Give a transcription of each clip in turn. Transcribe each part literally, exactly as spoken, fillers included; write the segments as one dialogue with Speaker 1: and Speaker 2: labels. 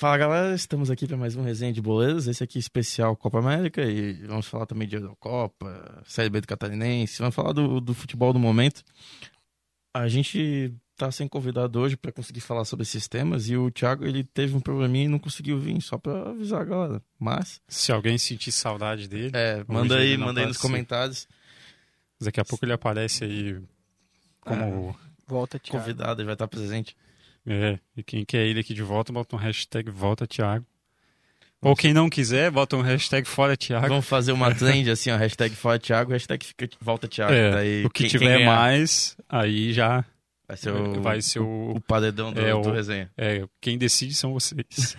Speaker 1: Fala galera, estamos aqui para mais um resenha de boleiros, esse aqui é especial Copa América e vamos falar também de Eurocopa, Série B do Catarinense, vamos falar do, do futebol do momento. A gente tá sem convidado hoje para conseguir falar sobre esses temas e o Thiago ele teve um probleminha e não conseguiu vir, só para avisar a galera, mas...
Speaker 2: Se alguém sentir saudade dele...
Speaker 1: É, manda aí, manda aí nos comentários.
Speaker 2: Daqui a pouco ele aparece aí como
Speaker 1: ah,
Speaker 3: volta, Thiago.
Speaker 1: Convidado e vai estar presente.
Speaker 2: É, e quem quer ele aqui de volta, bota um hashtag volta Thiago. Ou quem não quiser, bota um hashtag fora Thiago.
Speaker 1: Vamos fazer uma trend assim, ó, hashtag fora Thiago, hashtag fica volta Thiago.
Speaker 2: É,
Speaker 1: Daí,
Speaker 2: o que
Speaker 1: quem,
Speaker 2: tiver
Speaker 1: quem
Speaker 2: mais, aí já
Speaker 1: vai ser o,
Speaker 2: vai ser o,
Speaker 1: o paredão do,
Speaker 2: é,
Speaker 1: do
Speaker 2: o,
Speaker 1: resenha.
Speaker 2: É, quem decide são vocês.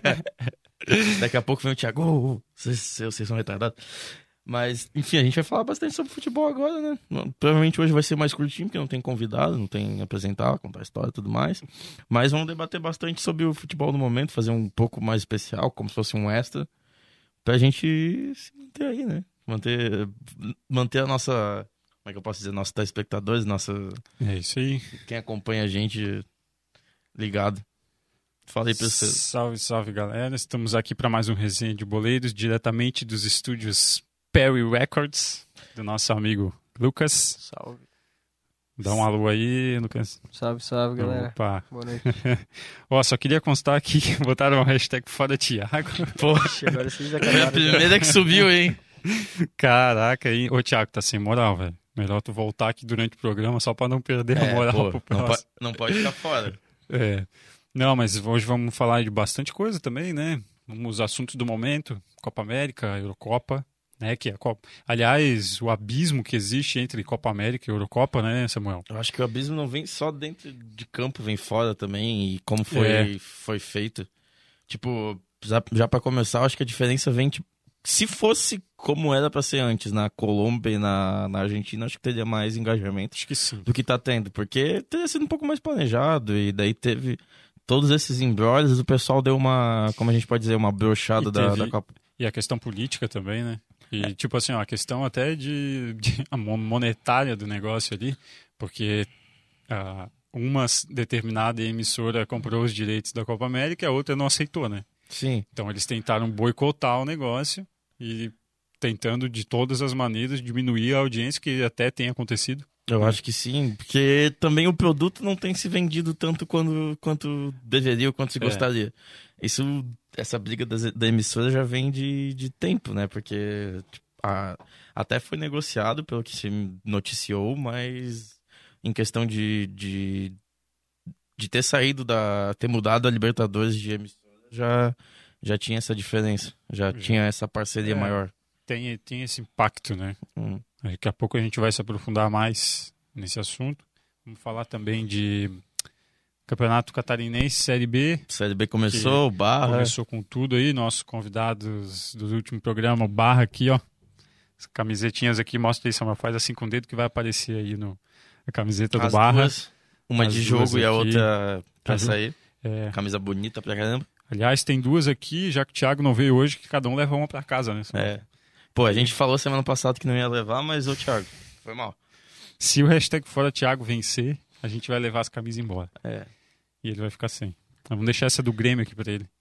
Speaker 1: Daqui a pouco vem o Thiago, oh, oh, vocês, vocês são retardados. Mas, enfim, a gente vai falar bastante sobre futebol agora, né? Provavelmente hoje vai ser mais curtinho, porque não tem convidado, não tem apresentar, contar história e tudo mais. Mas vamos debater bastante sobre o futebol no momento, fazer um pouco mais especial, como se fosse um extra, pra gente se manter aí, né? Manter, manter a nossa... Como é que eu posso dizer? Nossos telespectadores, nossa...
Speaker 2: É isso aí.
Speaker 1: Quem acompanha a gente ligado. Fala aí pra vocês.
Speaker 2: Salve, salve, galera. Estamos aqui para mais um resenha de boleiros, diretamente dos estúdios Perry Records, do nosso amigo Lucas.
Speaker 3: Salve.
Speaker 2: Dá um alô aí, Lucas.
Speaker 3: Salve, salve, galera.
Speaker 2: Opa.
Speaker 3: Boa noite.
Speaker 2: Ó, só queria constar aqui que botaram uma hashtag fora Thiago.
Speaker 1: Poxa,
Speaker 3: agora vocês já
Speaker 1: foi a primeira que subiu, hein?
Speaker 2: Caraca, hein? Ô, Thiago, tá sem moral, velho. Melhor tu voltar aqui durante o programa só pra não perder
Speaker 1: é,
Speaker 2: a moral
Speaker 1: pô,
Speaker 2: pro próximo.
Speaker 1: Não, po- não pode ficar fora.
Speaker 2: É. Não, mas hoje vamos falar de bastante coisa também, né? Os assuntos do momento, Copa América, Eurocopa, né? Que é a Copa... Aliás, o abismo que existe entre Copa América e Eurocopa, né, Samuel?
Speaker 1: Eu acho que o abismo não vem só dentro de campo, vem fora também, e como foi,
Speaker 2: É.
Speaker 1: foi feito. Tipo, já, já pra começar, eu acho que a diferença vem, tipo, se fosse como era pra ser antes, na Colômbia e na, na Argentina, acho que teria mais engajamento
Speaker 2: Acho que sim.
Speaker 1: do que tá tendo, porque teria sido um pouco mais planejado, e daí teve todos esses embrólios, o pessoal deu uma, como a gente pode dizer, uma brochada
Speaker 2: E
Speaker 1: da,
Speaker 2: teve-
Speaker 1: da Copa.
Speaker 2: E a questão política também, né? E, tipo assim, ó, a questão até de, de a mo- monetária do negócio ali, porque ah, uma s- determinada emissora comprou os direitos da Copa América e a outra não aceitou, né?
Speaker 1: Sim.
Speaker 2: Então eles tentaram boicotar o negócio e tentando de todas as maneiras diminuir a audiência, que até tem acontecido.
Speaker 1: Eu acho que sim, porque também o produto não tem se vendido tanto quando, quanto deveria ou quanto se
Speaker 2: É.
Speaker 1: gostaria. Isso, essa briga das, da emissora já vem de, de tempo, né? Porque tipo, a- até foi negociado pelo que se noticiou, mas em questão de, de, de ter saído da... ter mudado a Libertadores de emissora, já, já tinha essa diferença, já
Speaker 2: Já.
Speaker 1: tinha essa parceria
Speaker 2: É.
Speaker 1: maior.
Speaker 2: Tem, tem esse impacto, né?
Speaker 1: Hum.
Speaker 2: Daqui a pouco a gente vai se aprofundar mais nesse assunto. Vamos falar também de Campeonato Catarinense, Série B.
Speaker 1: Série B começou, Barra...
Speaker 2: Começou com tudo aí. Nossos convidados do último programa, o Barra aqui, ó. As camisetinhas aqui, mostra aí, Samuel, faz assim com o dedo que vai aparecer aí no, a camiseta do
Speaker 1: As
Speaker 2: Barra.
Speaker 1: duas, uma
Speaker 2: As
Speaker 1: de
Speaker 2: duas
Speaker 1: jogo e a
Speaker 2: aqui.
Speaker 1: outra pra
Speaker 2: As duas.
Speaker 1: sair.
Speaker 2: É,
Speaker 1: Camisa bonita pra caramba.
Speaker 2: aliás, tem duas aqui, já que o Thiago não veio hoje, que cada um leva uma pra casa, né? Samuel?
Speaker 1: É. Pô, a gente falou semana passada que não ia levar, mas ô Thiago, foi mal.
Speaker 2: Se o hashtag Fora Thiago vencer, a gente vai levar as camisas embora.
Speaker 1: É.
Speaker 2: E ele vai ficar sem. Então, vamos deixar essa do Grêmio aqui pra ele.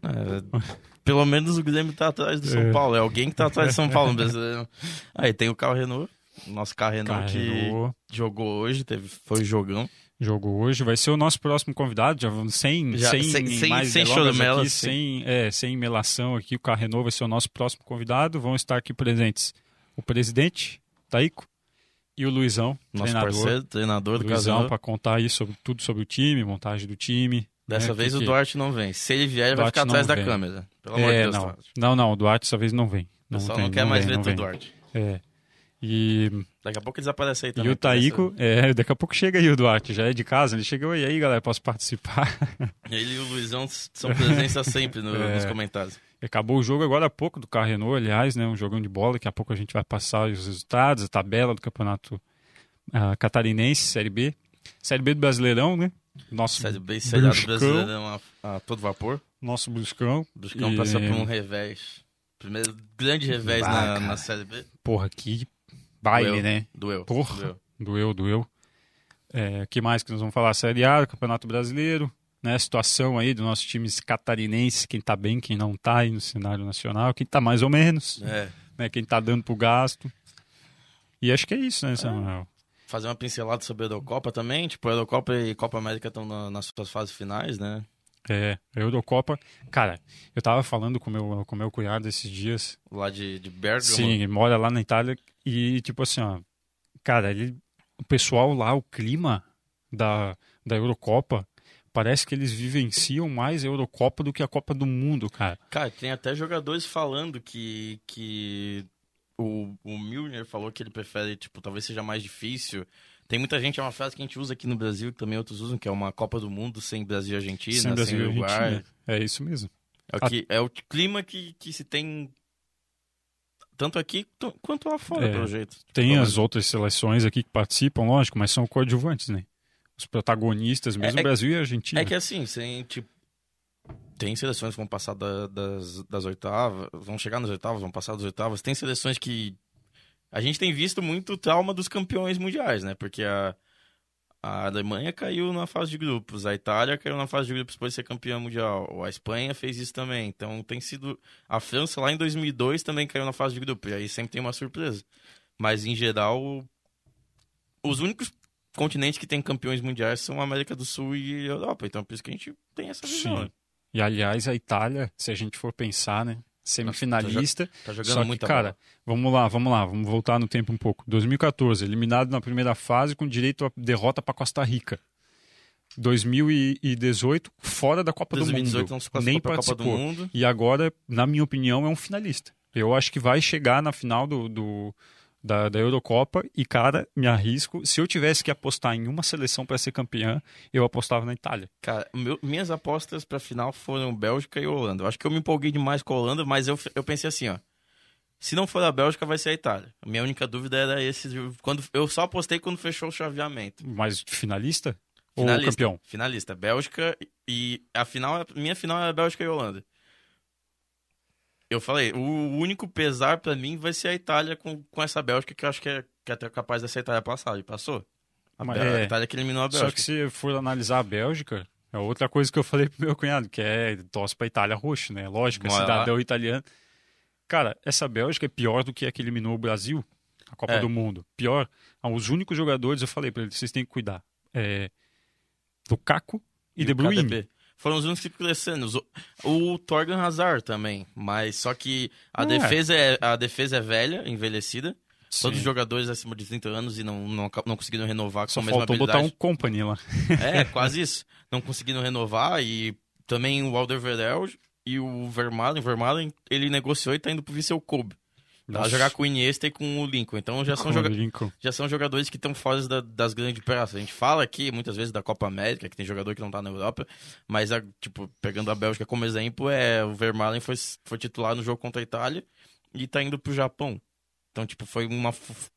Speaker 1: É, pelo menos o Grêmio tá atrás do São
Speaker 2: É.
Speaker 1: Paulo. É alguém que tá atrás do São Paulo no brasileiro. Aí tem o carro Renault. O nosso carro Renault
Speaker 2: Cara,
Speaker 1: que
Speaker 2: Renault
Speaker 1: jogou hoje, teve, foi jogão.
Speaker 2: jogou hoje, vai ser o nosso próximo convidado, já vamos sem,
Speaker 1: Já,
Speaker 2: sem,
Speaker 1: sem- sem-
Speaker 2: mais
Speaker 1: sem
Speaker 2: delongas
Speaker 1: chorumela,
Speaker 2: aqui,
Speaker 1: sim.
Speaker 2: sem, é, sem melação aqui, o Carrenou vai ser o nosso próximo convidado, vão estar aqui presentes o presidente, Taico, e o Luizão,
Speaker 1: Nosso
Speaker 2: treinador,
Speaker 1: parceiro, treinador do
Speaker 2: Luizão,
Speaker 1: Casal.
Speaker 2: para contar aí sobre, tudo sobre o time, montagem do time.
Speaker 1: Dessa
Speaker 2: né,
Speaker 1: vez
Speaker 2: porque-
Speaker 1: o Duarte não vem. Se ele vier, ele vai
Speaker 2: Duarte
Speaker 1: ficar atrás
Speaker 2: não
Speaker 1: da
Speaker 2: vem.
Speaker 1: câmera. Pelo amor de
Speaker 2: É,
Speaker 1: Deus,
Speaker 2: não,
Speaker 1: Duarte.
Speaker 2: não, não, o Duarte dessa vez não vem.
Speaker 1: O pessoal
Speaker 2: tem,
Speaker 1: não quer mais
Speaker 2: vem,
Speaker 1: ver
Speaker 2: não
Speaker 1: tu,
Speaker 2: vem.
Speaker 1: Duarte.
Speaker 2: É. E,
Speaker 1: Daqui a pouco eles aparecem aí também.
Speaker 2: e o Taíco, é, daqui a pouco chega aí o Duarte, já é de casa, ele chegou e aí, galera, posso participar?
Speaker 1: Ele e o Luizão são presença sempre no-
Speaker 2: É.
Speaker 1: nos comentários.
Speaker 2: Acabou o jogo agora há pouco do Carro Renault, aliás, né, um jogão de bola, daqui a pouco a gente vai passar os resultados, a tabela do Campeonato ah, Catarinense, Série B. Série B do Brasileirão, né? Nosso
Speaker 1: Série B, Série A do
Speaker 2: Bruscão.
Speaker 1: Brasileirão a, a todo vapor.
Speaker 2: Nosso Bruscão.
Speaker 1: O Bruscão
Speaker 2: E-
Speaker 1: passa por um revés. Primeiro grande revés
Speaker 2: Ah,
Speaker 1: na,
Speaker 2: cara.
Speaker 1: na Série B.
Speaker 2: Porra, que baile,
Speaker 1: Doeu.
Speaker 2: né?
Speaker 1: Doeu.
Speaker 2: Porra.
Speaker 1: Doeu.
Speaker 2: Doeu, doeu. É, que mais que nós vamos falar? Série A, Campeonato Brasileiro, né, a situação aí dos nossos times catarinenses, quem tá bem, quem não tá aí no cenário nacional, quem tá mais ou menos,
Speaker 1: É.
Speaker 2: né, quem tá dando pro gasto. E acho que é isso, né, Samuel?
Speaker 1: É. Fazer uma pincelada sobre a Eurocopa também, tipo, a Eurocopa e Copa América estão na, nas suas fases finais, né?
Speaker 2: É, a Eurocopa, cara, eu tava falando com meu, com meu cunhado esses dias.
Speaker 1: Lá de, de Bergamo.
Speaker 2: Sim, ele mora lá na Itália e, tipo assim, ó, cara, ele, o pessoal lá, o clima da, da Eurocopa, parece que eles vivenciam mais a Eurocopa do que a Copa do Mundo, cara.
Speaker 1: Cara, tem até jogadores falando que, que o, o Milner falou que ele prefere, tipo, talvez seja mais difícil. Tem muita gente, é uma frase que a gente usa aqui no Brasil, que também outros usam, que é uma Copa do Mundo sem Brasil e Argentina,
Speaker 2: sem, Brasil
Speaker 1: sem
Speaker 2: e
Speaker 1: Uruguai.
Speaker 2: Argentina. É isso mesmo.
Speaker 1: É o, que, é o clima que, que se tem tanto aqui quanto lá fora,
Speaker 2: é,
Speaker 1: pelo jeito.
Speaker 2: Tem
Speaker 1: Pelo
Speaker 2: as
Speaker 1: menos.
Speaker 2: outras seleções aqui que participam, lógico, mas são coadjuvantes, né? Os protagonistas mesmo,
Speaker 1: É- é-
Speaker 2: Brasil e Argentina.
Speaker 1: É que assim, sem, tipo, tem seleções que vão passar da- das, das oitavas, vão chegar nas oitavas, vão passar das oitavas. Tem seleções que a gente tem visto muito o trauma dos campeões mundiais, né? Porque a, a Alemanha caiu na fase de grupos, a Itália caiu na fase de grupos depois de ser campeã mundial, a Espanha fez isso também. Então tem sido... A França lá em dois mil e dois também caiu na fase de grupos, e aí sempre tem uma surpresa. Mas em geral, os únicos continentes que tem campeões mundiais são a América do Sul e a Europa. Então por isso que a gente tem essa visão.
Speaker 2: Sim.
Speaker 1: Né?
Speaker 2: E aliás, a Itália, se a gente for pensar, né? Semifinalista.
Speaker 1: Tá jogando
Speaker 2: Só que,
Speaker 1: muita
Speaker 2: cara,
Speaker 1: bola.
Speaker 2: vamos lá, vamos lá, vamos voltar no tempo um pouco. dois mil e quatorze, eliminado na primeira fase com direito à derrota para Costa Rica. dois mil e dezoito, fora da Copa
Speaker 1: dois mil e dezoito
Speaker 2: do
Speaker 1: não se
Speaker 2: Mundo.
Speaker 1: classificou
Speaker 2: Nem
Speaker 1: pra Copa do
Speaker 2: participou.
Speaker 1: Mundo.
Speaker 2: E agora, na minha opinião, é um finalista. Eu acho que vai chegar na final do, do- da, da Eurocopa e, cara, me arrisco. Se eu tivesse que apostar em uma seleção para ser campeã, eu apostava na Itália.
Speaker 1: Cara, meu- minhas apostas pra final foram Bélgica e Holanda. Eu acho que eu me empolguei demais com a Holanda, mas eu, eu pensei assim, ó. Se não for a Bélgica, vai ser a Itália. A minha única dúvida era esse. Quando, eu só apostei quando fechou o chaveamento.
Speaker 2: Mas finalista?
Speaker 1: Finalista,
Speaker 2: Ou campeão?
Speaker 1: Finalista. Bélgica e a final, minha final era Bélgica e Holanda. Eu falei, o único pesar pra mim vai ser a Itália com, com essa Bélgica, que eu acho que é, que é até capaz dessa Itália passar. E passou. A,
Speaker 2: Mas
Speaker 1: Bé- a
Speaker 2: é.
Speaker 1: Itália que eliminou a
Speaker 2: Só
Speaker 1: Bélgica.
Speaker 2: que se for analisar a Bélgica, é outra coisa que eu falei pro meu cunhado, que é torce pra Itália roxo, né? Lógico, é
Speaker 1: Mas lá-
Speaker 2: cidadão italiano. Cara, essa Bélgica é pior do que a que eliminou o Brasil, a Copa
Speaker 1: É.
Speaker 2: do Mundo. Pior, ah, os únicos jogadores, eu falei pra eles, vocês têm que cuidar. É Lukaku e,
Speaker 1: E
Speaker 2: De
Speaker 1: o
Speaker 2: Bruyne.
Speaker 1: K D B. Foram os únicos que crescendo. Os- O Torgan Hazard também. Mas só que a,
Speaker 2: É.
Speaker 1: defesa, é, a defesa é velha, envelhecida. Todos os
Speaker 2: Sim.
Speaker 1: jogadores acima de trinta anos e não, não, não conseguiram renovar com
Speaker 2: Só
Speaker 1: a mesma
Speaker 2: faltou botar um
Speaker 1: habilidade.
Speaker 2: company lá.
Speaker 1: É, quase isso. Não conseguiram renovar e também o Alderweireld e o Vermaelen. O Vermaelen, ele negociou e tá indo pro Vissel Kobe. Pra
Speaker 2: Nossa.
Speaker 1: jogar com o Iniesta e com o Lincoln. Então já são,
Speaker 2: Com o
Speaker 1: joga
Speaker 2: Lincoln.
Speaker 1: já são jogadores que estão fora da- das grandes praças. A gente fala aqui muitas vezes da Copa América, que tem jogador que não tá na Europa, mas a- tipo, pegando a Bélgica como exemplo, é o Vermaelen foi, foi titular no jogo contra a Itália e tá indo pro Japão. Então, tipo, foi uma f-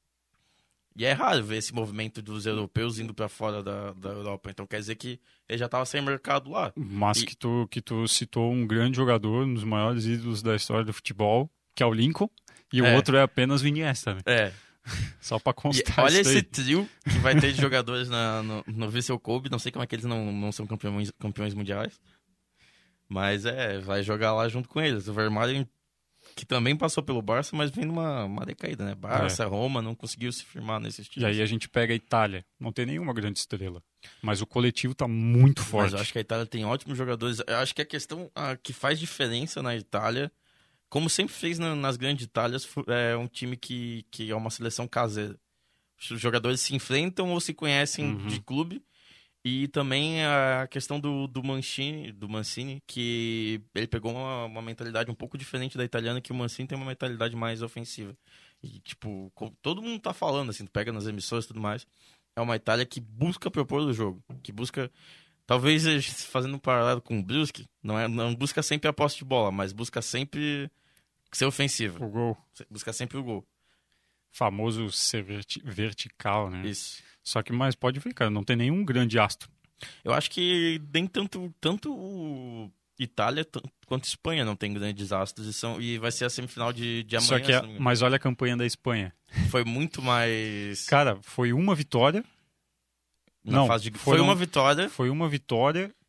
Speaker 1: e é raro ver esse movimento dos europeus indo pra fora da, da Europa. Então quer dizer que ele já tava sem mercado lá.
Speaker 2: Mas
Speaker 1: E-
Speaker 2: que, tu, que tu citou um grande jogador, um dos maiores ídolos da história do futebol, que é o Lincoln, e o
Speaker 1: É.
Speaker 2: outro é apenas o Iniesta, né?
Speaker 1: É.
Speaker 2: Só pra
Speaker 1: E
Speaker 2: constar
Speaker 1: olha
Speaker 2: isso aí.
Speaker 1: esse trio que vai ter de jogadores na, no, no Vissel Kobe. Não sei como é que eles não, não são campeões, campeões mundiais. Mas é, vai jogar lá junto com eles. O Vermaelen, que também passou pelo Barça, mas vem numa uma decaída, né? Barça, Roma, não conseguiu se firmar nesses
Speaker 2: E
Speaker 1: times.
Speaker 2: aí a gente pega a Itália. Não tem nenhuma grande estrela. Mas o coletivo tá muito
Speaker 1: Mas
Speaker 2: forte.
Speaker 1: eu acho que a Itália tem ótimos jogadores. Eu acho que a questão ah, que faz diferença na Itália, como sempre fez na- nas grandes Itálias, fu- é um time que, que é uma seleção caseira. Os jogadores se enfrentam ou se conhecem
Speaker 2: Uhum.
Speaker 1: de clube. E também a questão do, do Mancini, do Mancini, que ele pegou uma, uma mentalidade um pouco diferente da italiana, que o Mancini tem uma mentalidade mais ofensiva. E, tipo, co- todo mundo tá falando, assim, tu pega nas emissoras e tudo mais. É uma Itália que busca propor o jogo, que busca, talvez eh, fazendo um paralelo com o Brusque, não, é, não busca sempre a posse de bola, mas busca sempre ser ofensiva,
Speaker 2: O gol
Speaker 1: busca sempre o gol.
Speaker 2: famoso ser verti- vertical, né?
Speaker 1: Isso.
Speaker 2: Só que, mas pode ver, cara, não tem nenhum grande astro.
Speaker 1: Eu acho que nem tanto, tanto o Itália t- quanto Espanha não tem grandes desastres e, são, e vai ser a semifinal de, de amanhã.
Speaker 2: Só que,
Speaker 1: se
Speaker 2: a-
Speaker 1: não me engano.
Speaker 2: mas olha a campanha da Espanha.
Speaker 1: Foi muito mais.
Speaker 2: Cara, foi uma vitória,
Speaker 1: na
Speaker 2: não,
Speaker 1: fase de...
Speaker 2: foram-
Speaker 1: Foi uma vitória
Speaker 2: foi uma vitória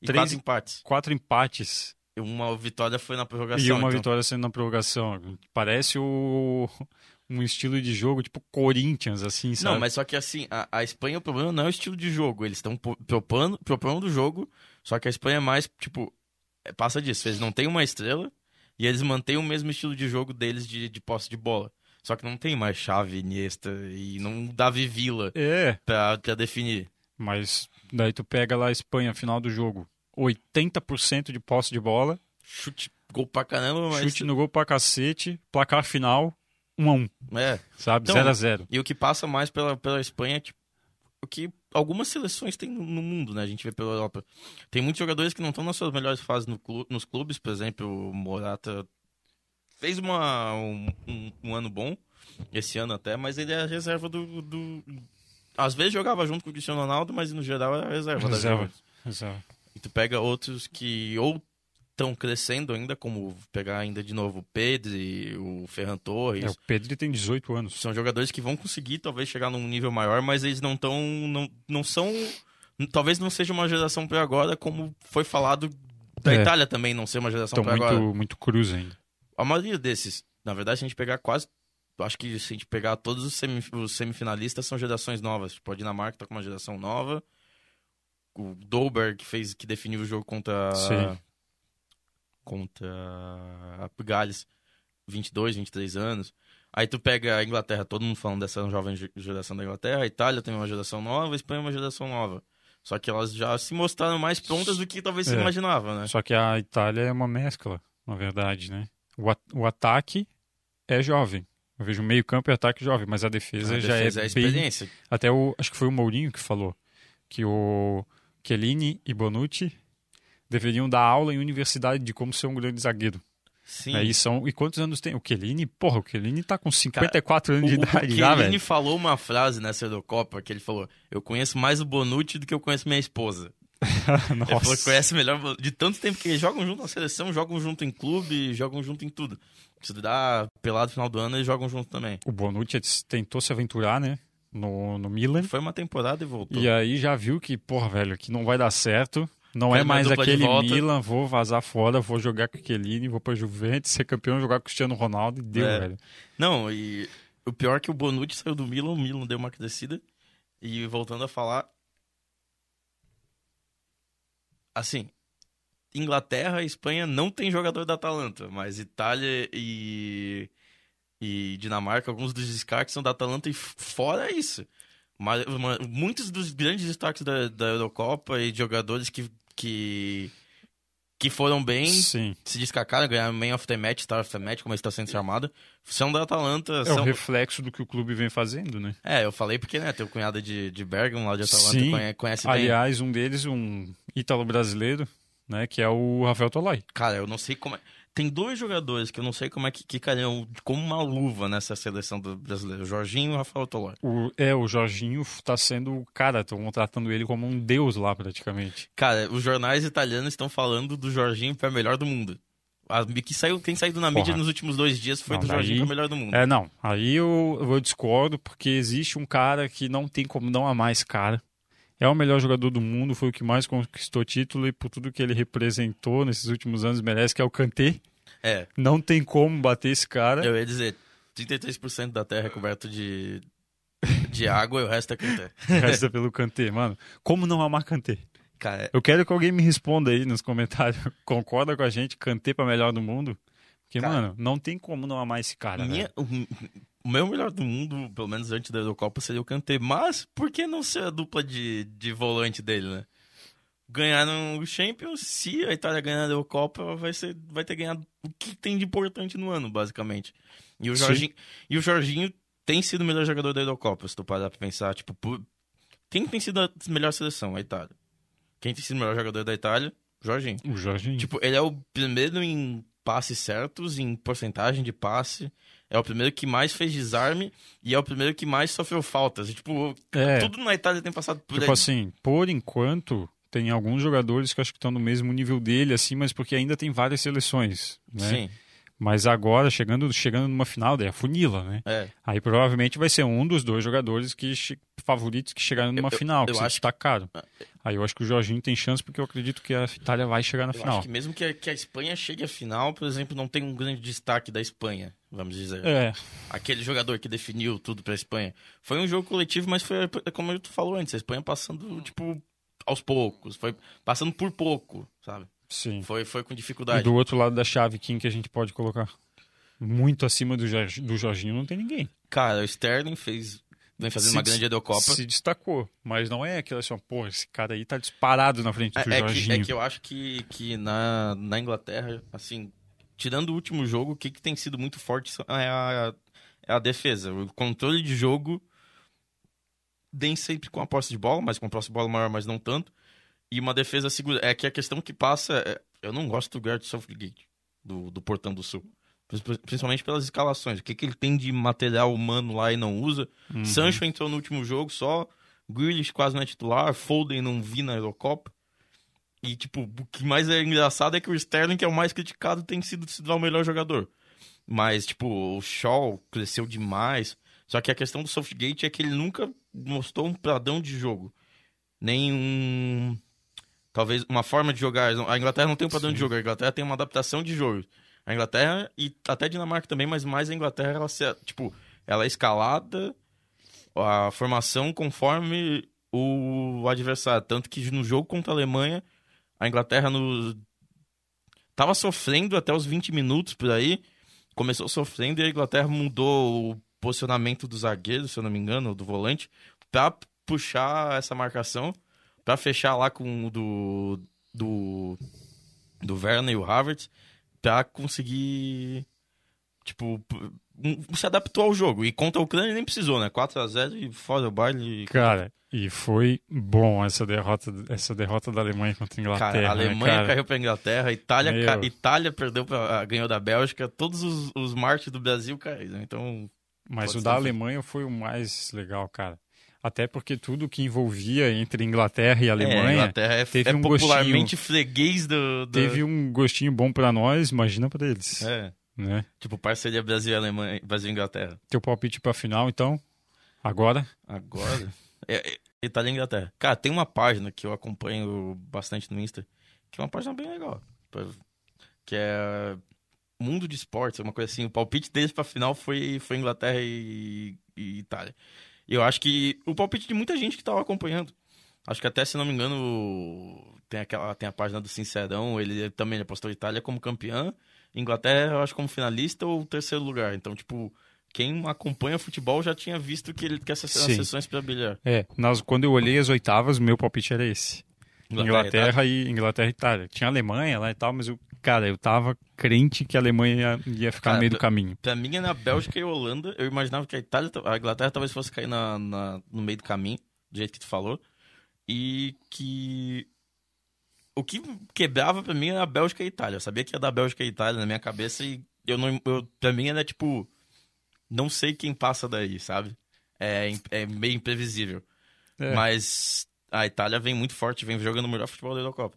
Speaker 1: E
Speaker 2: três,
Speaker 1: quatro empates.
Speaker 2: Quatro empates.
Speaker 1: Uma vitória foi na prorrogação.
Speaker 2: E uma
Speaker 1: então.
Speaker 2: vitória sendo na prorrogação. Parece o... um estilo de jogo tipo Corinthians, assim, sabe?
Speaker 1: Não, mas só que assim, a, a Espanha, o problema não é o estilo de jogo. Eles estão propondo, propondo o jogo, só que a Espanha é mais, tipo, é, passa disso. Eles não têm uma estrela e eles mantêm o mesmo estilo de jogo deles de, de posse de bola. Só que não tem mais Xavi, Iniesta e não Davi Villa
Speaker 2: É,
Speaker 1: pra, pra definir.
Speaker 2: mas daí tu pega lá a Espanha, final do jogo, oitenta por cento de posse de bola,
Speaker 1: Chute, gol pra caramba, mas...
Speaker 2: chute no gol pra cacete, placar final, um a um,
Speaker 1: É.
Speaker 2: sabe?
Speaker 1: Então,
Speaker 2: zero a zero.
Speaker 1: E o que passa mais pela, pela Espanha é tipo, o que algumas seleções têm no, no mundo, né? A gente vê pela Europa. Tem muitos jogadores que não estão nas suas melhores fases no clu, nos clubes, por exemplo, o Morata fez uma, um, um, um ano bom, esse ano até, mas ele é a reserva do, do... Às vezes jogava junto com o Cristiano Ronaldo, mas no geral era a reserva.
Speaker 2: Reserva.
Speaker 1: Das
Speaker 2: Reserva.
Speaker 1: e tu pega outros que ou estão crescendo ainda, como pegar ainda de novo o Pedri, o Ferran Torres.
Speaker 2: É, o Pedro tem dezoito anos.
Speaker 1: São jogadores que vão conseguir talvez chegar num nível maior, mas eles não estão, não, não são, talvez não seja uma geração para agora, como foi falado da
Speaker 2: É.
Speaker 1: Itália também não ser uma geração
Speaker 2: Estão
Speaker 1: para agora.
Speaker 2: muito, muito cruz ainda.
Speaker 1: A maioria desses, na verdade, se a gente pegar quase, acho que se a gente pegar todos os, semif- os semifinalistas são gerações novas. Tipo, a Dinamarca tá com uma geração nova. O Dolberg que fez, que definiu o jogo contra
Speaker 2: Sim.
Speaker 1: contra a Gales, vinte e dois, vinte e três anos. Aí tu pega a Inglaterra, todo mundo falando dessa jovem ge- geração da Inglaterra. A Itália tem uma geração nova, a Espanha uma geração nova. Só que elas já se mostraram mais prontas do que talvez se
Speaker 2: É.
Speaker 1: imaginava, né?
Speaker 2: Só que a Itália é uma mescla, na verdade, né? O, a- o ataque é jovem. Eu vejo meio campo e ataque jovem, mas a defesa
Speaker 1: A
Speaker 2: já
Speaker 1: defesa
Speaker 2: é
Speaker 1: a
Speaker 2: bem...
Speaker 1: experiência.
Speaker 2: Até o... Acho que foi o Mourinho que falou que o Chiellini e Bonucci deveriam dar aula em universidade de como ser um grande zagueiro.
Speaker 1: Sim.
Speaker 2: Aí são... E quantos anos tem? O Chiellini, porra, o Chiellini tá com cinquenta e quatro anos
Speaker 1: O,
Speaker 2: de
Speaker 1: o
Speaker 2: idade já,
Speaker 1: Chiellini
Speaker 2: velho.
Speaker 1: falou uma frase nessa Eurocopa que ele falou: eu conheço mais o Bonucci do que eu conheço minha esposa. Ele falou que
Speaker 2: Nossa.
Speaker 1: conhece melhor de tanto tempo que eles jogam junto na seleção, jogam junto em clube, jogam junto em tudo. Se dá pelado no final do ano, eles jogam junto também.
Speaker 2: O Bonucci tentou se aventurar, né? No, no Milan.
Speaker 1: Foi uma temporada e voltou.
Speaker 2: E aí já viu que, porra, velho, que não vai dar certo. Não
Speaker 1: Quero
Speaker 2: é mais
Speaker 1: minha dupla de
Speaker 2: aquele
Speaker 1: volta.
Speaker 2: Milan, vou vazar fora, vou jogar com o Chiellini, vou pra Juventus, ser campeão, jogar com o Cristiano Ronaldo e deu,
Speaker 1: É.
Speaker 2: velho.
Speaker 1: Não, e o pior é que o Bonucci saiu do Milan, o Milan deu uma crescida. E voltando a falar, assim, Inglaterra e Espanha não tem jogador da Atalanta, mas Itália e, e Dinamarca, alguns dos destaques são da Atalanta e f- fora isso. Mas, uma- muitos dos grandes destaques da, da Eurocopa e de jogadores que, que, que foram bem,
Speaker 2: Sim.
Speaker 1: se destacaram, ganharam Man of the Match, Star of the Match, como está sendo chamada, são da Atalanta.
Speaker 2: É
Speaker 1: são...
Speaker 2: o reflexo do que o clube vem fazendo, né?
Speaker 1: É, eu falei porque, né, teu cunhado de, de Bergamo, lá de Atalanta,
Speaker 2: Sim.
Speaker 1: conhece, conhece bem.
Speaker 2: Aliás, um deles, um ítalo-brasileiro, né, que é o Rafael Toloi.
Speaker 1: Cara, eu não sei como é. Tem dois jogadores que eu não sei como é que, que cariam como uma luva nessa seleção do brasileiro. O Jorginho e o Rafael Toloi.
Speaker 2: O, é, o Jorginho tá sendo o cara, estão tratando ele como um deus lá, praticamente.
Speaker 1: Cara, os jornais italianos estão falando do Jorginho para melhor do mundo. A, que saiu, quem saiu na mídia
Speaker 2: Porra.
Speaker 1: nos últimos dois dias foi
Speaker 2: Não,
Speaker 1: do Jorginho
Speaker 2: daí-
Speaker 1: para melhor do mundo.
Speaker 2: É, não. Aí eu, eu discordo, porque existe um cara que não tem como não amar esse cara. É o melhor jogador do mundo, foi o que mais conquistou título e por tudo que ele representou nesses últimos anos merece, que é o Kanté.
Speaker 1: É,
Speaker 2: Não tem como bater esse cara.
Speaker 1: eu ia dizer, trinta e três por cento da terra é coberto de, de água e o resto é canté.
Speaker 2: Resta pelo Kanté, mano. Como não amar Kanté?
Speaker 1: Cara,
Speaker 2: Eu quero que alguém me responda aí nos comentários. Concorda com a gente, Kanté pra melhor do mundo? Porque,
Speaker 1: Cara,
Speaker 2: mano, não tem como não amar esse cara,
Speaker 1: minha,
Speaker 2: velho.
Speaker 1: o, o meu melhor do mundo, pelo menos antes da Eurocopa, seria o Kanté. Mas por que não ser a dupla de, de volante dele, né? Ganharam o Champions, se a Itália ganhar a Eurocopa, vai, ser, vai ter ganhado o que tem de importante no ano, basicamente. E o
Speaker 2: Sim.
Speaker 1: Jorginho, e o Jorginho tem sido o melhor jogador da Eurocopa, se tu parar pra pensar. Tipo, por... quem tem sido a melhor seleção? A Itália. Quem tem sido o melhor jogador da Itália? Jorginho.
Speaker 2: O Jorginho.
Speaker 1: Tipo, ele é o primeiro em passes certos, em porcentagem de passe. É o primeiro que mais fez desarme e é o primeiro que mais sofreu faltas. E, tipo,
Speaker 2: É.
Speaker 1: tudo na Itália tem passado por
Speaker 2: Tipo
Speaker 1: ele.
Speaker 2: assim, por enquanto, tem alguns jogadores que eu acho que estão no mesmo nível dele, assim, mas porque ainda tem várias seleções, né?
Speaker 1: Sim.
Speaker 2: Mas agora, chegando, chegando numa final, daí a funila, né?
Speaker 1: É.
Speaker 2: Aí provavelmente vai ser um dos dois jogadores que che- favoritos que chegaram numa
Speaker 1: Eu-
Speaker 2: final,
Speaker 1: eu
Speaker 2: que se
Speaker 1: acho
Speaker 2: destacaram. Aí eu acho que o Jorginho tem chance, porque eu acredito que a Itália vai chegar na
Speaker 1: Eu
Speaker 2: final.
Speaker 1: acho que mesmo que a, que a Espanha chegue à final, por exemplo, não tem um grande destaque da Espanha, vamos dizer.
Speaker 2: É,
Speaker 1: Aquele jogador que definiu tudo pra Espanha. Foi um jogo coletivo, mas foi como tu falou antes, a Espanha passando, tipo, aos poucos. Foi passando por pouco, sabe?
Speaker 2: sim.
Speaker 1: Foi, foi com
Speaker 2: E
Speaker 1: dificuldade.
Speaker 2: do outro lado da chave, quem que a gente pode colocar? Muito acima do, Jorge- do Jorginho não tem ninguém.
Speaker 1: Cara, o Sterling fez, vem fazendo
Speaker 2: Se
Speaker 1: uma
Speaker 2: des-
Speaker 1: grande Eurocopa.
Speaker 2: Se destacou, mas não é aquela assim, ó, pô, esse cara aí tá disparado na frente do
Speaker 1: É, é, que,
Speaker 2: Jorginho.
Speaker 1: é que eu acho que, que na, na Inglaterra, assim, tirando o último jogo, o que, que tem sido muito forte são- é a, é a defesa. O controle de jogo, nem sempre com a posse de bola, mas com a posse de bola maior, mas não tanto. E uma defesa segura. É que a questão que passa... é- eu não gosto do Gareth Southgate, do, do Portão do Sul. Pri- Principalmente pelas escalações. O que, que ele tem de material humano lá e não usa.
Speaker 2: Uhum.
Speaker 1: Sancho entrou no último jogo só. Grealish quase não é titular. Foden não vi na Eurocopa. E, tipo, o que mais é engraçado é que o Sterling, que é o mais criticado, tem sido se dar o melhor jogador. Mas, tipo, o Shaw cresceu demais. Só que a questão do Southgate é que ele nunca mostrou um padrão de jogo. Nem um... Talvez uma forma de jogar. A Inglaterra não tem um padrão
Speaker 2: Sim.
Speaker 1: de jogo. A Inglaterra tem uma adaptação de jogo. A Inglaterra e até a Dinamarca também, mas mais a Inglaterra, ela, se, tipo, ela é escalada a formação conforme o adversário. Tanto que no jogo contra a Alemanha, a Inglaterra no... tava sofrendo até os vinte minutos por aí. Começou sofrendo e a Inglaterra mudou o posicionamento do zagueiro, se eu não me engano, ou do volante, pra puxar essa marcação, pra fechar lá com o do, do, do Werner e o Havertz, pra conseguir, tipo, p- um- se adaptou ao jogo. E contra a Ucrânia nem precisou, né? quatro a zero e fora o baile.
Speaker 2: Cara, e foi bom essa derrota, essa derrota da Alemanha contra a Inglaterra.
Speaker 1: Cara, a Alemanha
Speaker 2: né, cara?
Speaker 1: caiu pra Inglaterra, a Itália,
Speaker 2: Meu.
Speaker 1: ca... Itália perdeu pra... ganhou da Bélgica, todos os, os martes do Brasil caíram. Então,
Speaker 2: Mas
Speaker 1: Pode
Speaker 2: o
Speaker 1: ser
Speaker 2: da
Speaker 1: um-
Speaker 2: Alemanha foi o mais legal, cara. Até porque tudo que envolvia entre Inglaterra e
Speaker 1: é, a
Speaker 2: Alemanha
Speaker 1: Inglaterra é,
Speaker 2: teve
Speaker 1: é
Speaker 2: um
Speaker 1: popularmente freguês do... do...
Speaker 2: teve um gostinho bom pra nós, imagina pra eles.
Speaker 1: É,
Speaker 2: Né?
Speaker 1: tipo, parceria Brasil e Alemanha, Brasil e Inglaterra.
Speaker 2: Teu palpite pra final, então? Agora?
Speaker 1: Agora... é, é, Itália e Inglaterra. Cara, tem uma página que eu acompanho bastante no Insta, que é uma página bem legal. Que é Mundo de Esportes, uma coisa assim. O palpite deles pra final foi, foi Inglaterra e, e Itália. E eu acho que o palpite de muita gente que tava acompanhando. Acho que até, se não me engano, tem, aquela, tem a página do Sincerão, ele também apostou Itália como campeã, Inglaterra, eu acho, como finalista ou terceiro lugar. Então, tipo, quem acompanha futebol já tinha visto que, ele, que essas eram as
Speaker 2: Sim.
Speaker 1: sessões pra bilhar.
Speaker 2: É, nas, quando eu olhei as oitavas, meu palpite era esse. Inglaterra e Inglaterra e Itália. Tinha a Alemanha lá e tal, mas eu, cara, eu tava crente que a Alemanha ia, ia ficar
Speaker 1: Cara,
Speaker 2: no meio do
Speaker 1: pra-
Speaker 2: caminho.
Speaker 1: Pra mim, é na Bélgica e Holanda, eu imaginava que a Itália, a Inglaterra talvez fosse cair na, na- no meio do caminho, do jeito que tu falou, e que o que quebrava pra mim era a Bélgica e a Itália. Eu sabia que ia dar Bélgica e Itália na minha cabeça e eu não, eu, pra mim era tipo, não sei quem passa daí, sabe? É, im- é meio imprevisível.
Speaker 2: É.
Speaker 1: Mas a Itália vem muito forte, vem jogando o melhor futebol da Eurocopa.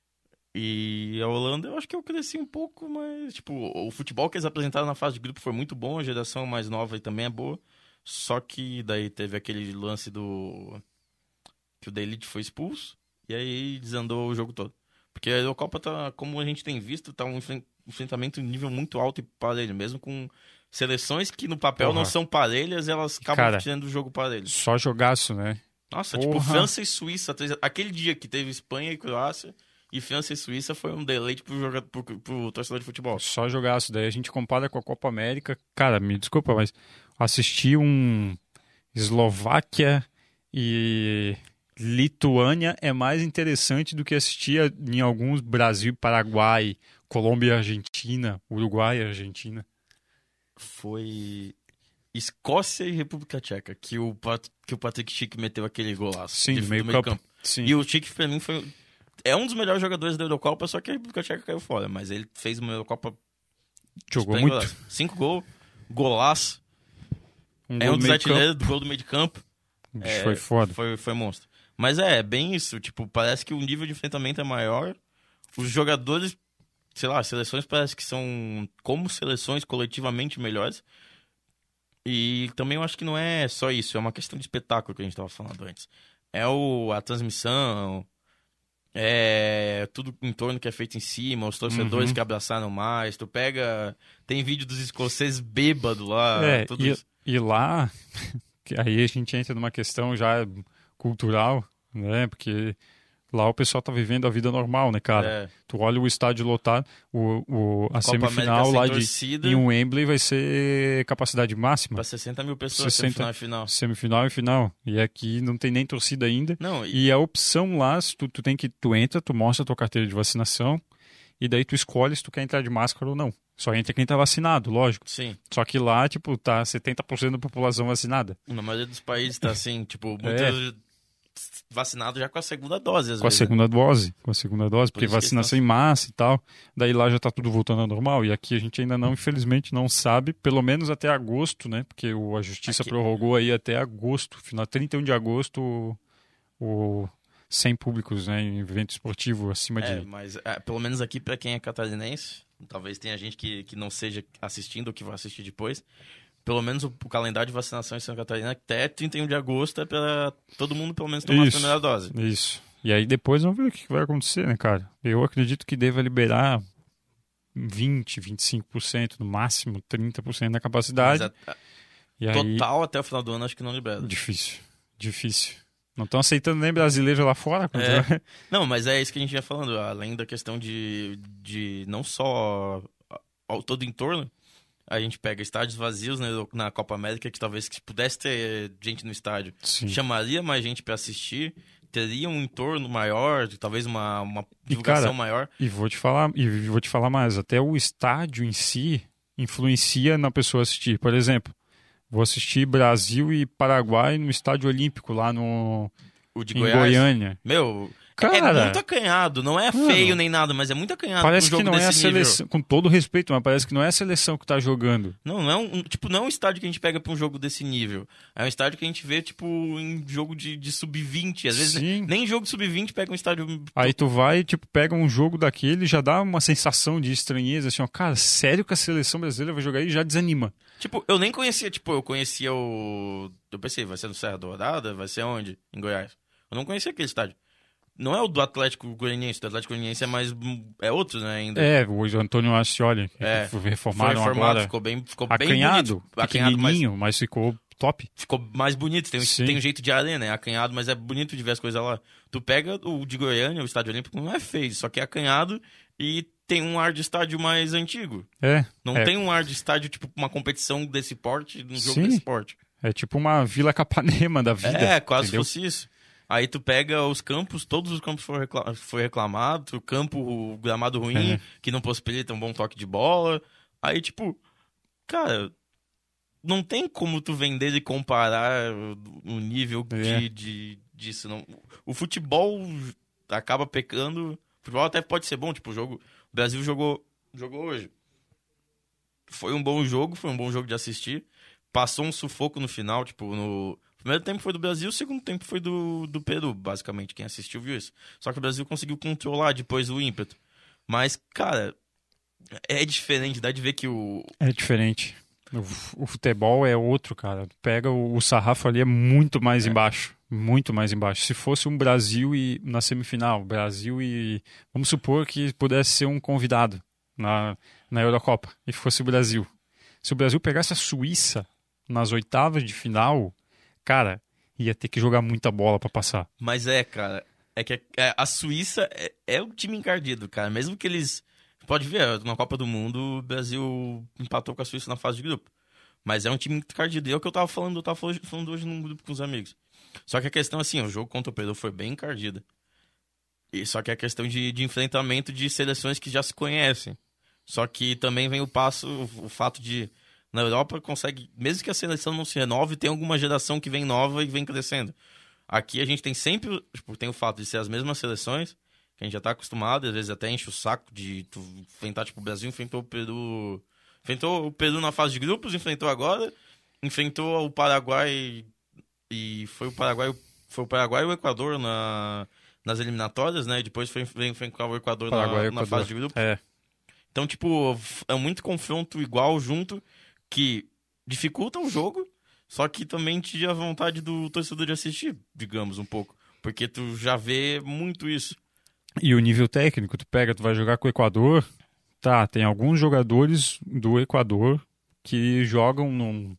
Speaker 1: E a Holanda, eu acho que eu cresci um pouco, mas, tipo, o futebol que eles apresentaram na fase de grupo foi muito bom, a geração mais nova aí também é boa. Só que daí teve aquele lance do... que o David foi expulso, e aí desandou o jogo todo. Porque a Eurocopa tá, como a gente tem visto, tá um enfren- enfrentamento em nível muito alto e parelho, mesmo com seleções que no papel
Speaker 2: Porra.
Speaker 1: não são parelhas, elas acabam
Speaker 2: Cara,
Speaker 1: tirando o jogo parelho.
Speaker 2: Só jogaço, né?
Speaker 1: Nossa,
Speaker 2: Porra.
Speaker 1: tipo, França e Suíça. três a- Aquele dia que teve Espanha e Croácia e França e Suíça foi um deleite pro, jogador, pro, pro torcedor de futebol.
Speaker 2: Só jogaço. Daí a gente compara com a Copa América. Cara, me desculpa, mas assistir um Eslováquia e Lituânia é mais interessante do que assistir a- em alguns Brasil, Paraguai, Colômbia e Argentina, Uruguai e Argentina.
Speaker 1: Foi Escócia e República Tcheca que o, Pat- que o Patrick Schick meteu aquele golaço.
Speaker 2: Sim,
Speaker 1: de-
Speaker 2: do
Speaker 1: do
Speaker 2: meio campo. Sim.
Speaker 1: E o Schick, pra mim, foi... é um dos melhores jogadores da Eurocopa, só que a República Tcheca caiu fora. Mas ele fez uma Eurocopa...
Speaker 2: Jogou
Speaker 1: esplêndida.
Speaker 2: muito.
Speaker 1: Cinco gols, golaço.
Speaker 2: Um
Speaker 1: É
Speaker 2: gol
Speaker 1: um
Speaker 2: do
Speaker 1: dos
Speaker 2: meio
Speaker 1: artilheiros do gol do meio de campo.
Speaker 2: campo. O bicho
Speaker 1: É,
Speaker 2: foi foda.
Speaker 1: Foi, foi monstro. Mas é, é bem isso. Tipo, parece que o nível de enfrentamento é maior. Os jogadores sei lá, as seleções parece que são como seleções coletivamente melhores. E também eu acho que não é só isso, é uma questão de espetáculo que a gente estava falando antes. É o, a transmissão, é tudo em torno que é feito em cima, os torcedores
Speaker 2: Uhum.
Speaker 1: que abraçaram mais. Tu pega, tem vídeo dos escoceses bêbados lá,
Speaker 2: É,
Speaker 1: tudo
Speaker 2: e,
Speaker 1: isso.
Speaker 2: e lá, que aí a gente entra numa questão já cultural, né? Porque lá o pessoal tá vivendo a vida normal, né, cara?
Speaker 1: É.
Speaker 2: Tu olha o estádio lotado, o, o, a
Speaker 1: Copa
Speaker 2: semifinal
Speaker 1: América
Speaker 2: lá
Speaker 1: sem
Speaker 2: de
Speaker 1: torcida.
Speaker 2: em Wembley vai ser capacidade máxima.
Speaker 1: Pra sessenta mil pessoas,
Speaker 2: sessenta
Speaker 1: semifinal e final.
Speaker 2: Semifinal e final. E aqui não tem nem torcida ainda.
Speaker 1: Não, e,
Speaker 2: E a opção lá, se tu, tu tem que tu entra, tu mostra a tua carteira de vacinação e daí tu escolhe se tu quer entrar de máscara ou não. Só entra quem tá vacinado, lógico.
Speaker 1: sim,
Speaker 2: Só que lá, tipo, tá setenta por cento da população vacinada.
Speaker 1: na maioria dos países tá assim, tipo, muitos vacinados já com a segunda dose, às
Speaker 2: Com a
Speaker 1: vezes. né?
Speaker 2: segunda dose, com a segunda dose, porque
Speaker 1: isso que eles
Speaker 2: vacinação em massa e tal. Daí lá já tá tudo voltando ao normal. E aqui a gente ainda não, infelizmente, não sabe, pelo menos até agosto, né? Porque o, a justiça
Speaker 1: Aqui-
Speaker 2: prorrogou aí até agosto, final trinta e um de agosto, o, o sem públicos, né? Em evento esportivo acima
Speaker 1: É,
Speaker 2: de.
Speaker 1: mas é, pelo menos aqui pra quem é catarinense, talvez tenha gente que, que não seja assistindo ou que vai assistir depois. Pelo menos o, o calendário de vacinação em Santa Catarina até trinta e um de agosto é pra todo mundo pelo menos tomar
Speaker 2: Isso.
Speaker 1: a primeira dose.
Speaker 2: Isso. E aí depois vamos ver o que vai acontecer, né, cara? Eu acredito que deva liberar vinte, vinte e cinco por cento, no máximo trinta por cento da
Speaker 1: Mas
Speaker 2: capacidade.
Speaker 1: a- a-
Speaker 2: E aí,
Speaker 1: total até o final do ano acho que não libera.
Speaker 2: difícil, difícil. Não estão aceitando nem brasileiro lá fora. quando-
Speaker 1: É. Não, mas é isso que a gente ia falando, além da questão de, de não só ao todo entorno, a gente pega estádios vazios, né, na Copa América, que talvez que pudesse ter gente no estádio,
Speaker 2: Sim.
Speaker 1: chamaria mais gente pra assistir, teria um entorno maior, talvez uma, uma
Speaker 2: E,
Speaker 1: divulgação
Speaker 2: cara,
Speaker 1: maior.
Speaker 2: E vou te falar, e vou te falar mais, até o estádio em si influencia na pessoa assistir. Por exemplo, vou assistir Brasil e Paraguai no Estádio Olímpico, lá no,
Speaker 1: O de
Speaker 2: em
Speaker 1: Goiás.
Speaker 2: Goiânia.
Speaker 1: Meu,
Speaker 2: Cara,
Speaker 1: é muito acanhado, não é
Speaker 2: mano,
Speaker 1: feio nem nada, mas é muito acanhado
Speaker 2: Parece
Speaker 1: pra um
Speaker 2: que
Speaker 1: jogo
Speaker 2: não é a
Speaker 1: desse nível.
Speaker 2: seleção, com todo respeito, mas parece que não é a seleção que tá jogando.
Speaker 1: Não, não é um, tipo, não é um estádio que a gente pega pra um jogo desse nível. É um estádio que a gente vê, tipo, em jogo de, de sub vinte. Às vezes,
Speaker 2: Sim.
Speaker 1: nem jogo sub vinte pega um estádio...
Speaker 2: Aí tu vai, tipo, pega um jogo daquele, já dá uma sensação de estranheza, assim, ó, cara, sério que a seleção brasileira vai jogar aí? Já desanima.
Speaker 1: Tipo, eu nem conhecia, tipo, eu conhecia o... Eu pensei, vai ser no Serra Dourada? Vai ser onde? Em Goiás. Eu não conhecia aquele estádio. Não é o do Atlético Goianiense, o do Atlético Goianiense é mais... É outro, né, ainda.
Speaker 2: É, o Antônio Ascioli,
Speaker 1: É,
Speaker 2: que
Speaker 1: Foi
Speaker 2: reformaram
Speaker 1: reformado,
Speaker 2: agora.
Speaker 1: ficou bem, ficou bem
Speaker 2: Acanhado,
Speaker 1: bonito. Acanhado, mas
Speaker 2: pequenininho, mas ficou top.
Speaker 1: ficou mais bonito. Tem, um-
Speaker 2: Sim.
Speaker 1: tem um jeito de arena, é acanhado, mas é bonito de ver as coisas lá. Tu pega o de Goiânia, o Estádio Olímpico, não é feio, só que é acanhado e tem um ar de estádio mais antigo.
Speaker 2: É,
Speaker 1: Não
Speaker 2: é,
Speaker 1: tem um ar de estádio, tipo, uma competição desse porte, um jogo
Speaker 2: Sim.
Speaker 1: desse porte.
Speaker 2: é tipo uma Vila Capanema da vida.
Speaker 1: É, quase
Speaker 2: entendeu?
Speaker 1: fosse isso. Aí tu pega os campos, todos os campos foram recla foi reclamado, o campo, o gramado ruim,
Speaker 2: É.
Speaker 1: que não possibilita um bom toque de bola. Aí, tipo, cara, não tem como tu vender e comparar o, o nível
Speaker 2: É.
Speaker 1: de, de, disso. Não. O futebol acaba pecando. O futebol até pode ser bom, tipo, o jogo. O Brasil jogou, jogou hoje. Foi um bom jogo, foi um bom jogo de assistir. Passou um sufoco no final, tipo, no. O primeiro tempo foi do Brasil, o segundo tempo foi do, do Peru, basicamente. Quem assistiu viu isso. Só que o Brasil conseguiu controlar depois o ímpeto. Mas, cara, é diferente. Dá de ver que o.
Speaker 2: É diferente. O, o futebol é outro, cara. Pega o, o sarrafo ali, é muito mais
Speaker 1: É.
Speaker 2: embaixo. Muito mais embaixo. Se fosse um Brasil e na semifinal, Brasil e. Vamos supor que pudesse ser um convidado na, na Eurocopa e fosse o Brasil. Se o Brasil pegasse a Suíça nas oitavas de final, cara, ia ter que jogar muita bola pra passar.
Speaker 1: Mas é, cara. É que é- a Suíça é, é o time encardido, cara. Mesmo que eles. Pode ver, na Copa do Mundo, o Brasil empatou com a Suíça na fase de grupo. Mas é um time encardido. E é o que eu tava falando, eu tava falando falando hoje num grupo com os amigos. Só que a questão, assim, o jogo contra o Peru foi bem encardido. E só que é a questão de, de enfrentamento de seleções que já se conhecem. Só que também vem o passo, o, o fato de. Na Europa consegue, mesmo que a seleção não se renove, tem alguma geração que vem nova e vem crescendo. Aqui a gente tem sempre, tipo, tem o fato de ser as mesmas seleções, que a gente já tá acostumado, às vezes até enche o saco de tu enfrentar, tipo, o Brasil enfrentou o Peru, enfrentou o Peru na fase de grupos, enfrentou agora, enfrentou o Paraguai e foi o Paraguai, foi o Paraguai e o Equador na, nas eliminatórias, né? E depois foi veio enfrentar o Equador
Speaker 2: Paraguai
Speaker 1: na,
Speaker 2: e
Speaker 1: na
Speaker 2: Equador.
Speaker 1: fase de grupos.
Speaker 2: É.
Speaker 1: Então, tipo, é muito confronto igual junto que dificulta o jogo, só que também tira a vontade do torcedor de assistir, digamos, um pouco. Porque tu já vê muito isso.
Speaker 2: E o nível técnico, tu pega, tu vai jogar com o Equador, tá, tem alguns jogadores do Equador que jogam no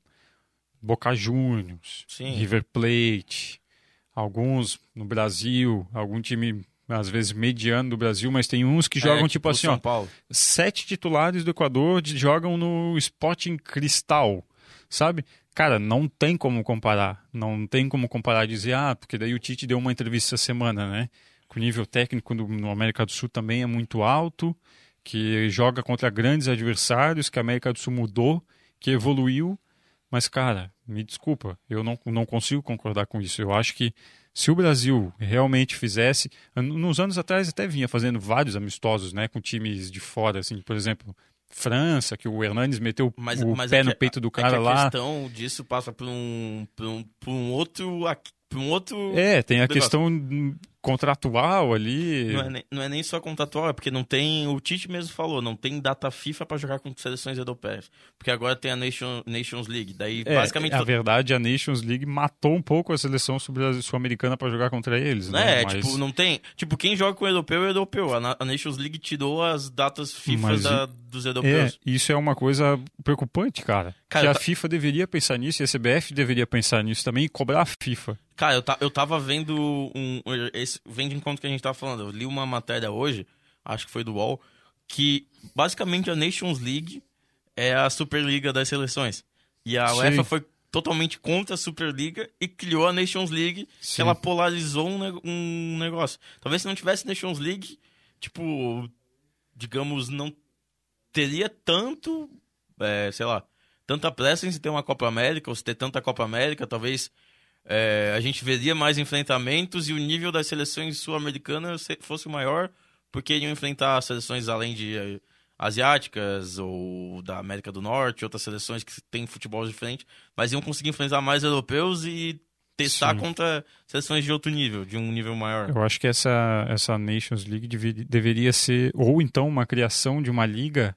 Speaker 2: Boca Juniors,
Speaker 1: Sim.
Speaker 2: River Plate, alguns no Brasil, algum time às vezes mediano do Brasil, mas tem uns que jogam
Speaker 1: é,
Speaker 2: tipo, tipo assim,
Speaker 1: São
Speaker 2: ó,
Speaker 1: Paulo.
Speaker 2: Sete titulares do Equador de, jogam no Sporting Cristal, sabe? Cara, não tem como comparar, não tem como comparar e dizer, ah, porque daí o Tite deu uma entrevista essa semana, né? Que o nível técnico do, no América do Sul também é muito alto, que joga contra grandes adversários, que a América do Sul mudou, que evoluiu, mas, cara, me desculpa, eu não, não consigo concordar com isso. Eu acho que se o Brasil realmente fizesse... Nos anos atrás até vinha fazendo vários amistosos, né, com times de fora, assim, por exemplo, França, que o Hernanes meteu
Speaker 1: mas,
Speaker 2: o
Speaker 1: mas
Speaker 2: pé
Speaker 1: é que,
Speaker 2: no peito do cara
Speaker 1: é que a
Speaker 2: lá.
Speaker 1: A questão disso passa por um, por um, por um outro... Por um outro
Speaker 2: é, tem a
Speaker 1: negócio.
Speaker 2: questão contratual ali.
Speaker 1: Não é, nem, não é nem só contratual, é porque não tem... O Tite mesmo falou, não tem data FIFA para jogar com seleções europeias. Porque agora tem a Nation, Nations League. Daí,
Speaker 2: é,
Speaker 1: basicamente...
Speaker 2: A verdade, a Nations League matou um pouco a seleção sul-americana para jogar contra eles, né?
Speaker 1: É,
Speaker 2: Mas...
Speaker 1: tipo, não tem... Tipo, quem joga com o europeu é o europeu. A, a Nations League tirou as datas FIFA
Speaker 2: Mas,
Speaker 1: da, dos europeus.
Speaker 2: É, isso é uma coisa preocupante, cara.
Speaker 1: Cara,
Speaker 2: que a
Speaker 1: tá...
Speaker 2: FIFA deveria pensar nisso e a C B F deveria pensar nisso também e cobrar a FIFA.
Speaker 1: Cara, eu, ta, eu tava vendo um... Esse, vem de encontro que a gente tava falando. Eu li uma matéria hoje, acho que foi do U O L, que basicamente a Nations League é a Superliga das seleções. E a
Speaker 2: Sim.
Speaker 1: UEFA foi totalmente contra a Superliga e criou a Nations League,
Speaker 2: Sim.
Speaker 1: que ela polarizou um, um negócio. Talvez se não tivesse Nations League, tipo, digamos, não teria tanto, é, sei lá, tanta pressa em se ter uma Copa América, ou se ter tanta Copa América, talvez é, a gente veria mais enfrentamentos e o nível das seleções sul-americanas fosse maior, porque iam enfrentar seleções além de é, asiáticas ou da América do Norte, outras seleções que têm futebol diferente, mas iam conseguir enfrentar mais europeus e testar
Speaker 2: Sim.
Speaker 1: contra seleções de outro nível, de um nível maior.
Speaker 2: Eu acho que essa, essa Nations League deveria, deveria ser, ou então uma criação de uma liga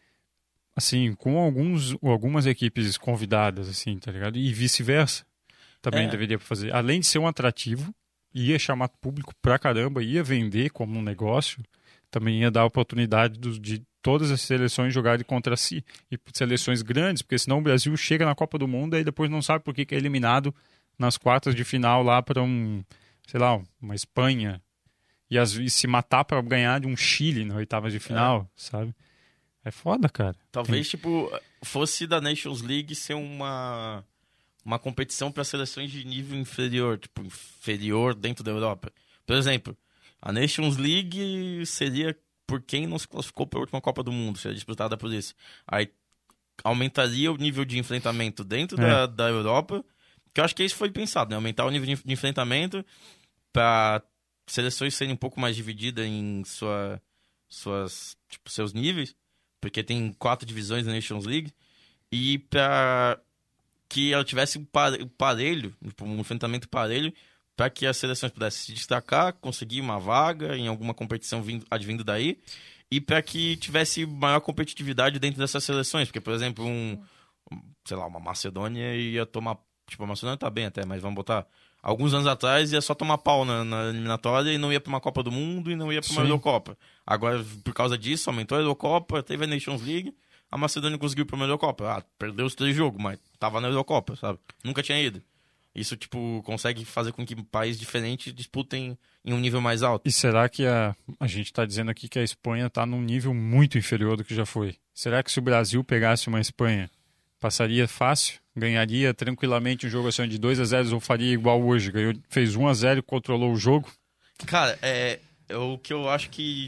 Speaker 2: assim, com alguns, algumas equipes convidadas, assim, tá ligado? E vice-versa. Também
Speaker 1: é.
Speaker 2: deveria fazer. Além de ser um atrativo, ia chamar público pra caramba, ia vender como um negócio, também ia dar oportunidade do, de todas as seleções jogarem contra si. E seleções grandes, porque senão o Brasil chega na Copa do Mundo e depois não sabe por que é eliminado nas quartas de final lá para um, sei lá, uma Espanha. E, as, e se matar para ganhar de um Chile na oitavas de final, é. sabe? É foda, cara.
Speaker 1: Talvez, Tem... tipo, fosse da Nations League ser uma, uma competição para seleções de nível inferior, tipo, inferior dentro da Europa. Por exemplo, a Nations League seria por quem não se classificou para a última Copa do Mundo, seria disputada por isso. Aí aumentaria o nível de enfrentamento dentro é. da, da Europa, que eu acho que isso foi pensado, né? Aumentar o nível de, de enfrentamento para seleções serem um pouco mais divididas em sua, suas, tipo, seus níveis, porque tem quatro divisões da Nations League, e para que ela tivesse um parelho, um enfrentamento parelho, para que as seleções pudessem se destacar, conseguir uma vaga em alguma competição vindo, advindo daí, e para que tivesse maior competitividade dentro dessas seleções, porque, por exemplo, um, sei lá, uma Macedônia ia tomar, tipo, a Macedônia tá bem até, mas vamos botar, alguns anos atrás ia só tomar pau na, na eliminatória e não ia para uma Copa do Mundo e não ia para uma Sim. Eurocopa. Agora, por causa disso, aumentou a Eurocopa, teve a Nations League, a Macedônia conseguiu ir para uma Eurocopa. Ah, perdeu os três jogos, mas tava na Eurocopa, sabe? Nunca tinha ido. Isso, tipo, consegue fazer com que países diferentes disputem em um nível mais alto.
Speaker 2: E será que a, a gente está dizendo aqui que a Espanha está num nível muito inferior do que já foi? Será que se o Brasil pegasse uma Espanha, passaria fácil? Ganharia tranquilamente um jogo assim de dois a zero ou faria igual hoje? Ganhou, fez um a zero e controlou o jogo?
Speaker 1: Cara, é, é o que eu acho que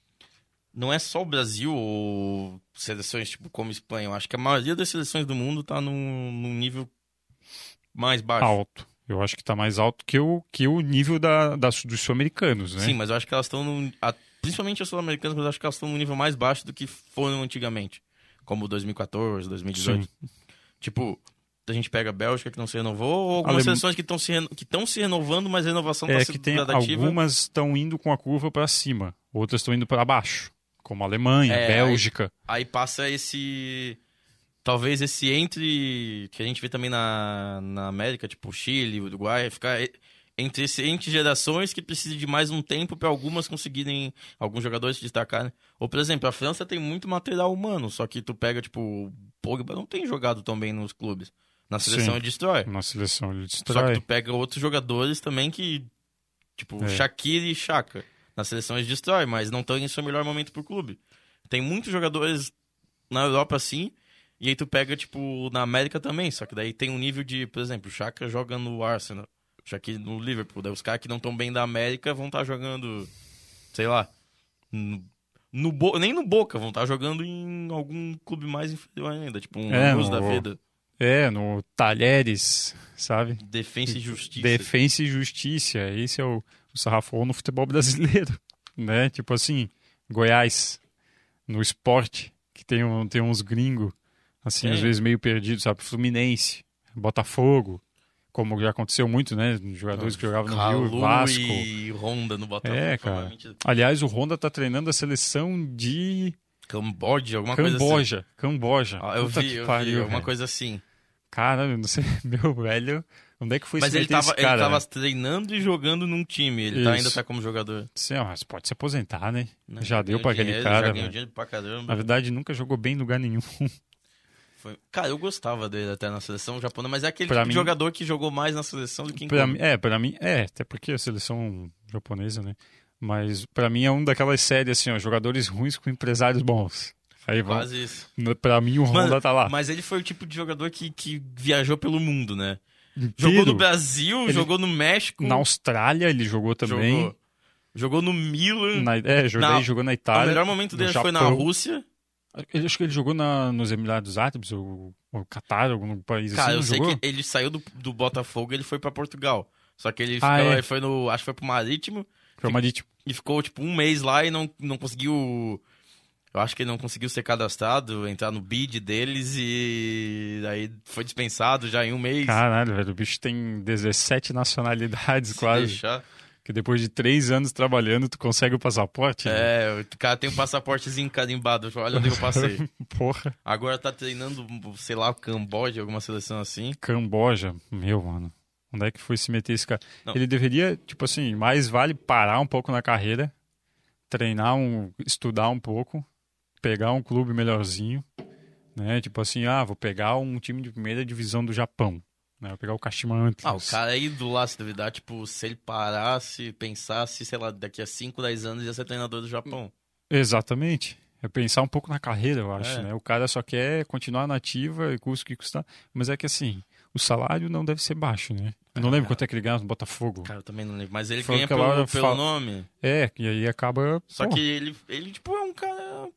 Speaker 1: não é só o Brasil ou seleções tipo como Espanha. Eu acho que a maioria das seleções do mundo está num, num nível mais baixo.
Speaker 2: Alto. Eu acho que está mais alto que o, que o nível da, da, dos sul-americanos, né?
Speaker 1: Sim, mas eu acho que elas estão, num, principalmente as sul-americanas, mas eu acho que elas estão num nível mais baixo do que foram antigamente. Como dois mil e quatorze, dois mil e dezoito. Sim. Tipo, a gente pega a Bélgica que não se renovou, ou algumas Alem... seleções que estão se, reno... se renovando, mas a renovação está
Speaker 2: é
Speaker 1: sendo
Speaker 2: que tem
Speaker 1: gradativa.
Speaker 2: Algumas estão indo com a curva para cima, outras estão indo para baixo. como Alemanha,
Speaker 1: É,
Speaker 2: Bélgica.
Speaker 1: Aí, aí passa esse... Talvez esse entre... Que a gente vê também na, na América, tipo Chile, Uruguai, ficar entre, esse, entre gerações que precisam de mais um tempo para algumas conseguirem... Alguns jogadores se destacarem. Ou, por exemplo, a França tem muito material humano, só que tu pega, tipo... O Pogba não tem jogado tão bem nos clubes. Na seleção
Speaker 2: Sim,
Speaker 1: ele destrói.
Speaker 2: Na seleção ele
Speaker 1: Só
Speaker 2: destrói.
Speaker 1: que tu pega outros jogadores também que... Tipo,
Speaker 2: É.
Speaker 1: Shaqiri e Xhaka. Na seleção eles destrói, mas não estão em seu melhor momento pro clube. Tem muitos jogadores na Europa assim, e aí tu pega, tipo, na América também, só que daí tem um nível de, por exemplo, o Xhaka joga no Arsenal, o Shaqiri no Liverpool, daí os caras que não estão bem da América vão estar jogando, sei lá, no, no Bo... nem no Boca, vão estar jogando em algum clube mais inferior ainda, tipo um
Speaker 2: É,
Speaker 1: Lanús
Speaker 2: no-
Speaker 1: da vida.
Speaker 2: É, no Talheres, sabe?
Speaker 1: Defensa e Justiça.
Speaker 2: Defensa e Justiça. Esse é o, o sarrafão no futebol brasileiro, né? Tipo assim, Goiás, no esporte, que tem, um, tem uns gringos, assim,
Speaker 1: Tem.
Speaker 2: às vezes meio perdidos, sabe? Fluminense, Botafogo, como já aconteceu muito, né? Jogadores que jogavam no Rio,
Speaker 1: Calu
Speaker 2: Vasco.
Speaker 1: e Honda no Botafogo.
Speaker 2: É, cara.
Speaker 1: provavelmente.
Speaker 2: Aliás, o Honda tá treinando a seleção de
Speaker 1: Camboja, alguma coisa assim.
Speaker 2: Camboja. Camboja.
Speaker 1: Ah, eu
Speaker 2: Puta
Speaker 1: vi,
Speaker 2: que
Speaker 1: eu
Speaker 2: pariu,
Speaker 1: vi, alguma
Speaker 2: velho.
Speaker 1: coisa assim.
Speaker 2: Cara, eu não sei, meu velho, onde é que foi
Speaker 1: Mas
Speaker 2: se
Speaker 1: ele
Speaker 2: meter
Speaker 1: tava,
Speaker 2: esse cara?
Speaker 1: ele tava
Speaker 2: né?
Speaker 1: treinando e jogando num time. Ele tá-
Speaker 2: Isso.
Speaker 1: ainda tá como jogador.
Speaker 2: Sim, ó, mas pode se aposentar, né?
Speaker 1: Né?
Speaker 2: Já deu
Speaker 1: Ganhou
Speaker 2: pra aquele
Speaker 1: dinheiro,
Speaker 2: cara,
Speaker 1: Já ganhou
Speaker 2: velho.
Speaker 1: dinheiro pra caramba.
Speaker 2: Na verdade, nunca jogou bem em lugar nenhum.
Speaker 1: Foi- Cara, eu gostava dele até na seleção japonesa, mas é aquele
Speaker 2: Pra
Speaker 1: tipo de
Speaker 2: mim-
Speaker 1: jogador que jogou mais na seleção do que em
Speaker 2: Pra
Speaker 1: clube.
Speaker 2: mim, é, pra mim, é, até porque a seleção japonesa, né? Mas pra mim é um daquelas séries, assim, ó, jogadores ruins com empresários bons. Aí vamos.
Speaker 1: Quase isso.
Speaker 2: Pra mim, o Honda
Speaker 1: Mano,
Speaker 2: tá lá.
Speaker 1: Mas ele foi o tipo de jogador que, que viajou pelo mundo, né?
Speaker 2: Inteiro.
Speaker 1: Jogou no Brasil,
Speaker 2: Ele-
Speaker 1: jogou no México.
Speaker 2: Na Austrália ele jogou também.
Speaker 1: Jogou, jogou no Milan.
Speaker 2: Na, é, jogou,
Speaker 1: Na-
Speaker 2: jogou na
Speaker 1: O
Speaker 2: Itália.
Speaker 1: melhor momento
Speaker 2: no
Speaker 1: dele foi na
Speaker 2: Japão.
Speaker 1: Rússia.
Speaker 2: Ele, acho que ele jogou na, nos Emirados Árabes, ou, ou Catar, algum país
Speaker 1: Cara,
Speaker 2: assim.
Speaker 1: eu
Speaker 2: não
Speaker 1: sei
Speaker 2: jogou?
Speaker 1: que ele saiu do, do Botafogo e ele foi pra Portugal. Só que ele,
Speaker 2: Ah,
Speaker 1: ficou-
Speaker 2: é?
Speaker 1: ele foi no. Acho que foi pro Marítimo
Speaker 2: Foi uma de, tipo,
Speaker 1: e ficou tipo um mês lá e não, não conseguiu. Eu acho que ele não conseguiu ser cadastrado, entrar no bid deles e aí foi dispensado já em um mês.
Speaker 2: caralho, velho, o bicho tem dezessete nacionalidades
Speaker 1: Se
Speaker 2: quase.
Speaker 1: deixar.
Speaker 2: Que depois de três anos trabalhando, tu consegue o passaporte? né?
Speaker 1: É, o cara tem um passaportezinho carimbado. Olha onde eu passei.
Speaker 2: Porra.
Speaker 1: Agora tá treinando, sei lá, o Camboja, alguma seleção assim.
Speaker 2: Camboja, meu, mano. Onde é que foi se meter esse cara?
Speaker 1: Não.
Speaker 2: Ele deveria, tipo assim, mais vale parar um pouco na carreira, treinar, um, estudar um pouco, pegar um clube melhorzinho, né? Tipo assim, ah, vou pegar um time de primeira divisão do Japão, né? Vou pegar o Kashima Antlers.
Speaker 1: Ah, o cara é ídolo lá, se duvidar, tipo, se ele parasse, pensasse, sei lá, daqui a cinco, dez anos ia ser treinador do Japão.
Speaker 2: Exatamente. É pensar um pouco na carreira, eu acho,
Speaker 1: É.
Speaker 2: né? O cara só quer continuar na ativa, custa o que custar. Mas é que assim, o salário não deve ser baixo, né? Eu não lembro quanto é que ele ganha no Botafogo.
Speaker 1: Cara, eu também não lembro. Mas ele
Speaker 2: Foi
Speaker 1: ganha
Speaker 2: aquela
Speaker 1: pelo,
Speaker 2: hora
Speaker 1: pelo
Speaker 2: fala-
Speaker 1: nome.
Speaker 2: É, e aí acaba...
Speaker 1: Só
Speaker 2: pô,
Speaker 1: que ele, ele, tipo, é um cara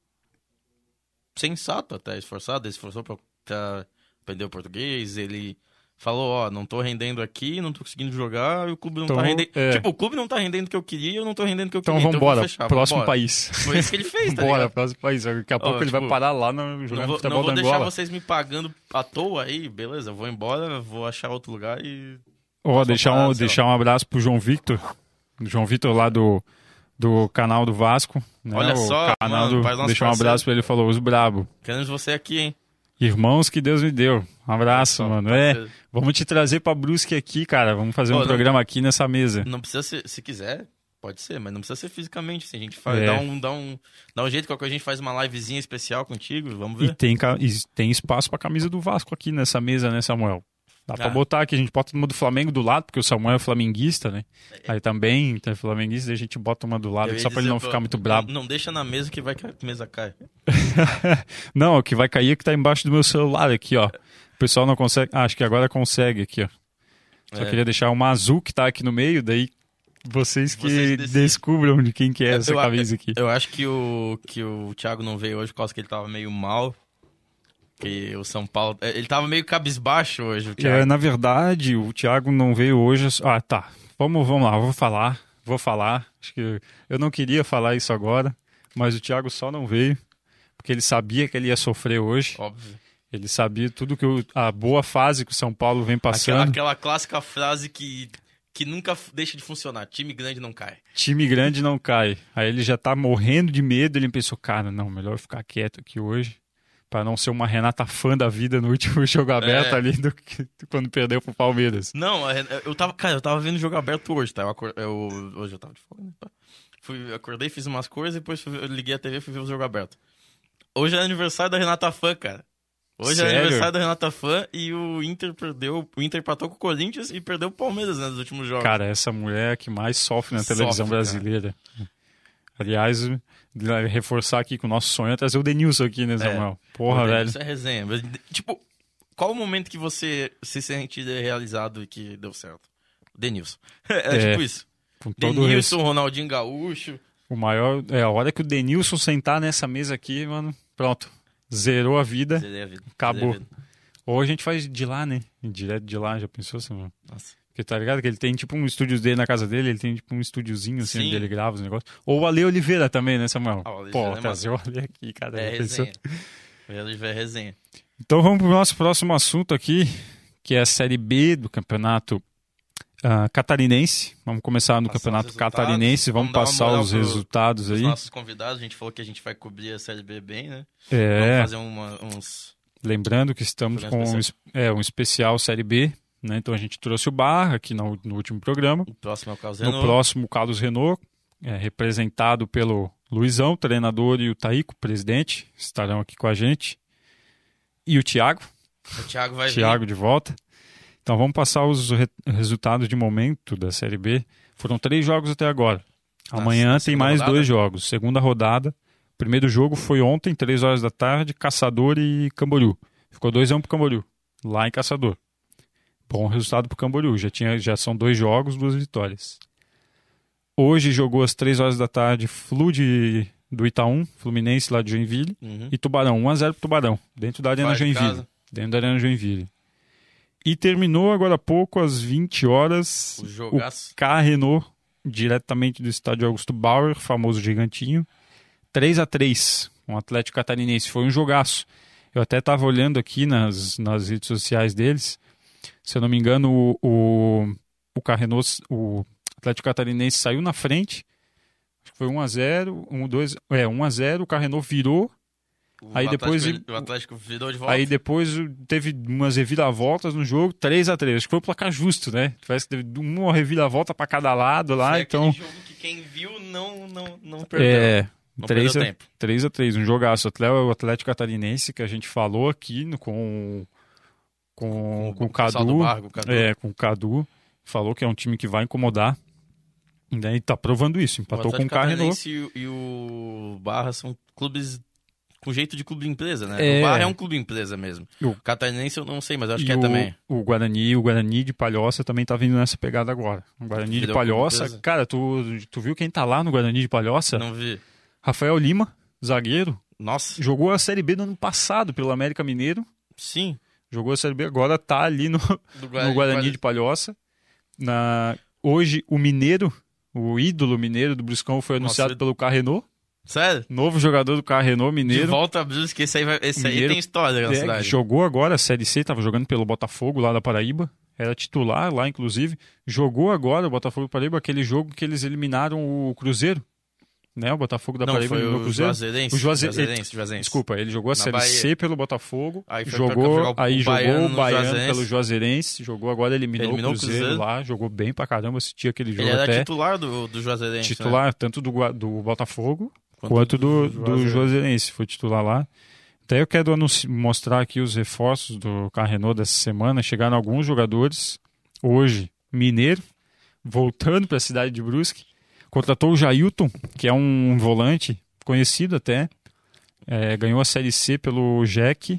Speaker 1: sensato até, esforçado. Ele se esforçou pra, pra aprender o português. Ele falou, ó, não tô rendendo aqui, não tô conseguindo jogar, e o clube não
Speaker 2: Então,
Speaker 1: tá rendendo.
Speaker 2: é.
Speaker 1: Tipo, o clube não tá rendendo o que eu queria e eu não tô rendendo o que eu
Speaker 2: Então
Speaker 1: queria.
Speaker 2: vamos
Speaker 1: eu vou
Speaker 2: embora,
Speaker 1: fechar,
Speaker 2: próximo
Speaker 1: vambora.
Speaker 2: país.
Speaker 1: Foi isso que ele fez, tá
Speaker 2: Bora,
Speaker 1: ligado?
Speaker 2: próximo país. Daqui a pouco ele
Speaker 1: tipo,
Speaker 2: vai parar lá no,
Speaker 1: Não
Speaker 2: jogando
Speaker 1: vou,
Speaker 2: futebol
Speaker 1: não vou
Speaker 2: da
Speaker 1: deixar
Speaker 2: Angola.
Speaker 1: vocês me pagando à toa aí, beleza, eu vou embora, vou achar outro lugar e...
Speaker 2: Ó, deixar, um,
Speaker 1: parar, sei
Speaker 2: deixar um abraço pro João Victor. O João Victor lá do, do canal do Vasco. Né?
Speaker 1: Olha
Speaker 2: o
Speaker 1: só,
Speaker 2: canal
Speaker 1: mano,
Speaker 2: do,
Speaker 1: faz nosso
Speaker 2: deixar um
Speaker 1: parceiro.
Speaker 2: abraço pra ele, falou, os brabo.
Speaker 1: Queremos você aqui, hein?
Speaker 2: Irmãos que Deus me deu. Um abraço,
Speaker 1: Só,
Speaker 2: mano. É,
Speaker 1: parceiro.
Speaker 2: vamos te trazer pra Brusque aqui, cara. Vamos fazer
Speaker 1: Ô,
Speaker 2: um
Speaker 1: não-
Speaker 2: programa aqui nessa mesa.
Speaker 1: Não precisa ser, se quiser, pode ser, mas não precisa ser fisicamente. Se a gente faz,
Speaker 2: É.
Speaker 1: dá, um, dá, um, dá um jeito, qualquer coisa a gente faz uma livezinha especial contigo, vamos
Speaker 2: E
Speaker 1: ver.
Speaker 2: tem, ca- e tem espaço pra camisa do Vasco aqui nessa mesa, né, Samuel? Dá pra
Speaker 1: Ah.
Speaker 2: botar aqui, a gente bota uma do Flamengo do lado, porque o Samuel é flamenguista, né? Aí também tem flamenguista, e a gente bota uma do lado,
Speaker 1: Eu ia
Speaker 2: só pra ele
Speaker 1: dizer,
Speaker 2: não
Speaker 1: pô,
Speaker 2: ficar muito brabo.
Speaker 1: Não, não deixa na mesa que vai que a mesa cai.
Speaker 2: Não, o que vai cair é que tá embaixo do meu celular aqui, ó. O pessoal não consegue. Ah, acho que agora consegue aqui, ó. Só
Speaker 1: É.
Speaker 2: queria deixar uma azul que tá aqui no meio, daí vocês que
Speaker 1: Vocês decidem.
Speaker 2: descubram de quem que é essa
Speaker 1: eu,
Speaker 2: camisa aqui.
Speaker 1: Eu acho que o, que o Thiago não veio hoje por causa que ele tava meio mal. Que o São Paulo. Ele tava meio cabisbaixo hoje, o Thiago.
Speaker 2: É, na verdade, o Thiago não veio hoje. Ah, tá. Vamos, vamos lá, eu vou falar. Vou falar. Acho que eu não queria falar isso agora, mas o Thiago só não veio porque ele sabia que ele ia sofrer hoje.
Speaker 1: Óbvio.
Speaker 2: Ele sabia tudo que o- a boa fase que o São Paulo vem
Speaker 1: Aquela,
Speaker 2: passando.
Speaker 1: aquela clássica frase que, que nunca f- deixa de funcionar. Time grande não cai.
Speaker 2: Time grande não cai. Aí ele já tá morrendo de medo, ele pensou, cara, não, melhor ficar quieto aqui hoje, pra não ser uma Renata fã da vida no último jogo aberto
Speaker 1: É.
Speaker 2: ali do que quando perdeu pro Palmeiras.
Speaker 1: Não, a Ren- eu tava, cara, eu tava vendo jogo aberto hoje, tá? Eu, acor- eu- hoje eu tava de folga, né? Pá. Fui, acordei, fiz umas coisas e depois fui- eu liguei a T V e fui ver o jogo aberto. Hoje é aniversário da Renata Fã, cara. Hoje
Speaker 2: Sério?
Speaker 1: é aniversário da Renata Fã e o Inter perdeu. O Inter empatou com o Corinthians e perdeu o Palmeiras, né, nos últimos jogos.
Speaker 2: Cara, essa mulher é a que mais sofre na
Speaker 1: Sofre,
Speaker 2: televisão
Speaker 1: cara.
Speaker 2: brasileira. Aliás, reforçar aqui que o nosso sonho é trazer o Denilson aqui, né, Samuel? Porra,
Speaker 1: Pô,
Speaker 2: velho.
Speaker 1: Isso é resenha. Mas, tipo, qual o momento que você se sente realizado e que deu certo? Denilson. É,
Speaker 2: É,
Speaker 1: tipo isso.
Speaker 2: Com todo o
Speaker 1: Denilson, Ronaldinho Gaúcho.
Speaker 2: O maior. É a hora que o Denilson sentar nessa mesa aqui, mano. Pronto. Zerou a vida.
Speaker 1: Zerei a vida.
Speaker 2: Acabou.
Speaker 1: Zerei a vida.
Speaker 2: Ou a gente faz de lá, né? Direto de lá, já pensou, Samuel?
Speaker 1: Nossa.
Speaker 2: Porque tá ligado que ele tem tipo um estúdio dele na casa dele, ele tem tipo um estúdiozinho assim,
Speaker 1: Sim.
Speaker 2: onde ele grava os negócios. Ou o Ale Oliveira também, né, Samuel?
Speaker 1: Ah, o Ale
Speaker 2: Pô,
Speaker 1: Oliveira é
Speaker 2: trazer o Ale aqui, cara.
Speaker 1: É
Speaker 2: já pensou?
Speaker 1: resenha. É resenha.
Speaker 2: Então vamos pro nosso próximo assunto aqui, que é a Série B do Campeonato ah, Catarinense. Vamos começar no
Speaker 1: Passar os
Speaker 2: Campeonato
Speaker 1: resultados.
Speaker 2: Catarinense, vamos,
Speaker 1: Vamos dar uma
Speaker 2: passar
Speaker 1: moral
Speaker 2: os
Speaker 1: pro-
Speaker 2: resultados
Speaker 1: Os
Speaker 2: aí.
Speaker 1: nossos convidados, a gente falou que a gente vai cobrir a Série B bem, né?
Speaker 2: É,
Speaker 1: Vamos fazer uma- uns...
Speaker 2: lembrando que estamos com
Speaker 1: Programa
Speaker 2: um, es- é, um especial Série B, né? Então a gente trouxe o Barra aqui no, no último programa.
Speaker 1: O próximo é o Carlos
Speaker 2: No
Speaker 1: Renault.
Speaker 2: próximo, o Carlos Renault, é, representado pelo Luizão, treinador, e o Taíco, presidente, estarão aqui com a gente. E o Thiago,
Speaker 1: O Thiago vai
Speaker 2: Thiago
Speaker 1: vir.
Speaker 2: de volta. Então vamos passar os re- resultados de momento da Série B. Foram três jogos até agora.
Speaker 1: Na-
Speaker 2: Amanhã
Speaker 1: na
Speaker 2: tem
Speaker 1: segunda
Speaker 2: mais
Speaker 1: rodada?
Speaker 2: dois jogos. Segunda rodada. O primeiro jogo foi ontem, três horas da tarde, Caçador e Camboriú. Ficou dois a um pro Camboriú, lá em Caçador. Bom resultado pro Camboriú. Já, tinha, já são dois jogos, duas vitórias. Hoje jogou às três horas da tarde Flu de, do Itaú, Fluminense lá de Joinville,
Speaker 1: Uhum.
Speaker 2: e Tubarão, um a zero pro Tubarão, dentro da Arena
Speaker 1: Fora de
Speaker 2: Joinville.
Speaker 1: casa.
Speaker 2: Dentro da Arena Joinville. E terminou agora há pouco, às vinte horas,
Speaker 1: O
Speaker 2: o
Speaker 1: jogaço.
Speaker 2: K Renault, diretamente do estádio Augusto Bauer, famoso gigantinho, três a três com o Atlético Catarinense. Foi um jogaço. Eu até estava olhando aqui nas, nas redes sociais deles. Se eu não me engano, o, o, o K Renault, o Atlético Catarinense saiu na frente. Acho que foi um a zero, um, dois, é, um a zero, o K Renault virou.
Speaker 1: O
Speaker 2: Aí
Speaker 1: Atlético-
Speaker 2: depois-
Speaker 1: O Atlético virou de volta.
Speaker 2: Aí depois teve umas reviravoltas no jogo, três a três. Acho que foi o placar justo, né? Parece que teve uma reviravolta para cada lado lá,
Speaker 1: Foi
Speaker 2: então...
Speaker 1: aquele jogo que quem viu não, não, não perdeu.
Speaker 2: É,
Speaker 1: não
Speaker 2: três
Speaker 1: perdeu
Speaker 2: a,
Speaker 1: tempo.
Speaker 2: três a três, um jogaço. Até o Atlético Catarinense, que a gente falou aqui no- com, com, com o
Speaker 1: pessoal do
Speaker 2: Cadu,
Speaker 1: Barra, com o Cadu.
Speaker 2: é, com o Cadu, falou que é um time que vai incomodar. E daí tá provando isso,
Speaker 1: O
Speaker 2: empatou com o
Speaker 1: Atlético
Speaker 2: K Renault.
Speaker 1: Catarinense e, o- e o Barra são clubes com jeito de clube empresa, né?
Speaker 2: É.
Speaker 1: O Barra é um clube empresa mesmo.
Speaker 2: E o-
Speaker 1: O Catarinense eu não sei, mas eu acho
Speaker 2: E
Speaker 1: que é
Speaker 2: o,
Speaker 1: também.
Speaker 2: o Guarani, o Guarani de Palhoça também tá vindo nessa pegada agora. O Guarani de
Speaker 1: Virou
Speaker 2: Palhoça,
Speaker 1: clube empresa.
Speaker 2: cara, tu, tu viu quem tá lá no Guarani de Palhoça?
Speaker 1: Não vi.
Speaker 2: Rafael Lima, zagueiro,
Speaker 1: Nossa,
Speaker 2: jogou a Série B no ano passado pelo América Mineiro,
Speaker 1: sim.
Speaker 2: jogou a Série B, agora tá ali no,
Speaker 1: Do
Speaker 2: no Guarani de Palhoça. Na, hoje o Mineiro, o ídolo mineiro do Bruscão foi
Speaker 1: Nossa,
Speaker 2: anunciado
Speaker 1: eu-
Speaker 2: pelo K Renault,
Speaker 1: Sério?
Speaker 2: novo jogador do K Renault
Speaker 1: De
Speaker 2: Mineiro.
Speaker 1: volta a Brusque, esse aí, vai, esse aí
Speaker 2: Mineiro.
Speaker 1: tem história na
Speaker 2: É,
Speaker 1: cidade.
Speaker 2: jogou agora a Série C, tava jogando pelo Botafogo lá da Paraíba. Era titular lá, inclusive. Jogou agora o Botafogo da Paraíba, aquele jogo que eles eliminaram o Cruzeiro. Né? O Botafogo da
Speaker 1: Não,
Speaker 2: Paraíba
Speaker 1: foi
Speaker 2: eliminou o
Speaker 1: o
Speaker 2: Cruzeiro.
Speaker 1: Juazeirense.
Speaker 2: O Juaze-
Speaker 1: Juazeirense, Juazeirense.
Speaker 2: Desculpa, ele jogou a
Speaker 1: Na
Speaker 2: Série
Speaker 1: Bahia.
Speaker 2: C pelo Botafogo,
Speaker 1: Aí foi pra
Speaker 2: jogou,
Speaker 1: jogar o
Speaker 2: aí jogou
Speaker 1: Baiano
Speaker 2: o
Speaker 1: no
Speaker 2: Baiano
Speaker 1: Juazeirense.
Speaker 2: pelo Juazeirense, jogou agora, eliminou,
Speaker 1: Eliminou
Speaker 2: o
Speaker 1: o
Speaker 2: Cruzeiro,
Speaker 1: Cruzeiro.
Speaker 2: lá, jogou bem pra caramba, assisti aquele jogo
Speaker 1: Ele era
Speaker 2: até.
Speaker 1: titular do, do Juazeirense, né?
Speaker 2: Titular, tanto do, Gua- do Botafogo
Speaker 1: Quanto
Speaker 2: quanto do,
Speaker 1: do
Speaker 2: do
Speaker 1: Juazeirense.
Speaker 2: Juazeirense, foi titular lá. Até eu quero anunci- mostrar aqui os reforços do K Renault dessa semana. Chegaram alguns jogadores. Hoje, Mineiro, voltando para a cidade de Brusque. Contratou o Jailton, que é um volante conhecido até. É, ganhou a Série C pelo Jack,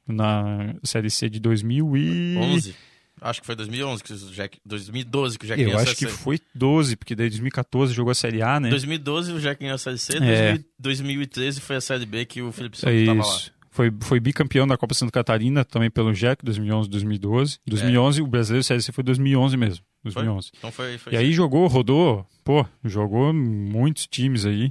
Speaker 2: na Série C de dois mil e...
Speaker 1: onze. Acho que foi dois mil e onze, que o Jack, dois mil e doze que o Jack
Speaker 2: Eu
Speaker 1: ganhou a
Speaker 2: acho que
Speaker 1: Série C.
Speaker 2: foi doze, porque daí dois mil e catorze jogou a Série A, né?
Speaker 1: dois mil e doze o Jack ganhou a Série C,
Speaker 2: É.
Speaker 1: dois mil e treze foi a Série B que o Felipe
Speaker 2: É
Speaker 1: Souto estava lá.
Speaker 2: isso. Foi, foi bicampeão da Copa Santa Catarina, também pelo Jack, dois mil e onze, dois mil e doze. dois mil e onze, o brasileiro Série C foi dois mil e onze mesmo. dois mil e onze.
Speaker 1: Então foi, foi
Speaker 2: E aí jogou, rodou, pô, jogou muitos times aí.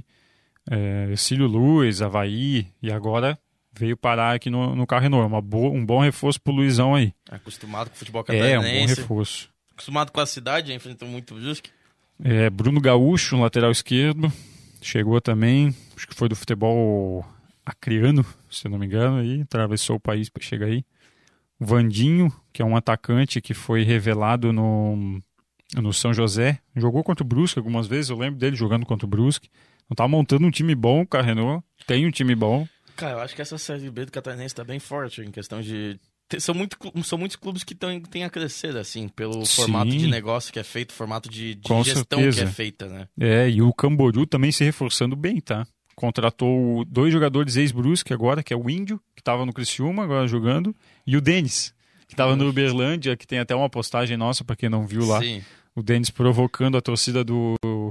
Speaker 2: É, Cílio Luz, Avaí, e agora veio parar aqui no, no K Renault. É uma boa, um bom reforço pro Luizão aí.
Speaker 1: acostumado com o futebol
Speaker 2: É, um bom
Speaker 1: catarinense.
Speaker 2: reforço.
Speaker 1: acostumado com a cidade, já enfrentou muito o Brusque.
Speaker 2: É, Bruno Gaúcho, um lateral esquerdo, chegou também, acho que foi do futebol acreano, se eu não me engano, aí atravessou o país para chegar aí. Vandinho, que é um atacante que foi revelado no, no São José, jogou contra o Brusque algumas vezes, eu lembro dele jogando contra o Brusque. Não tá montando um time bom, o Carrenou, tem um time bom.
Speaker 1: Cara, eu acho que essa Série B do Catarinense tá bem forte em questão de... São, muito, são muitos clubes que têm a crescer, assim, pelo
Speaker 2: Sim.
Speaker 1: formato de negócio que é feito, formato de, de
Speaker 2: Com
Speaker 1: gestão
Speaker 2: certeza.
Speaker 1: que é feita, né?
Speaker 2: É, e o Camboriú também se reforçando bem, tá? Contratou dois jogadores ex-Brusque agora, que é o Índio, que estava no Criciúma, agora jogando, e o Denis, que estava no Uberlândia, que tem até uma postagem nossa, para quem não viu lá.
Speaker 1: Sim.
Speaker 2: O Denis provocando a torcida do...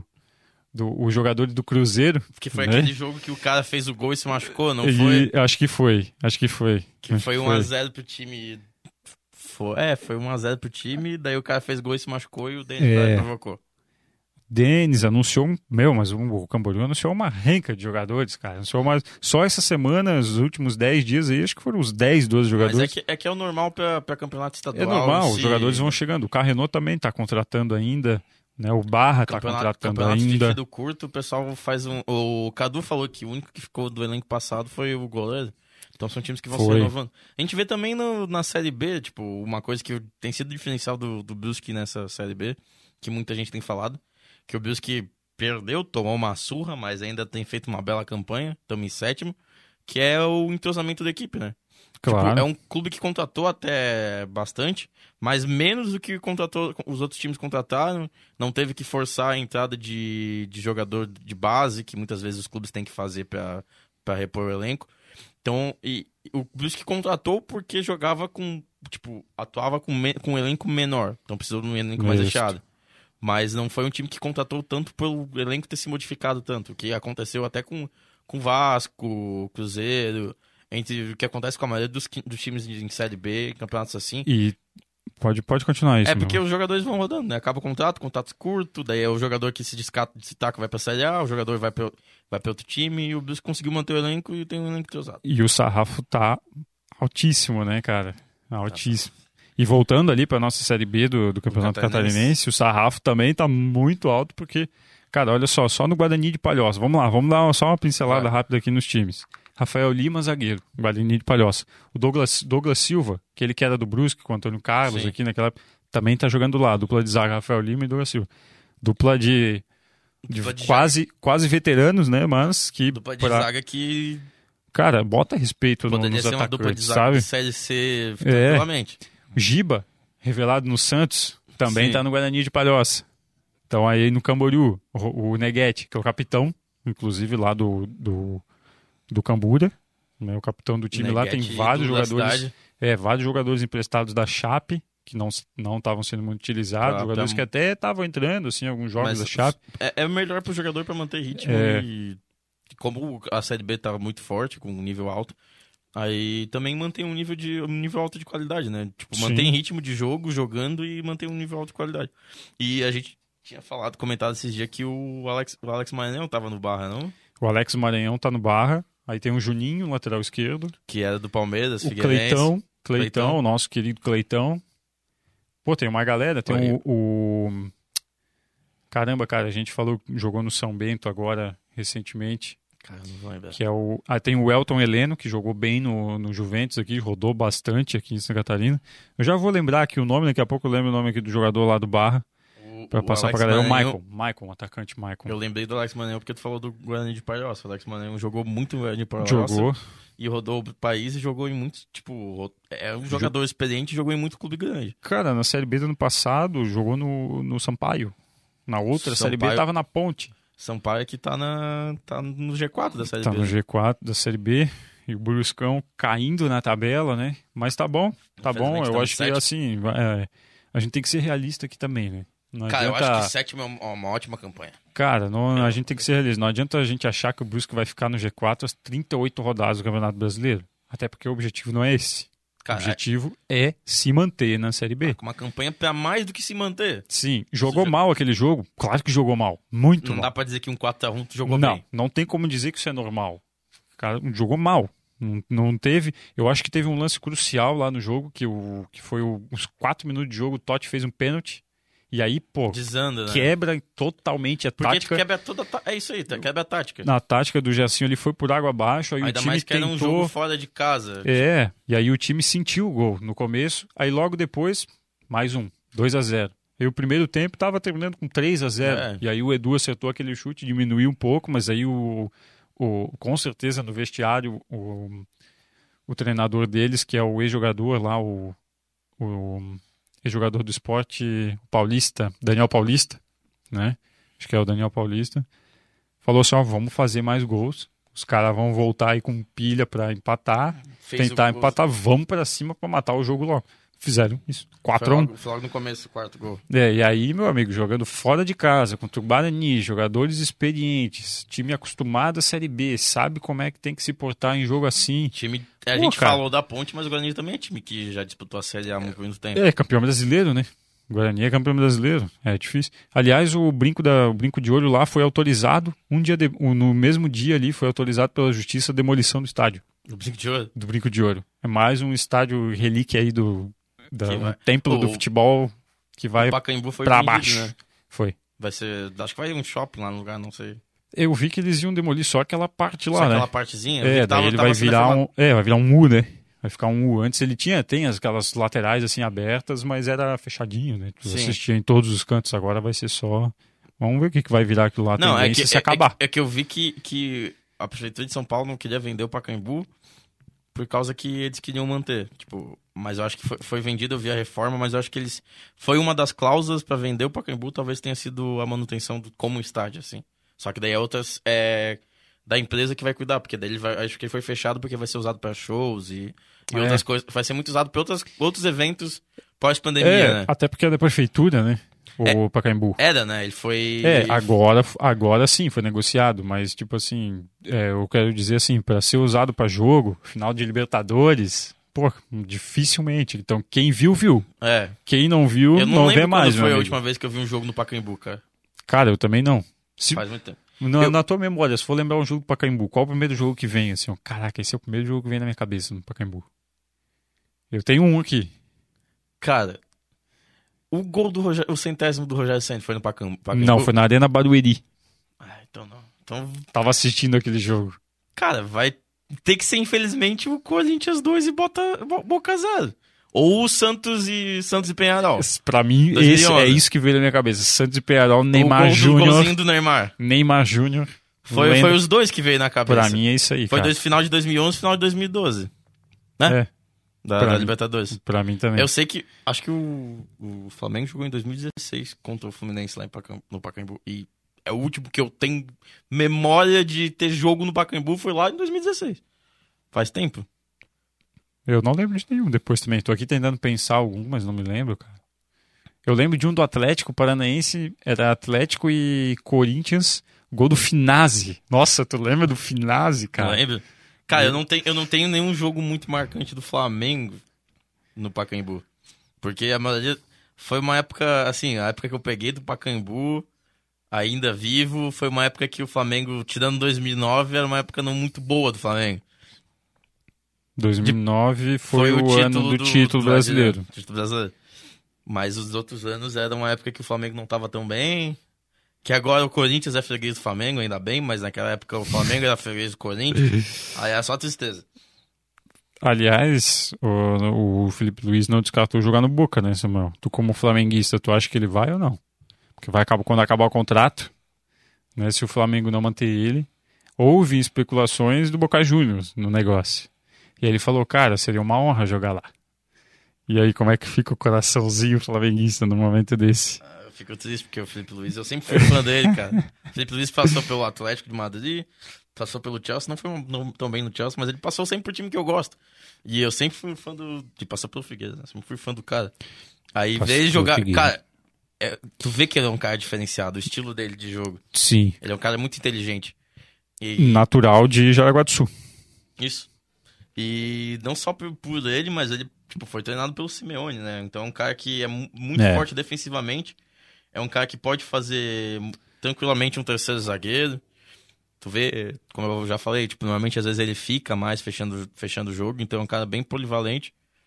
Speaker 2: do o jogador do Cruzeiro.
Speaker 1: Que foi
Speaker 2: né?
Speaker 1: aquele jogo que o cara fez o gol e se machucou, não
Speaker 2: E,
Speaker 1: foi?
Speaker 2: acho que foi, acho que foi.
Speaker 1: Que
Speaker 2: acho
Speaker 1: foi
Speaker 2: que
Speaker 1: um a zero pro time... Foi, é, foi um a zero pro time, daí o cara fez gol e se machucou e o Denis
Speaker 2: É.
Speaker 1: provocou.
Speaker 2: Denis anunciou um... Meu, mas o, o Camboriú anunciou uma renca de jogadores, cara. Anunciou uma... Só essa semana, os últimos dez dias aí, acho que foram uns dez, doze jogadores.
Speaker 1: Mas é que é, que é o normal pra, pra campeonato estadual.
Speaker 2: É normal,
Speaker 1: se...
Speaker 2: os jogadores vão chegando. O Carrenou também tá contratando ainda, né? O Barra tá
Speaker 1: Campeonato,
Speaker 2: contratando
Speaker 1: campeonato
Speaker 2: ainda.
Speaker 1: FIFA do curto, o pessoal faz um... O Cadu falou que o único que ficou do elenco passado foi o goleiro. Então são times que vão
Speaker 2: Foi.
Speaker 1: se renovando. A gente vê também no, na Série B, tipo, uma coisa que tem sido diferencial do, do Brusque nessa Série B, que muita gente tem falado, que o Brusque perdeu, tomou uma surra, mas ainda tem feito uma bela campanha, estamos em sétimo, que é o entrosamento da equipe, né?
Speaker 2: Claro.
Speaker 1: Tipo, é um clube que contratou até bastante, mas menos do que contratou, os outros times contrataram, não teve que forçar a entrada de, de jogador de base, que muitas vezes os clubes têm que fazer para repor o elenco. Então, e, o Brusque contratou porque jogava com, tipo, atuava com, me, com um elenco menor, então precisou de um elenco mais
Speaker 2: Isso.
Speaker 1: recheado. Mas não foi um time que contratou tanto pelo elenco ter se modificado tanto, o que aconteceu até com, com Vasco, Cruzeiro, entre o que acontece com a maioria dos, dos times em Série B, campeonatos assim.
Speaker 2: E pode, pode continuar isso.
Speaker 1: É porque
Speaker 2: meu.
Speaker 1: os jogadores vão rodando, né? Acaba o contrato, contrato curto, daí é o jogador que se destaca, destaca vai pra Série A, o jogador vai pra, vai pra outro time, e o Brusque conseguiu manter o elenco e tem um elenco entrosado.
Speaker 2: E o sarrafo tá altíssimo, né, cara? Altíssimo. E voltando ali pra nossa Série B do, do Campeonato
Speaker 1: Catarinense.
Speaker 2: Catarinense, o sarrafo também tá muito alto, porque, cara, olha só, só no Guarani de Palhoça. Vamos lá, vamos dar só uma pincelada
Speaker 1: Vai.
Speaker 2: rápida aqui nos times. Rafael Lima, zagueiro, Guarani de Palhoça. O Douglas, Douglas Silva, aquele que era do Brusque com o Antônio Carlos
Speaker 1: Sim.
Speaker 2: aqui naquela época, também tá jogando lá. Dupla de zaga, Rafael Lima e Douglas Silva. Dupla de, de,
Speaker 1: Dupla de
Speaker 2: quase, quase veteranos, né? Mas que.
Speaker 1: Dupla de
Speaker 2: pra-
Speaker 1: zaga que
Speaker 2: Cara, bota respeito no,
Speaker 1: poderia
Speaker 2: nos
Speaker 1: ser uma dupla de
Speaker 2: atacantes,
Speaker 1: zaga
Speaker 2: sabe?
Speaker 1: de Série C
Speaker 2: É.
Speaker 1: tranquilamente.
Speaker 2: Giba, revelado no Santos, também
Speaker 1: Sim.
Speaker 2: tá no Guarani de Palhoça. Então aí no Camboriú, o, o Neguete, que é o capitão, inclusive lá do, do, do Cambura, né? O capitão do time lá, tem
Speaker 1: Neguete,
Speaker 2: vários
Speaker 1: ídolo da
Speaker 2: jogadores,
Speaker 1: cidade.
Speaker 2: é, vários jogadores emprestados da Chape, que não não estavam sendo muito utilizados,
Speaker 1: Pra-
Speaker 2: jogadores
Speaker 1: pra-
Speaker 2: que até estavam entrando, assim, em alguns jogos
Speaker 1: Mas
Speaker 2: da Chape.
Speaker 1: É, é melhor pro jogador pra manter ritmo
Speaker 2: É.
Speaker 1: e como a Série B tava muito forte, com um nível alto, aí também mantém um nível, de, um nível alto de qualidade, né? Tipo,
Speaker 2: Sim.
Speaker 1: mantém ritmo de jogo, jogando e mantém um nível alto de qualidade. E a gente tinha falado, comentado esses dias que o Alex, o Alex Maranhão tava no Barra, não?
Speaker 2: O Alex Maranhão tá no Barra, aí tem o Juninho, lateral esquerdo,
Speaker 1: Que era do Palmeiras,
Speaker 2: o
Speaker 1: Figueirense.
Speaker 2: Cleitão, Cleitão,
Speaker 1: Cleitão.
Speaker 2: o nosso querido Cleitão. Pô, tem uma galera, tem
Speaker 1: Foi.
Speaker 2: o, o... Caramba, cara, a gente falou, jogou no São Bento agora, recentemente,
Speaker 1: Cara, não vou lembrar.
Speaker 2: que é o... Ah, tem o Elton Heleno, que jogou bem no, no Juventus aqui, rodou bastante aqui em Santa Catarina. Eu já vou lembrar aqui o nome, daqui a pouco eu lembro o nome aqui do jogador lá do Barra,
Speaker 1: O-
Speaker 2: pra
Speaker 1: o
Speaker 2: passar
Speaker 1: Alex
Speaker 2: pra galera.
Speaker 1: Maranhão-
Speaker 2: O Michael, Michael, um atacante Michael.
Speaker 1: Eu lembrei do Alex Maranhão porque tu falou do Guarani de Palhoça. O Alex Maranhão jogou muito no Guarani de Palhoça.
Speaker 2: Jogou.
Speaker 1: E rodou o país e jogou em muitos, tipo, é um jogador experiente e jogou em muito clube grande.
Speaker 2: Cara, na Série B do ano passado, jogou no, no Sampaio. Na outra Série B
Speaker 1: Sampaio-
Speaker 2: tava na Ponte.
Speaker 1: Sampaio que tá, na, tá no G quatro da Série
Speaker 2: Tá
Speaker 1: B.
Speaker 2: no G quatro da Série B. E o Bruscão caindo na tabela, né? Mas tá bom, tá bom.
Speaker 1: Infelizmente
Speaker 2: Eu
Speaker 1: tá no
Speaker 2: acho que,
Speaker 1: sétimo.
Speaker 2: assim, é, a gente tem que ser realista aqui também, né? Não
Speaker 1: Cara, eu
Speaker 2: adianta...
Speaker 1: acho que sétimo é uma, uma ótima campanha.
Speaker 2: Cara, não, a gente tem que ser realista. Não adianta a gente achar que o Brusque vai ficar no G quatro às trinta e oito rodadas do Campeonato Brasileiro. Até porque o objetivo não é esse.
Speaker 1: Cara,
Speaker 2: o objetivo é se manter na Série B.
Speaker 1: é uma campanha pra mais do que se manter.
Speaker 2: Sim, jogou
Speaker 1: Isso já-
Speaker 2: mal aquele jogo? Claro que jogou mal. Muito
Speaker 1: Não
Speaker 2: mal.
Speaker 1: dá pra dizer que um quatro a um tu jogou
Speaker 2: não,
Speaker 1: bem.
Speaker 2: não tem como dizer que isso é normal. O cara jogou mal. Não, não teve. Eu acho que teve um lance crucial lá no jogo, que, o, que foi o- os quatro minutos de jogo, o Totti fez um pênalti E aí, pô,
Speaker 1: Desanda, né?
Speaker 2: quebra totalmente a
Speaker 1: Porque
Speaker 2: tática.
Speaker 1: quebra toda a tá... É isso aí, tá? Quebra a tática.
Speaker 2: Na tática do Gersinho, ele foi por água abaixo, aí
Speaker 1: Ainda
Speaker 2: o time
Speaker 1: mais que
Speaker 2: tentou...
Speaker 1: era um jogo fora de casa.
Speaker 2: É, e aí o time sentiu o gol no começo, aí logo depois, mais um, dois a zero. E o primeiro tempo tava terminando com três a zero.
Speaker 1: É.
Speaker 2: E aí o Edu acertou aquele chute, diminuiu um pouco, mas aí o, o com certeza no vestiário o, o treinador deles, que é o ex-jogador lá, o, o ex-jogador do esporte paulista, Daniel Paulista, né? Acho que é o Daniel Paulista. Falou assim, ó, vamos fazer mais gols. Os caras vão voltar aí com pilha pra empatar,
Speaker 1: Fez
Speaker 2: tentar
Speaker 1: o-
Speaker 2: empatar, vamos pra cima pra matar o jogo logo. Fizeram isso, quatro a
Speaker 1: Foi
Speaker 2: um.
Speaker 1: logo, foi logo no começo, o quarto gol.
Speaker 2: É, e aí, meu amigo, jogando fora de casa, contra o Guarani, jogadores experientes, time acostumado à Série B, sabe como é que tem que se portar em jogo assim.
Speaker 1: Time, a
Speaker 2: Pô,
Speaker 1: gente
Speaker 2: cara.
Speaker 1: falou da Ponte, mas o Guarani também é time que já disputou a Série A há muito muito tempo.
Speaker 2: É, campeão brasileiro, né? O Guarani é campeão brasileiro, é difícil. Aliás, o brinco, da, o brinco de ouro lá foi autorizado, um dia de- no mesmo dia ali, foi autorizado pela justiça a demolição do estádio,
Speaker 1: O Brinco de Ouro.
Speaker 2: do brinco de ouro. É mais um estádio relíquia aí do, da,
Speaker 1: Que
Speaker 2: um
Speaker 1: vai-
Speaker 2: templo
Speaker 1: o-
Speaker 2: do futebol que vai
Speaker 1: O Pacaembu foi
Speaker 2: pra
Speaker 1: vendido,
Speaker 2: baixo.
Speaker 1: né?
Speaker 2: Foi.
Speaker 1: Vai ser, acho que vai um shopping lá no lugar, não sei.
Speaker 2: Eu vi que eles iam demolir só aquela parte lá,
Speaker 1: Só
Speaker 2: né?
Speaker 1: aquela partezinha. eu vi
Speaker 2: É,
Speaker 1: que tava-
Speaker 2: daí ele
Speaker 1: tava
Speaker 2: vai
Speaker 1: sendo
Speaker 2: virar
Speaker 1: reformado.
Speaker 2: um, é, vai virar um U, né? Vai ficar um U. Antes ele tinha, tem as- aquelas laterais assim abertas, mas era fechadinho, né? Tu
Speaker 1: Sim.
Speaker 2: assistia em todos os cantos, agora vai ser só. Vamos ver o que, que vai virar aquilo lá,
Speaker 1: Não, é
Speaker 2: tendência
Speaker 1: que,
Speaker 2: se
Speaker 1: é,
Speaker 2: acabar.
Speaker 1: é, é que eu vi que, que a Prefeitura de São Paulo não queria vender o Pacaembu por causa que eles queriam manter. Tipo, mas eu acho que foi, foi vendido, eu vi a reforma, mas eu acho que eles... Foi uma das cláusulas pra vender o Pacaembu, talvez tenha sido a manutenção do, como estádio, assim. Só que daí é outras... É, da empresa que vai cuidar, porque daí ele vai, acho que ele foi fechado porque vai ser usado pra shows e, e
Speaker 2: É.
Speaker 1: outras coisas. Vai ser muito usado pra outras, outros eventos pós-pandemia,
Speaker 2: É,
Speaker 1: né?
Speaker 2: até porque é da prefeitura, né? O Pacaembu.
Speaker 1: Era, né? Ele foi...
Speaker 2: É, agora, agora sim foi negociado, mas tipo assim, é, eu quero dizer assim, para ser usado para jogo, final de Libertadores, pô, dificilmente. Então quem viu, viu.
Speaker 1: É.
Speaker 2: Quem não viu,
Speaker 1: Eu não,
Speaker 2: não,
Speaker 1: lembro
Speaker 2: vê mais,
Speaker 1: quando
Speaker 2: meu
Speaker 1: foi a
Speaker 2: amigo.
Speaker 1: última vez que eu vi um jogo no Pacaembu, cara.
Speaker 2: Cara, eu também não. Se,
Speaker 1: Faz muito tempo.
Speaker 2: na,
Speaker 1: eu-
Speaker 2: na tua memória, se for lembrar um jogo do Pacaembu, qual o primeiro jogo que vem? Assim, ó, caraca, esse é o primeiro jogo que vem na minha cabeça no Pacaembu. Eu tenho um aqui.
Speaker 1: Cara, o gol do Rogério, o centésimo do Rogério Ceni foi no Pacam- Pacaembu?
Speaker 2: Não, foi na Arena Barueri.
Speaker 1: Ah, então não. Então,
Speaker 2: Tava assistindo aquele jogo.
Speaker 1: cara, vai ter que ser, infelizmente, o Corinthians dois e bota Bo- Boca zero. Ou o Santos e Santos e Penharol.
Speaker 2: Pra mim,
Speaker 1: dois mil e
Speaker 2: esse,
Speaker 1: onze.
Speaker 2: é isso que veio na minha cabeça. Santos e Penharol, Neymar
Speaker 1: o gol do
Speaker 2: Júnior.
Speaker 1: golzinho do Neymar.
Speaker 2: Neymar Júnior.
Speaker 1: Foi,
Speaker 2: lembra-
Speaker 1: foi os dois que veio na cabeça.
Speaker 2: Pra mim é isso aí,
Speaker 1: Foi
Speaker 2: cara.
Speaker 1: dois, final de dois mil e onze, final de dois mil e doze. Né?
Speaker 2: É,
Speaker 1: Da,
Speaker 2: pra
Speaker 1: da
Speaker 2: mim.
Speaker 1: Libertadores.
Speaker 2: pra mim também.
Speaker 1: Eu sei que, acho que o, o Flamengo jogou em dois mil e dezesseis contra o Fluminense lá em Pacam- no Pacaembu. E é o último que eu tenho memória de ter jogo no Pacaembu, foi lá em dois mil e dezesseis. Faz tempo.
Speaker 2: Eu não lembro de nenhum depois também. Tô aqui tentando pensar algum, mas não me lembro, cara. Eu lembro de um do Atlético Paranaense, era Atlético e Corinthians, gol do Finazzi. Nossa, tu lembra do Finazzi, cara?
Speaker 1: Lembra? Cara, eu não, tenho, eu não tenho nenhum jogo muito marcante do Flamengo no Pacaembu. Porque a maioria foi uma época, assim, a época que eu peguei do Pacaembu, ainda vivo, foi uma época que o Flamengo, tirando dois mil e nove, era uma época não muito boa do Flamengo.
Speaker 2: dois mil e nove foi, o, ano do, título brasileiro.
Speaker 1: Título brasileiro. Mas os outros anos era uma época que o Flamengo não tava tão bem. Que agora o Corinthians é freguês do Flamengo, ainda bem, mas naquela época o Flamengo era freguês do Corinthians. Aí é só tristeza.
Speaker 2: Aliás, o, o Felipe Luiz não descartou jogar no Boca, né, Samuel? Tu como flamenguista, tu acha que ele vai ou não? Porque vai acabar, quando acabar o contrato, né, se o Flamengo não manter ele, houve especulações do Boca Juniors no negócio. E aí ele falou, cara, seria uma honra jogar lá. E aí, como é que fica o coraçãozinho flamenguista no momento desse?
Speaker 1: Eu fico triste porque o Felipe Luiz, eu sempre fui fã dele, cara. O Felipe Luiz passou pelo Atlético de Madrid, passou pelo Chelsea, não foi um- não tão bem no Chelsea, mas ele passou sempre por time que eu gosto. E eu sempre fui fã do... De passar pelo Figueiredo, né? Sempre fui fã do cara. Aí
Speaker 2: Passou
Speaker 1: veio ele
Speaker 2: pelo
Speaker 1: jogar...
Speaker 2: Figueiredo.
Speaker 1: Cara, é, tu vê que ele é um cara diferenciado, o estilo dele de jogo.
Speaker 2: Sim.
Speaker 1: Ele é um cara muito inteligente. E...
Speaker 2: Natural de Jaraguá do Sul.
Speaker 1: Isso. E não só por, por ele, mas ele tipo, foi treinado pelo Simeone, né? Então é um cara que é mu- muito
Speaker 2: É.
Speaker 1: forte defensivamente. É um cara que pode fazer tranquilamente um terceiro zagueiro. Tu vê, como eu já falei, tipo, normalmente às vezes ele fica mais fechando, fechando o jogo. Então é um cara bem polivalente.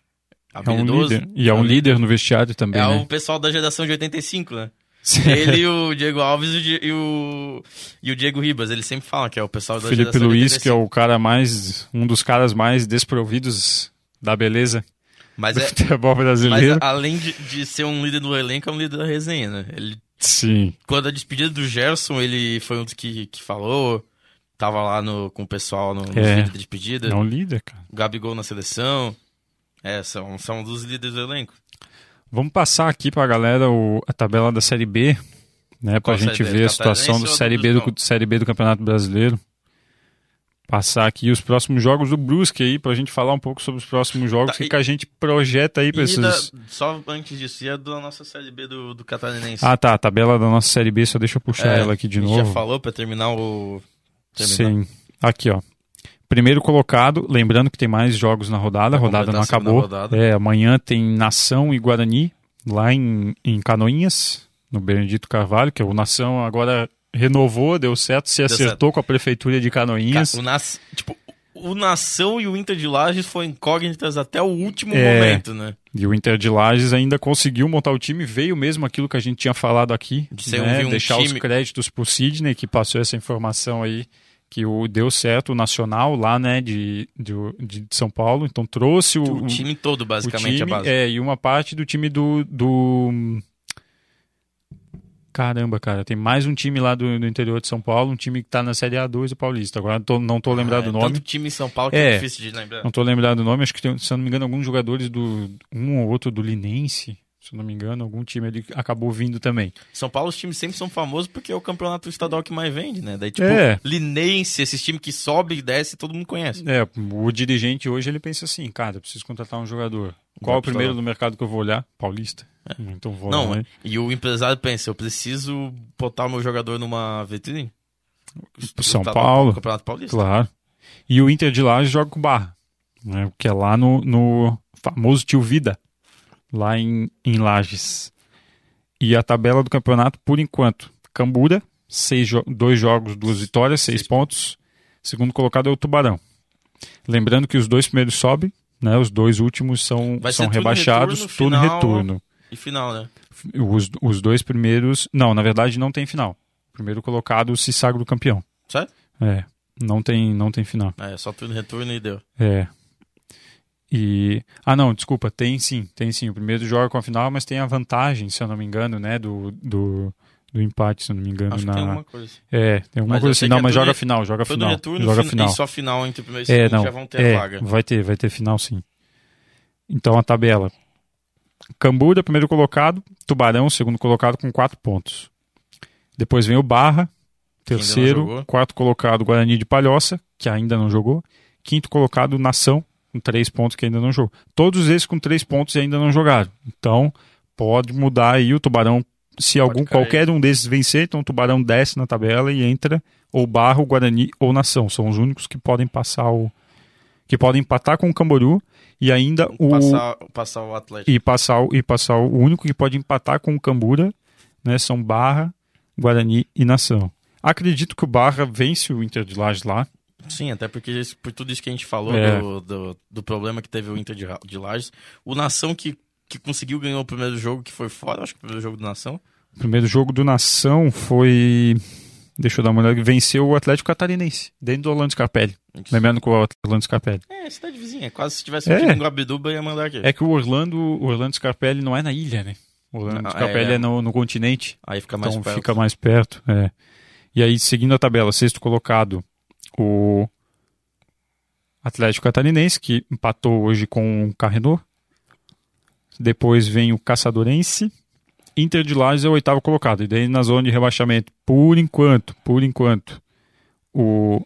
Speaker 2: É um líder. E é um líder no vestiário também,
Speaker 1: É
Speaker 2: né?
Speaker 1: o pessoal da geração de oitenta e cinco, né? Ele e o Diego Alves e o, e o Diego Ribas, eles sempre falam que é o pessoal da
Speaker 2: Felipe
Speaker 1: geração
Speaker 2: Luiz,
Speaker 1: de oitenta e cinco.
Speaker 2: que é o cara mais, um dos caras mais desprovidos da beleza
Speaker 1: mas
Speaker 2: do
Speaker 1: é,
Speaker 2: futebol
Speaker 1: mas
Speaker 2: brasileiro.
Speaker 1: além de, de ser um líder do elenco, é um líder da resenha, né? Ele,
Speaker 2: Sim.
Speaker 1: quando a despedida do Gerson, ele foi um dos que, que falou, tava lá no, com o pessoal no, nos
Speaker 2: É.
Speaker 1: vídeos de despedida.
Speaker 2: É um líder, cara.
Speaker 1: O Gabigol na seleção. É, são, são dos líderes do elenco.
Speaker 2: Vamos passar aqui pra galera o, a tabela da Série B, né? Pra
Speaker 1: Qual
Speaker 2: gente
Speaker 1: Série B?
Speaker 2: ver a
Speaker 1: Do
Speaker 2: situação do
Speaker 1: Catarinense ou
Speaker 2: Série
Speaker 1: do
Speaker 2: B do,
Speaker 1: Bruscão?
Speaker 2: Série B do Campeonato Brasileiro. Passar aqui os próximos jogos do Brusque aí, pra gente falar um pouco sobre os próximos jogos, o
Speaker 1: Tá,
Speaker 2: que,
Speaker 1: e-
Speaker 2: que a gente projeta aí pra
Speaker 1: E
Speaker 2: esses...
Speaker 1: da- só antes disso, e a da nossa Série B do, do Catarinense?
Speaker 2: Ah, tá, a tabela da nossa Série B, só deixa eu puxar
Speaker 1: É,
Speaker 2: ela aqui de
Speaker 1: a gente
Speaker 2: novo.
Speaker 1: já falou pra terminar o... terminar.
Speaker 2: Sim. Aqui, ó. Primeiro colocado, lembrando que tem mais jogos na rodada, a
Speaker 1: Vai
Speaker 2: rodada não
Speaker 1: completar a segunda
Speaker 2: acabou.
Speaker 1: rodada.
Speaker 2: É, amanhã tem Nação e Guarani, lá em, em Canoinhas, no Benedito Carvalho, que é o Nação agora renovou, deu certo, se acertou com a prefeitura de Canoinhas.
Speaker 1: Cara, o, Nas... tipo, o Nação e o Inter de Lages foram incógnitas até o último
Speaker 2: É.
Speaker 1: momento, né?
Speaker 2: E o Inter de Lages ainda conseguiu montar o time, veio mesmo aquilo que a gente tinha falado aqui,
Speaker 1: De ser
Speaker 2: né?
Speaker 1: um- um
Speaker 2: deixar os
Speaker 1: time-
Speaker 2: créditos pro Sidney, que passou essa informação aí, que o, deu certo o Nacional lá, né, de, de, de São Paulo, então trouxe o,
Speaker 1: O time todo,
Speaker 2: o
Speaker 1: basicamente,
Speaker 2: time,
Speaker 1: a base.
Speaker 2: é, e uma parte do time do, do... Caramba, cara, tem mais um time lá do, do interior de São Paulo, um time que tá na Série A dois do Paulista, agora não tô, não tô lembrado
Speaker 1: Ah,
Speaker 2: do
Speaker 1: é
Speaker 2: nome.
Speaker 1: tanto time em São Paulo que
Speaker 2: É.
Speaker 1: é difícil de lembrar.
Speaker 2: Não tô lembrado do nome, acho que tem, se eu não me engano, alguns jogadores do. Um ou outro do Linense, se eu não me engano, algum time ali acabou vindo também.
Speaker 1: São Paulo, os times sempre são famosos porque é o campeonato estadual que mais vende, né? Daí, tipo,
Speaker 2: É.
Speaker 1: Linense, esses times que sobe e desce, todo mundo conhece.
Speaker 2: É, o dirigente hoje ele pensa assim, cara, eu preciso contratar um jogador. Qual é o primeiro do mercado que eu vou olhar? Paulista. Então vou
Speaker 1: Não,
Speaker 2: lá, né?
Speaker 1: e o empresário pensa, eu preciso botar o meu jogador numa vitrine.
Speaker 2: São
Speaker 1: Tá no
Speaker 2: Paulo.
Speaker 1: Campeonato Paulista.
Speaker 2: Claro. E o Inter de Lages joga com o Barra, né? Que é lá no, no famoso Tio Vida, lá em, em Lages. E a tabela do campeonato, por enquanto, Cambura, seis jo- dois jogos, duas vitórias, seis,
Speaker 1: Seis
Speaker 2: pontos. Segundo colocado é o Tubarão. Lembrando que os dois primeiros sobem, né? Os dois últimos são,
Speaker 1: Vai
Speaker 2: são
Speaker 1: ser turno e
Speaker 2: rebaixados,
Speaker 1: retorno,
Speaker 2: turno e
Speaker 1: final.
Speaker 2: retorno.
Speaker 1: E final, né?
Speaker 2: Os, os dois primeiros... Não, na verdade não tem final. O primeiro colocado se sagra o campeão.
Speaker 1: Certo?
Speaker 2: É, não tem, não tem final.
Speaker 1: É, só turno e retorno e deu.
Speaker 2: É. E... Ah, não, desculpa, tem sim, tem sim. O primeiro joga com a final, mas tem a vantagem, se eu não me engano, né, do, do, do empate, se eu não me engano.
Speaker 1: Acho
Speaker 2: na...
Speaker 1: que tem alguma coisa.
Speaker 2: É, tem alguma
Speaker 1: Mas eu
Speaker 2: coisa
Speaker 1: sei
Speaker 2: assim.
Speaker 1: que
Speaker 2: Não,
Speaker 1: é
Speaker 2: mas
Speaker 1: tudo
Speaker 2: joga
Speaker 1: re-
Speaker 2: final, joga
Speaker 1: Todo
Speaker 2: final.
Speaker 1: retorno
Speaker 2: Joga
Speaker 1: fin-
Speaker 2: final.
Speaker 1: e só final entre o primeiro e
Speaker 2: É,
Speaker 1: segundo
Speaker 2: não,
Speaker 1: já vão ter
Speaker 2: é,
Speaker 1: a vaga.
Speaker 2: vai ter, vai ter final sim. Então a tabela. Cambura, primeiro colocado. Tubarão, segundo colocado, com quatro pontos. Depois vem o Barra,
Speaker 1: ainda não
Speaker 2: terceiro.
Speaker 1: jogou.
Speaker 2: Quarto colocado, Guarani de Palhoça, que ainda não jogou. Quinto colocado, Nação, com três pontos, que ainda não jogou. Todos esses com três pontos e ainda não jogaram. Então, pode mudar aí o Tubarão. Se algum,
Speaker 1: cair.
Speaker 2: qualquer um desses vencer, então o Tubarão desce na tabela e entra ou Barra, o Guarani ou Nação. São os únicos que podem passar o... que podem empatar com o Camboriú e ainda o...
Speaker 1: Passar, passar o Atlético.
Speaker 2: e passar, o- e passar o o único que pode empatar com o Cambura, né, são Barra, Guarani e Nação. Acredito que o Barra vence o Inter de Lages lá.
Speaker 1: Sim, até porque isso- por tudo isso que a gente falou
Speaker 2: É.
Speaker 1: do, do, do problema que teve o Inter de, Ra- de Lages. O Nação que, que conseguiu ganhar o primeiro jogo, que foi fora, acho que o primeiro jogo do Nação.
Speaker 2: O primeiro jogo do Nação foi... Deixa eu dar uma olhada. Venceu o Atlético Catarinense, dentro do Orlando Scarpelli.
Speaker 1: Isso.
Speaker 2: Lembrando que o Orlando Scarpelli.
Speaker 1: É, cidade vizinha. Quase se tivesse um
Speaker 2: É.
Speaker 1: time em Guabituba, ia mandar aqui.
Speaker 2: É que o Orlando, o Orlando Scarpelli não é na ilha, né? O Orlando
Speaker 1: Não,
Speaker 2: Scarpelli
Speaker 1: é-
Speaker 2: é, no, no continente.
Speaker 1: Aí fica mais
Speaker 2: Então
Speaker 1: perto.
Speaker 2: fica mais perto. É. E aí, seguindo a tabela, sexto colocado, o Atlético Catarinense, que empatou hoje com o Carrenou. Depois vem o Caçadorense. Inter de Lages é o oitavo colocado. E daí na zona de rebaixamento, por enquanto, por enquanto, o...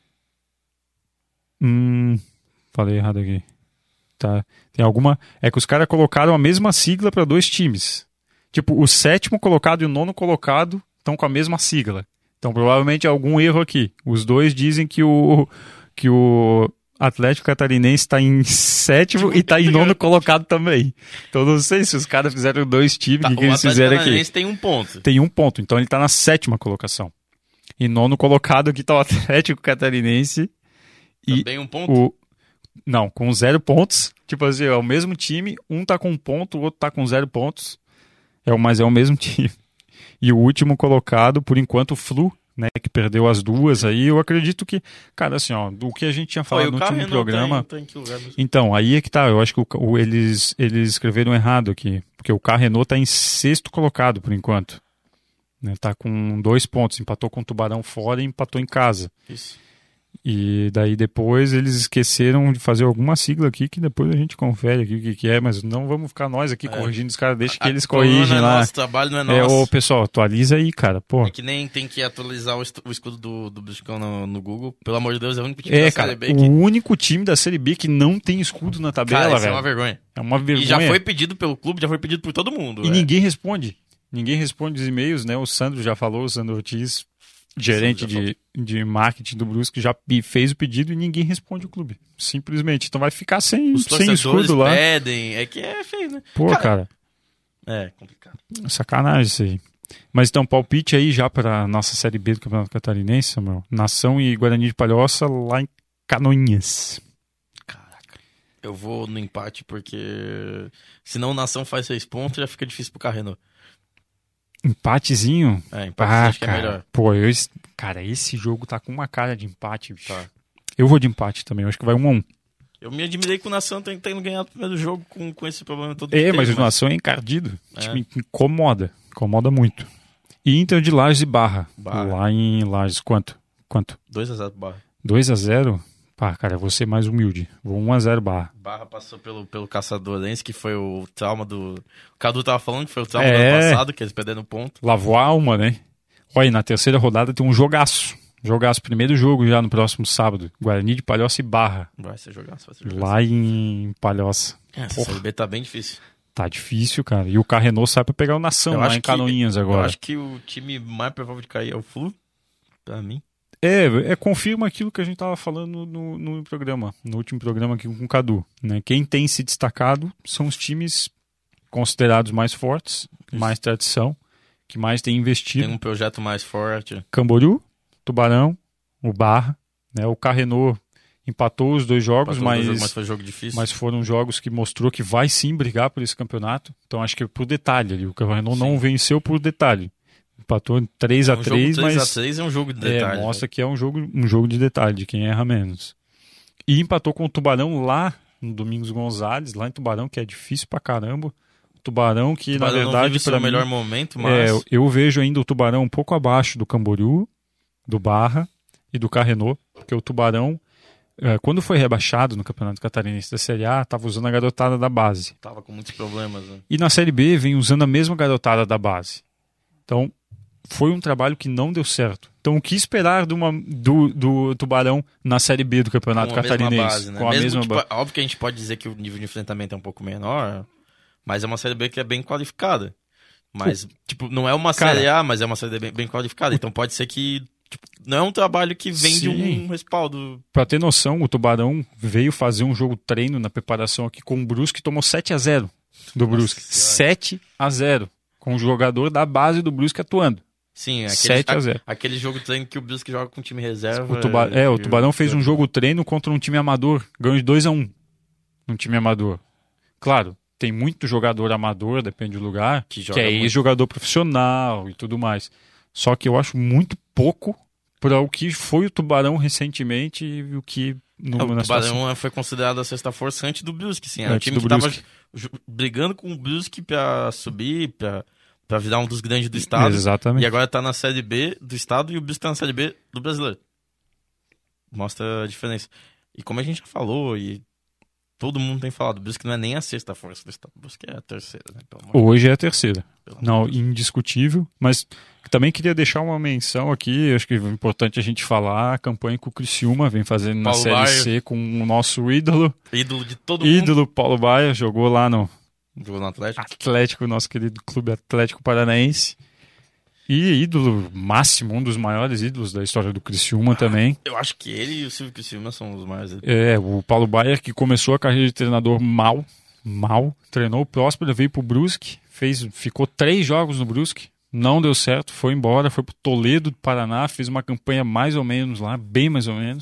Speaker 2: Hum, falei errado aqui. Tá. Tem alguma... É que os caras colocaram a mesma sigla para dois times. Tipo, o sétimo colocado e o nono colocado estão com a mesma sigla. Então, provavelmente é algum erro aqui. Os dois dizem que o, que o Atlético Catarinense está em sétimo e está em nono colocado também. Então, não sei se os caras fizeram dois times, o
Speaker 1: Tá,
Speaker 2: que, que
Speaker 1: o
Speaker 2: eles
Speaker 1: Atlético
Speaker 2: fizeram aqui.
Speaker 1: Catarinense tem um ponto.
Speaker 2: Tem um ponto, então ele está na sétima colocação. E nono colocado aqui está o Atlético Catarinense. E
Speaker 1: Também um ponto.
Speaker 2: o Não, com zero pontos. Tipo assim, é o mesmo time, um tá com um ponto, o outro tá com zero pontos. É, mas é o mesmo time. E o último colocado, por enquanto, o Flu, né, que perdeu as duas aí. Eu acredito que, cara, assim, ó, do que a gente tinha falado
Speaker 1: Pô,
Speaker 2: no último programa.
Speaker 1: Tem, tem que lugar mesmo.
Speaker 2: Então, aí é que tá. Eu acho que o, o, eles, eles escreveram errado aqui. Porque o Carrenault tá em sexto colocado, por enquanto. Né, tá com dois pontos. Empatou com o Tubarão fora e empatou em casa.
Speaker 1: Isso.
Speaker 2: E daí depois eles esqueceram de fazer alguma sigla aqui que depois a gente confere aqui o que, que é, mas não vamos ficar nós aqui é. corrigindo os caras, deixa que
Speaker 1: a,
Speaker 2: eles corrigem
Speaker 1: não é
Speaker 2: lá.
Speaker 1: Nosso, o trabalho não é
Speaker 2: é,
Speaker 1: nosso.
Speaker 2: Ô, pessoal, atualiza aí, cara, pô.
Speaker 1: É que nem tem que atualizar o, o escudo do, do Bruscão no, no Google. Pelo amor de Deus, é o único time
Speaker 2: é,
Speaker 1: da
Speaker 2: cara,
Speaker 1: Série B
Speaker 2: que...
Speaker 1: que...
Speaker 2: o único time da Série B que não tem escudo na tabela,
Speaker 1: cara, isso
Speaker 2: velho.
Speaker 1: é uma vergonha.
Speaker 2: É uma vergonha.
Speaker 1: E já foi pedido pelo clube, já foi pedido por todo mundo.
Speaker 2: E
Speaker 1: véio.
Speaker 2: ninguém responde. Ninguém responde os e-mails, né? O Sandro já falou, o Sandro Ortiz, gerente de, de marketing do Brusque, já fez o pedido e ninguém responde o clube. Simplesmente. Então vai ficar sem,
Speaker 1: Os
Speaker 2: sem escudo lá.
Speaker 1: pedem, é que é feio, né?
Speaker 2: Pô, cara.
Speaker 1: cara. É, complicado.
Speaker 2: Sacanagem isso aí. Mas então, palpite aí já para nossa Série B do Campeonato Catarinense, Samuel. Nação e Guarani de Palhoça lá em Canoinhas.
Speaker 1: Caraca. Eu vou no empate porque senão o Nação faz seis pontos já fica difícil pro Carrenault.
Speaker 2: Empatezinho?
Speaker 1: É, empate
Speaker 2: ah,
Speaker 1: acho que
Speaker 2: cara.
Speaker 1: é melhor.
Speaker 2: Pô, eu, cara, esse jogo tá com uma cara de empate, bicho.
Speaker 1: Tá.
Speaker 2: Eu vou de empate também, eu acho que vai um a um.
Speaker 1: Eu me admirei com o Nação tendo, tendo ganhado o primeiro jogo com, com esse problema todo.
Speaker 2: É,
Speaker 1: que
Speaker 2: mas
Speaker 1: teve,
Speaker 2: o Nação é encardido.
Speaker 1: É.
Speaker 2: Tipo, incomoda. Incomoda muito. E Inter de Lages e Barra.
Speaker 1: Barra.
Speaker 2: Lá em Lages, quanto? Quanto?
Speaker 1: dois a zero pro Barra.
Speaker 2: dois a zero? Pá, cara, eu vou ser mais humilde. Vou um a zero Barra.
Speaker 1: Barra passou pelo, pelo Caçadorense, que foi o trauma do... O Cadu tava falando que foi o trauma
Speaker 2: É.
Speaker 1: do ano passado, que eles perderam ponto.
Speaker 2: Lavou a alma, né? Olha, e na terceira rodada tem um jogaço. Jogaço, primeiro jogo já no próximo sábado. Guarani de Palhoça e Barra.
Speaker 1: Vai ser jogaço, vai ser jogaço.
Speaker 2: Lá em Palhoça.
Speaker 1: Essa
Speaker 2: Porra.
Speaker 1: Série B tá bem difícil.
Speaker 2: Tá difícil, cara. E o Carrenault sai pra pegar o Nação
Speaker 1: Eu
Speaker 2: lá
Speaker 1: acho
Speaker 2: em
Speaker 1: que-
Speaker 2: Canoinhas
Speaker 1: Eu
Speaker 2: agora.
Speaker 1: acho que o time mais provável de cair é o Flu, pra mim.
Speaker 2: É, é, confirma aquilo que a gente tava falando no, no programa, no último programa aqui com o Cadu. Né? Quem tem se destacado são os times considerados mais fortes, mais tradição, que mais tem investido.
Speaker 1: Tem um projeto mais forte.
Speaker 2: Camboriú, Tubarão, o Barra, né? O Carrenault empatou os dois jogos,
Speaker 1: Passou
Speaker 2: mas,
Speaker 1: do jogo, mas foi jogo difícil.
Speaker 2: mas foram jogos que mostrou que vai sim brigar por esse campeonato. Então acho que é por detalhe ali. O Carrenault
Speaker 1: Sim.
Speaker 2: não venceu por detalhe. Empatou em três a
Speaker 1: um
Speaker 2: três,
Speaker 1: jogo
Speaker 2: mas
Speaker 1: três a três é um jogo de
Speaker 2: é,
Speaker 1: detalhe.
Speaker 2: mostra
Speaker 1: né?
Speaker 2: que é um jogo, um jogo de detalhe, de quem erra menos. E empatou com o Tubarão lá no Domingos Gonzalez, lá em Tubarão, que é difícil pra caramba. Tubarão que,
Speaker 1: Tubarão
Speaker 2: na
Speaker 1: não
Speaker 2: verdade,
Speaker 1: vive seu
Speaker 2: para mim,
Speaker 1: melhor momento,
Speaker 2: é,
Speaker 1: mas...
Speaker 2: eu- eu vejo ainda o Tubarão um pouco abaixo do Camboriú, do Barra e do Carrenault, porque o Tubarão, é, quando foi rebaixado no Campeonato Catarinense da Série A, estava usando a garotada da base.
Speaker 1: Tava com muitos problemas, né?
Speaker 2: E na Série B vem usando a mesma garotada da base. Então, foi um trabalho que não deu certo. Então, o que esperar de uma- do, do Tubarão na Série B do Campeonato
Speaker 1: com a mesma
Speaker 2: Catarinense?
Speaker 1: base, né?
Speaker 2: Com a
Speaker 1: Mesmo,
Speaker 2: mesma
Speaker 1: tipo,
Speaker 2: base.
Speaker 1: óbvio que a gente pode dizer que o nível de enfrentamento é um pouco menor, mas é uma Série B que é bem qualificada. Mas, tipo, não é uma
Speaker 2: Cara,
Speaker 1: Série A, mas é uma Série B bem, bem qualificada. Então pode ser que tipo, não é um trabalho que vem de
Speaker 2: Sim.
Speaker 1: um respaldo.
Speaker 2: Pra ter noção, o Tubarão veio fazer um jogo treino na preparação aqui com o Brusque e tomou sete a zero do
Speaker 1: Nossa
Speaker 2: Brusque.
Speaker 1: Senhora.
Speaker 2: sete a zero. Com o jogador da base do Brusque atuando.
Speaker 1: Sim, aquele,
Speaker 2: sete a zero.
Speaker 1: a- aquele jogo treino que o Brusque joga com time reserva.
Speaker 2: O tuba- é, o
Speaker 1: que
Speaker 2: Tubarão fez um jogo treino contra um time amador. Ganhou de dois a um. Um time amador. Claro, tem muito jogador amador, depende do lugar,
Speaker 1: Que
Speaker 2: que,
Speaker 1: joga
Speaker 2: é
Speaker 1: muito.
Speaker 2: ex-jogador profissional e tudo mais. Só que eu acho muito pouco para o que foi o Tubarão recentemente e o que no,
Speaker 1: É, o
Speaker 2: na situação.
Speaker 1: Tubarão foi considerado a sexta força antes do Brusque, sim. Era um
Speaker 2: Antes
Speaker 1: time
Speaker 2: do
Speaker 1: que tava
Speaker 2: Brusque.
Speaker 1: ju- brigando com o Brusque pra subir, pra, pra virar um dos grandes do estado.
Speaker 2: Exatamente.
Speaker 1: E agora tá na Série B do estado e o Brusque tá na Série B do brasileiro. Mostra a diferença. E como a gente já falou, e todo mundo tem falado, o Brusque não é nem a sexta força do estado. O Brusque é a terceira, né? Pelo amor de
Speaker 2: Hoje é a terceira.
Speaker 1: Pelo amor
Speaker 2: Não,
Speaker 1: de Deus.
Speaker 2: indiscutível. Mas também queria deixar uma menção aqui, acho que é importante a gente falar, a campanha que o Criciúma vem fazendo na
Speaker 1: Paulo
Speaker 2: Série
Speaker 1: Baier.
Speaker 2: C com o nosso ídolo.
Speaker 1: Ídolo de todo mundo.
Speaker 2: Ídolo Paulo Baia, jogou lá no
Speaker 1: Jogou no Atlético.
Speaker 2: Atlético, nosso querido Clube Atlético Paranaense. E ídolo máximo, um dos maiores ídolos da história do Criciúma também.
Speaker 1: Eu acho que ele e o Silvio Criciúma são os maiores.
Speaker 2: É, o Paulo Baier, que começou a carreira de treinador mal, mal, treinou o Próspera, veio pro Brusque, fez, ficou três jogos no Brusque, não deu certo, foi embora, foi pro Toledo do Paraná, fez uma campanha mais ou menos lá, bem mais ou menos,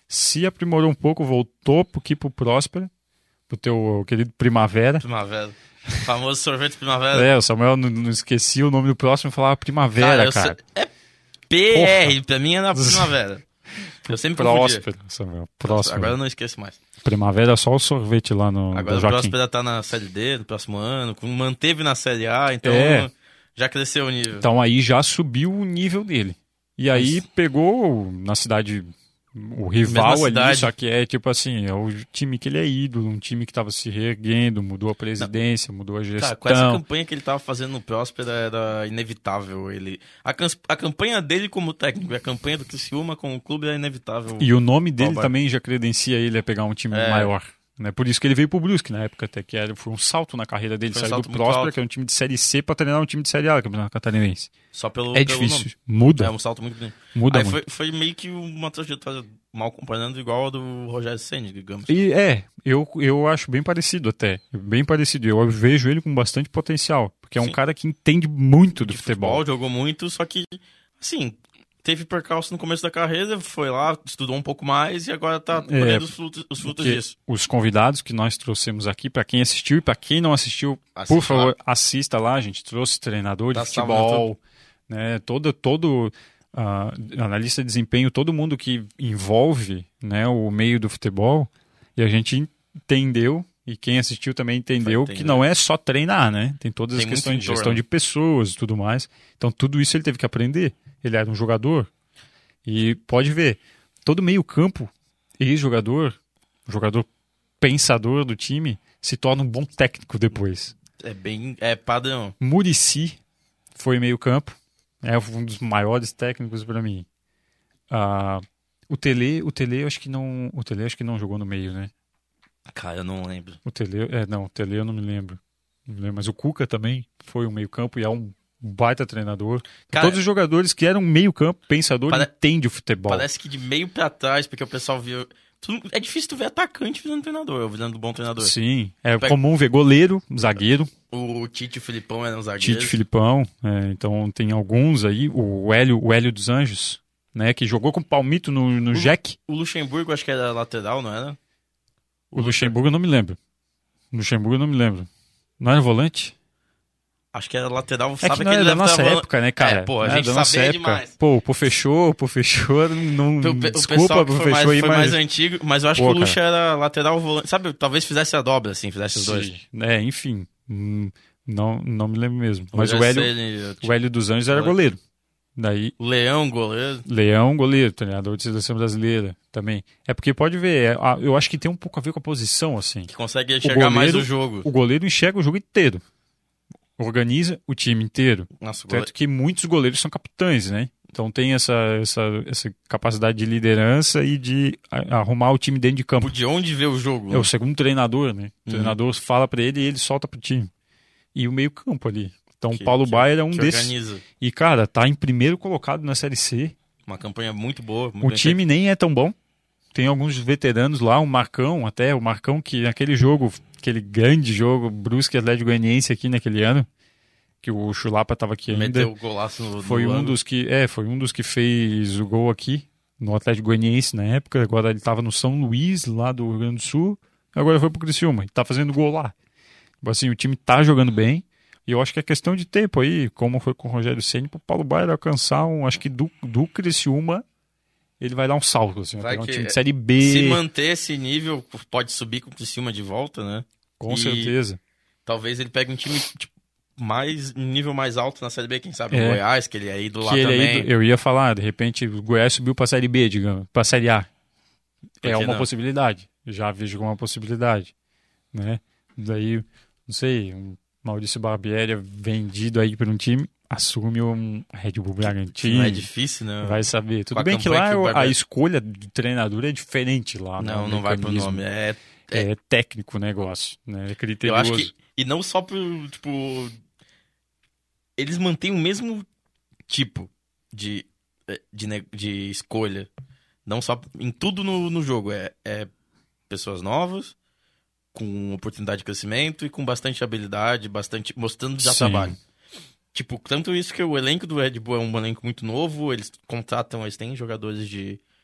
Speaker 2: se aprimorou um pouco, voltou aqui pro Próspera, pro teu querido Primavera.
Speaker 1: Primavera. O famoso sorvete Primavera.
Speaker 2: É, o Samuel não, não esquecia o nome do próximo e falava Primavera, cara.
Speaker 1: cara. Sei, é P R, Porra. Pra mim é na Primavera. Eu sempre
Speaker 2: Próspera, Samuel. Próspera.
Speaker 1: Agora eu não esqueço mais.
Speaker 2: Primavera é só o sorvete lá no
Speaker 1: Agora o Próspera tá na Série D no próximo ano, manteve na Série A, então é. já cresceu o nível.
Speaker 2: Então aí já subiu o nível dele. E aí Nossa. pegou na cidade o rival ali, só que é tipo assim, é o time que ele é ídolo, um time que tava se reerguendo, mudou a presidência, não. mudou a gestão. Cara,
Speaker 1: com essa campanha que ele tava fazendo no Próspera era inevitável. Ele... A, a campanha dele como técnico e a campanha do Criciúma com o clube é inevitável.
Speaker 2: E o nome dele também já credencia ele a pegar um time é. maior. Né? Por isso que ele veio pro Brusque na época, até que era, foi um salto na carreira dele, saiu um do Próspera, que é um time de Série C, pra treinar um time de Série A, Campeonato Catarinense.
Speaker 1: Só pelo
Speaker 2: É
Speaker 1: pelo
Speaker 2: difícil,
Speaker 1: nome.
Speaker 2: muda.
Speaker 1: É um salto muito grande.
Speaker 2: Muda
Speaker 1: Aí
Speaker 2: muito.
Speaker 1: Foi, foi meio que uma trajetória mal comparando igual a do Rogério Ceni, digamos.
Speaker 2: E é, eu, eu acho bem parecido até, bem parecido. Eu vejo ele com bastante potencial, porque é Sim. um cara que entende muito do
Speaker 1: de
Speaker 2: futebol.
Speaker 1: futebol. Jogou muito, só que, assim... Teve percalço no começo da carreira, foi lá, estudou um pouco mais e agora tá colhendo é, os frutos, os frutos disso.
Speaker 2: Os convidados que nós trouxemos aqui, para quem assistiu e para quem não assistiu, Assista por favor, lá. assista lá. A gente trouxe treinador tá de futebol, né, todo, todo uh, analista de desempenho, todo mundo que envolve, né, o meio do futebol, e a gente entendeu, e quem assistiu também entendeu que não é só treinar, né? Tem todas Tem as questões de gestão de pessoas e tudo mais. Então tudo isso ele teve que aprender. Ele era um jogador e pode ver, todo meio campo, ex-jogador, jogador pensador do time, se torna um bom técnico depois.
Speaker 1: É bem, é padrão.
Speaker 2: Muricy foi meio campo, é um dos maiores técnicos para mim. Ah, o Tele, o Tele acho que não, o Tele acho que não jogou no meio, né?
Speaker 1: Cara, eu não lembro.
Speaker 2: O Tele, é, não, o Tele eu não me lembro. Não me lembro, mas o Cuca também foi um meio campo e é um baita treinador. Cara, todos os jogadores que eram meio campo, pensador, pare... entende o futebol.
Speaker 1: Parece que de meio pra trás, porque o pessoal viu... É difícil tu ver atacante virando treinador, ou virando bom treinador.
Speaker 2: Sim, é Pega... comum ver goleiro, zagueiro.
Speaker 1: O Tite e o Filipão eram zagueiros.
Speaker 2: Tite e Filipão, é, então tem alguns aí. O Hélio, o Hélio dos Anjos, né, que jogou com o Palmito no, no
Speaker 1: o,
Speaker 2: Jack.
Speaker 1: O Luxemburgo acho que era lateral, não era?
Speaker 2: O, o Luxemburgo eu não me lembro. O Luxemburgo eu não me lembro. Não era volante?
Speaker 1: Acho que era lateral,
Speaker 2: é
Speaker 1: sabe
Speaker 2: que não
Speaker 1: que
Speaker 2: é da nossa época, né, cara?
Speaker 1: É, pô, a
Speaker 2: é,
Speaker 1: gente sabia demais.
Speaker 2: Pô, pô, fechou, pô, fechou, não...
Speaker 1: O,
Speaker 2: desculpa, pô, fechou
Speaker 1: mais,
Speaker 2: aí,
Speaker 1: foi
Speaker 2: mas...
Speaker 1: mais antigo, mas eu acho
Speaker 2: pô,
Speaker 1: que o Luxa era lateral volante, sabe? Talvez fizesse a dobra, assim, fizesse os
Speaker 2: Sim.
Speaker 1: dois.
Speaker 2: É, enfim, não, não me lembro mesmo. Mas
Speaker 1: o,
Speaker 2: o Hélio,
Speaker 1: ele,
Speaker 2: o Hélio dos Anjos era goleiro. Daí...
Speaker 1: Leão, goleiro.
Speaker 2: Leão, goleiro, treinador de seleção brasileira também. É porque pode ver, é, eu acho que tem um pouco a ver com a posição, assim.
Speaker 1: Que consegue enxergar o goleiro, mais o jogo.
Speaker 2: O goleiro enxerga o jogo inteiro. Organiza o time inteiro.
Speaker 1: Nossa,
Speaker 2: Tanto
Speaker 1: goleiro...
Speaker 2: que muitos goleiros são capitães, né? Então tem essa, essa, essa capacidade de liderança e de arrumar o time dentro de campo.
Speaker 1: De onde vê o jogo?
Speaker 2: É
Speaker 1: né?
Speaker 2: o segundo treinador, né? O
Speaker 1: uhum.
Speaker 2: treinador fala pra ele e ele solta pro time. E o meio campo ali. Então o
Speaker 1: que,
Speaker 2: Paulo
Speaker 1: que,
Speaker 2: Baier é um
Speaker 1: que
Speaker 2: desses.
Speaker 1: Organiza.
Speaker 2: E, cara, tá em primeiro colocado na Série C.
Speaker 1: Uma campanha muito boa. Muito
Speaker 2: o time feito. Nem é tão bom. Tem alguns veteranos lá, o Marcão até, o Marcão que naquele jogo, aquele grande jogo, Brusque Atlético Goianiense aqui naquele ano, que o Chulapa estava aqui ainda.
Speaker 1: Meteu o golaço no,
Speaker 2: foi
Speaker 1: no
Speaker 2: um
Speaker 1: ano.
Speaker 2: dos que é, foi um dos que fez o gol aqui no Atlético Goianiense na época. Agora ele estava no São Luís, lá do Rio Grande do Sul. Agora foi pro Criciúma e tá fazendo gol lá. Tipo assim, o time tá jogando bem. E eu acho que é questão de tempo aí, como foi com o Rogério Ceni, pro Paulo Baier alcançar um, acho que do, do Criciúma ele vai dar um salto, assim, vai pegar um time de Série B.
Speaker 1: Se manter esse nível, pode subir com o Criciúma de volta, né?
Speaker 2: Com
Speaker 1: e
Speaker 2: certeza.
Speaker 1: Talvez ele pegue um time tipo, mais um nível mais alto na Série B, quem sabe,
Speaker 2: é.
Speaker 1: o Goiás, que ele é ídolo lá
Speaker 2: ele
Speaker 1: também.
Speaker 2: É ídolo, eu ia falar, de repente o Goiás subiu pra Série B, digamos, pra Série A.
Speaker 1: Por
Speaker 2: é uma
Speaker 1: não?
Speaker 2: possibilidade, já vejo como uma possibilidade, né? Daí, não sei, um Maurício Barbieri vendido aí por um time, assume um Red Bull Bragantino.
Speaker 1: Não é difícil, né?
Speaker 2: Vai saber. Tudo bem que lá que Barbieri... a escolha de treinador é diferente lá.
Speaker 1: Não, não, não vai pro nome. É,
Speaker 2: é... é técnico o negócio, né? É criterioso.
Speaker 1: Eu acho que... E não só por, tipo... Eles mantêm o mesmo tipo de, de, de escolha. Não só... Em tudo no, no jogo. É, é pessoas novas, com oportunidade de crescimento e com bastante habilidade, bastante mostrando já
Speaker 2: Sim.
Speaker 1: trabalho. Tipo, tanto isso que o elenco do Red Bull é um elenco muito novo, eles contratam, eles têm jogadores de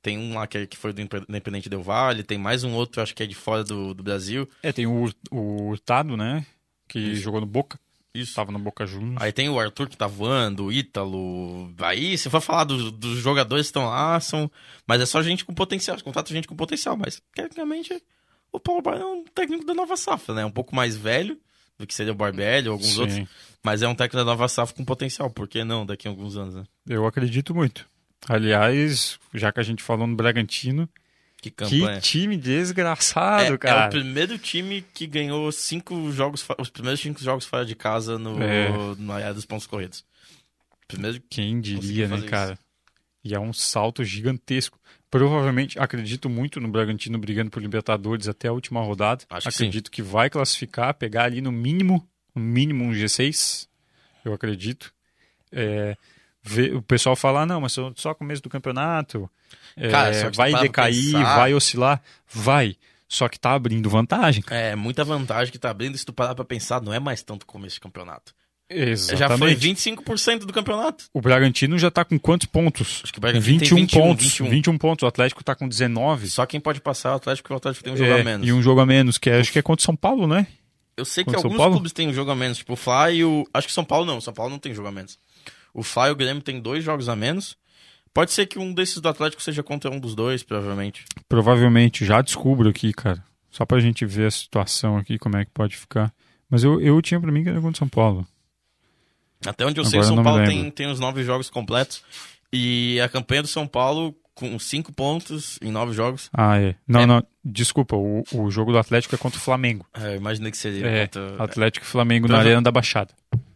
Speaker 1: tem um lá que, é- que foi do Independente Del Valle, tem mais um outro, acho que é de fora do, do Brasil.
Speaker 2: É, tem o, Hur- o Hurtado, né? Que
Speaker 1: Isso.
Speaker 2: jogou no Boca.
Speaker 1: Isso.
Speaker 2: Tava no Boca Juniors.
Speaker 1: Aí tem o Arthur que tá voando, o Ítalo. Aí, se for falar do- dos jogadores que estão lá, são. Mas é só gente com potencial, contrata gente com potencial. Mas, tecnicamente, o Paulo Baier é um técnico da nova safra, né? Um pouco mais velho do que seria o Barbieri ou alguns
Speaker 2: Sim.
Speaker 1: outros. Mas é um técnico da nova safra com potencial. Por que não daqui a alguns anos, né?
Speaker 2: Eu acredito muito. Aliás, já que a gente falou no Bragantino,
Speaker 1: Que campanha.
Speaker 2: que time desgraçado,
Speaker 1: É, é
Speaker 2: cara.
Speaker 1: o primeiro time que ganhou cinco jogos, fa- os primeiros cinco jogos fora de casa no,
Speaker 2: É.
Speaker 1: na área dos pontos corridos. Primeiro,
Speaker 2: Quem diria,
Speaker 1: conseguiu
Speaker 2: né,
Speaker 1: fazer
Speaker 2: cara? E é um salto gigantesco. Provavelmente, acredito muito no Bragantino brigando por Libertadores até a última rodada.
Speaker 1: Acho que
Speaker 2: acredito que vai classificar, pegar ali no mínimo, no mínimo um G seis. Eu acredito. É, vê- o pessoal fala, ah, não, mas só, só começo do campeonato. É,
Speaker 1: Cara, só que se
Speaker 2: vai
Speaker 1: parar pra
Speaker 2: decair,
Speaker 1: pensar-
Speaker 2: vai oscilar. Vai. Só que tá abrindo vantagem.
Speaker 1: é muita vantagem que tá abrindo. Se tu parar pra pensar, não é mais tanto começo de campeonato.
Speaker 2: Exatamente.
Speaker 1: Já foi vinte e cinco por cento do campeonato.
Speaker 2: O Bragantino já tá com quantos pontos?
Speaker 1: Acho que o Bragantino tem
Speaker 2: vinte e um
Speaker 1: vinte e um,
Speaker 2: pontos.
Speaker 1: vinte e um.
Speaker 2: vinte e um pontos. O Atlético tá com dezenove.
Speaker 1: Só quem pode passar é o Atlético, porque o Atlético tem um jogo
Speaker 2: É,
Speaker 1: a menos.
Speaker 2: E um jogo a menos, que é, acho que é contra o São Paulo, né?
Speaker 1: Eu sei que
Speaker 2: Contra o São
Speaker 1: alguns
Speaker 2: Paulo?
Speaker 1: clubes têm um jogo a menos, tipo o Fly e o... Acho que São Paulo não, São Paulo não tem jogo a menos. O Fly e o Grêmio tem dois jogos a menos. Pode ser que um desses do Atlético seja contra um dos dois, provavelmente.
Speaker 2: Provavelmente, já descubro aqui, cara. Só pra gente ver a situação aqui, como é que pode ficar. Mas eu, eu tinha pra mim que era contra o São Paulo.
Speaker 1: Até onde eu
Speaker 2: Agora
Speaker 1: sei,
Speaker 2: eu
Speaker 1: São
Speaker 2: não me
Speaker 1: Paulo
Speaker 2: lembro.
Speaker 1: tem, tem os nove jogos completos. E a campanha do São Paulo, com cinco pontos em nove jogos.
Speaker 2: Ah, é. Não,
Speaker 1: É.
Speaker 2: não, desculpa, o, o jogo do Atlético é contra o Flamengo.
Speaker 1: É, eu imaginei que seria
Speaker 2: É,
Speaker 1: contra...
Speaker 2: Atlético e Flamengo na
Speaker 1: Prova-
Speaker 2: Arena da Baixada.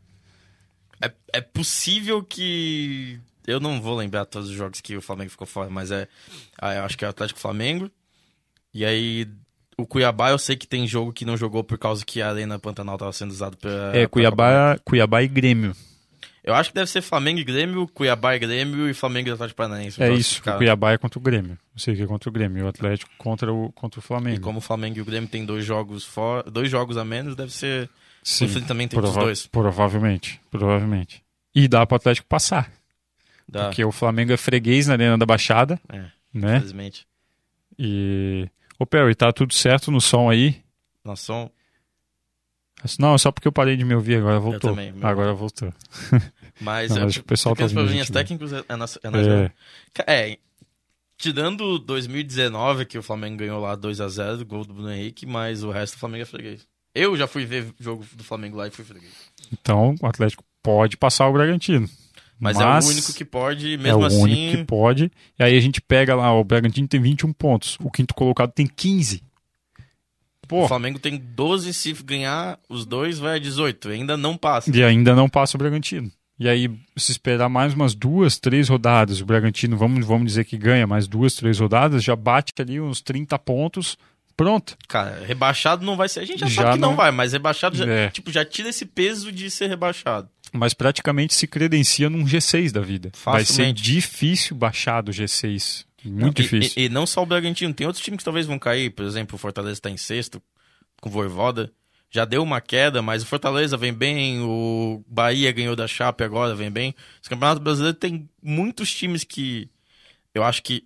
Speaker 1: É, é possível que... Eu não vou lembrar todos os jogos que o Flamengo ficou fora, mas é... ah, eu acho que é o Atlético e Flamengo. E aí... O Cuiabá, eu sei que tem jogo que não jogou por causa que a Arena Pantanal estava sendo usada para...
Speaker 2: É, Cuiabá, Cuiabá e Grêmio.
Speaker 1: Eu acho que deve ser Flamengo e Grêmio, Cuiabá e Grêmio e Flamengo e Atlético Paranaense.
Speaker 2: É
Speaker 1: Os
Speaker 2: isso, o
Speaker 1: caras.
Speaker 2: Cuiabá é contra o Grêmio. Eu sei que é contra o Grêmio. O Atlético contra o, contra o
Speaker 1: E
Speaker 2: Flamengo.
Speaker 1: como o Flamengo e o Grêmio tem dois jogos fora, dois jogos a menos, deve ser
Speaker 2: Sim,
Speaker 1: o enfrentamento entre os
Speaker 2: prova-
Speaker 1: dois.
Speaker 2: Provavelmente, provavelmente. E dá pro Atlético passar.
Speaker 1: Dá,
Speaker 2: Porque o Flamengo é freguês na Arena da Baixada,
Speaker 1: é,
Speaker 2: né?
Speaker 1: infelizmente.
Speaker 2: E... Ô, Perry, tá tudo certo no som aí?
Speaker 1: Nós somos...
Speaker 2: Não, é só porque eu parei de me ouvir, agora voltou.
Speaker 1: também, meu-
Speaker 2: agora voltou.
Speaker 1: Mas
Speaker 2: Não,
Speaker 1: é,
Speaker 2: acho que o pessoal tá
Speaker 1: pequenos
Speaker 2: ouvindo a
Speaker 1: probleminhas
Speaker 2: gente, né?
Speaker 1: técnicos é, é, nossa, é, nós
Speaker 2: É,
Speaker 1: mesmo. Ca- é, tirando dois mil e dezenove, que o Flamengo ganhou lá dois a zero, gol do Bruno Henrique, mas o resto do Flamengo é freguês. Eu já fui ver jogo do Flamengo lá e fui freguês.
Speaker 2: então o Atlético pode passar o Bragantino.
Speaker 1: Mas, é o único que pode,
Speaker 2: é
Speaker 1: mesmo
Speaker 2: o
Speaker 1: assim...
Speaker 2: único que pode. E aí a gente pega lá, o Bragantino tem vinte e um pontos. O quinto colocado tem quinze. Pô,
Speaker 1: O Flamengo tem doze, se ganhar os dois vai a dezoito, ainda não passa.
Speaker 2: e ainda não passa o Bragantino. E aí, se esperar mais umas duas, três rodadas, o Bragantino, vamos, vamos dizer que ganha mais duas, três rodadas, já bate ali uns trinta pontos. Pronto.
Speaker 1: Cara, rebaixado não vai ser. A gente já,
Speaker 2: Já
Speaker 1: sabe que não
Speaker 2: não-
Speaker 1: vai, mas rebaixado já,
Speaker 2: É.
Speaker 1: tipo, já tira esse peso de ser rebaixado.
Speaker 2: Mas praticamente se credencia num G seis da vida. Vai ser
Speaker 1: Facilmente.
Speaker 2: difícil baixar do G seis. Muito
Speaker 1: Não, e-
Speaker 2: difícil.
Speaker 1: E, e não só o Bragantino, tem outros times que talvez vão cair. Por exemplo, o Fortaleza está em sexto, com o Vojvoda. Já deu uma queda, mas o Fortaleza vem bem, o Bahia ganhou da Chape agora, vem bem. Os campeonatos brasileiros tem muitos times que eu acho que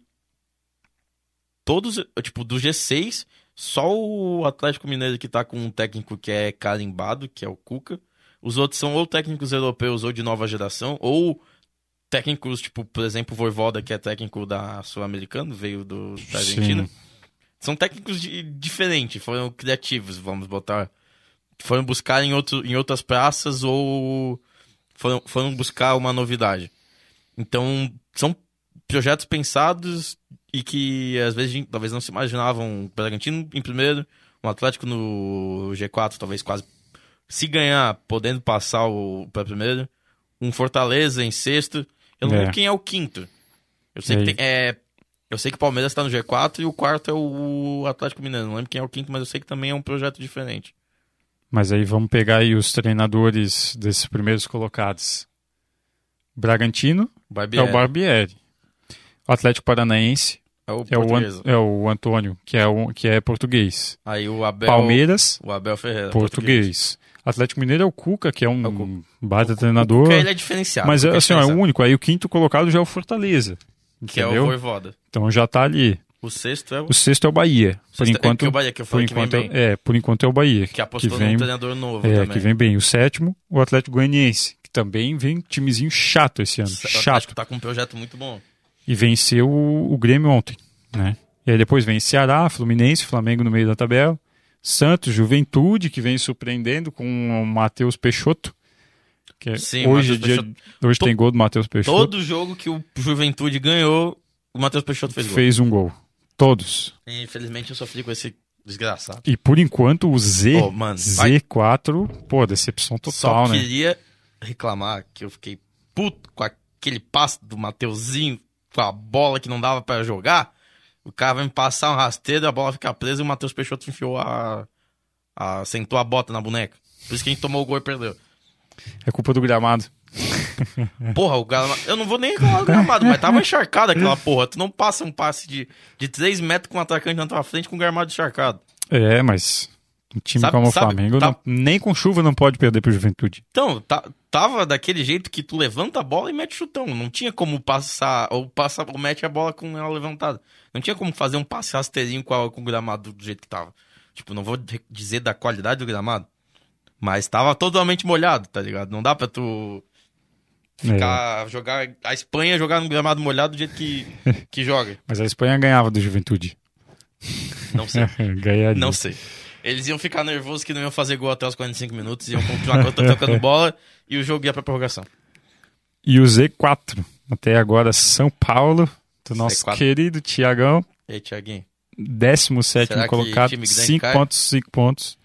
Speaker 1: todos, tipo, do G seis, só o Atlético Mineiro que tá com um técnico que é carimbado, que é o Cuca. Os outros são ou técnicos europeus ou de nova geração, ou técnicos, tipo, por exemplo, o Vojvoda, que é técnico da Sul-Americana, veio do, da Argentina.
Speaker 2: Sim.
Speaker 1: São técnicos de, diferentes, foram criativos, vamos botar. Foram buscar em, outro, em outras praças ou foram, foram buscar uma novidade. Então, são projetos pensados e que às vezes a gente, talvez não se imaginavam. O Bragantino em primeiro, um Atlético no G quatro, talvez quase, se ganhar, podendo passar o para primeiro. Um Fortaleza em sexto. Eu não
Speaker 2: É.
Speaker 1: lembro quem é o quinto. Eu sei,
Speaker 2: E
Speaker 1: que
Speaker 2: aí?
Speaker 1: tem, é, eu sei que o Palmeiras está no G quatro e o quarto é o Atlético Mineiro. Não lembro quem é o quinto, mas eu sei que também é um projeto diferente.
Speaker 2: Mas aí vamos pegar aí os treinadores desses primeiros colocados. Bragantino
Speaker 1: Barbieri.
Speaker 2: é o Barbieri. O Atlético Paranaense
Speaker 1: É o
Speaker 2: é o,
Speaker 1: português.
Speaker 2: An- é o Antônio, que é, o, que é português.
Speaker 1: Aí o Abel...
Speaker 2: Palmeiras,
Speaker 1: O Abel Ferreira.
Speaker 2: português. Atlético Mineiro é o Cuca, que é um
Speaker 1: É o
Speaker 2: baita
Speaker 1: O
Speaker 2: treinador.
Speaker 1: Cuca, ele é diferenciado.
Speaker 2: Mas
Speaker 1: o Cuca
Speaker 2: assim, ó, é o
Speaker 1: diferenciado.
Speaker 2: único. Aí o quinto colocado já é o Fortaleza.
Speaker 1: Que é o
Speaker 2: entendeu?
Speaker 1: Voivoda.
Speaker 2: Então já tá ali.
Speaker 1: O sexto é o...
Speaker 2: O sexto é o Bahia. Por
Speaker 1: Sexto é-
Speaker 2: enquanto,
Speaker 1: que é o Bahia, que eu
Speaker 2: por
Speaker 1: falei que vem
Speaker 2: enquanto,
Speaker 1: bem.
Speaker 2: é, por enquanto é o Bahia.
Speaker 1: Que apostou
Speaker 2: vem,
Speaker 1: num treinador novo
Speaker 2: é,
Speaker 1: também.
Speaker 2: que vem bem. O sétimo, o Atlético Goianiense, que também vem timezinho chato esse ano.
Speaker 1: O
Speaker 2: Chato.
Speaker 1: Atlético tá com um projeto muito bom.
Speaker 2: E venceu o, o Grêmio ontem, né? E aí depois vem Ceará, Fluminense, Flamengo no meio da tabela. Santos, Juventude, que vem surpreendendo com o Matheus Peixoto. Que é-
Speaker 1: Sim,
Speaker 2: hoje
Speaker 1: Matheus
Speaker 2: dia-
Speaker 1: Peixoto.
Speaker 2: hoje
Speaker 1: To-
Speaker 2: tem gol do Matheus Peixoto.
Speaker 1: Todo jogo que o Juventude ganhou, o Matheus Peixoto fez gol.
Speaker 2: Fez um gol. Todos.
Speaker 1: E, infelizmente eu sofri com esse desgraçado.
Speaker 2: E por enquanto o Z,
Speaker 1: Ô, mano, vai-
Speaker 2: Z quatro, pô, decepção total,
Speaker 1: Só
Speaker 2: né?
Speaker 1: queria reclamar que eu fiquei puto com aquele passe do Mateuzinho, com a bola que não dava pra jogar. O cara vai me passar um rasteiro, a bola fica presa e o Matheus Peixoto enfiou a, a... sentou a bota na boneca. Por isso que a gente tomou o gol e perdeu.
Speaker 2: É culpa do gramado.
Speaker 1: Porra, o gramado... Eu não vou nem reclamar do gramado, mas tava encharcado aquela porra. Tu não passa um passe de, de três metros com um atacante na tua frente com o gramado encharcado.
Speaker 2: É, mas um time
Speaker 1: Sabe-
Speaker 2: como o
Speaker 1: sabe,
Speaker 2: Flamengo,
Speaker 1: tá-
Speaker 2: não- nem com chuva não pode perder pro Juventude.
Speaker 1: Então, tá, tava daquele jeito que tu levanta a bola e mete chutão. Não tinha como passar, ou passa, ou mete a bola com ela levantada. Não tinha como fazer um passe rasteirinho com, a- com o gramado do jeito que tava. Tipo, não vou de- dizer da qualidade do gramado, mas tava totalmente molhado, tá ligado? Não dá pra tu ficar, jogar, a Espanha jogar no gramado molhado do jeito que, que joga.
Speaker 2: Mas a Espanha ganhava do Juventude.
Speaker 1: Não sei,
Speaker 2: Ganharia.
Speaker 1: não sei. Eles iam ficar nervosos que não iam fazer gol até os quarenta e cinco minutos, iam continuar tocando bola e o jogo ia pra prorrogação.
Speaker 2: E o Z quatro, até agora São Paulo, do nosso
Speaker 1: Z quatro.
Speaker 2: querido Tiagão,
Speaker 1: E aí, Thiaguinho?
Speaker 2: décimo sétimo
Speaker 1: Será que
Speaker 2: colocado,
Speaker 1: time grande
Speaker 2: cinco
Speaker 1: cai?
Speaker 2: pontos, cinco pontos.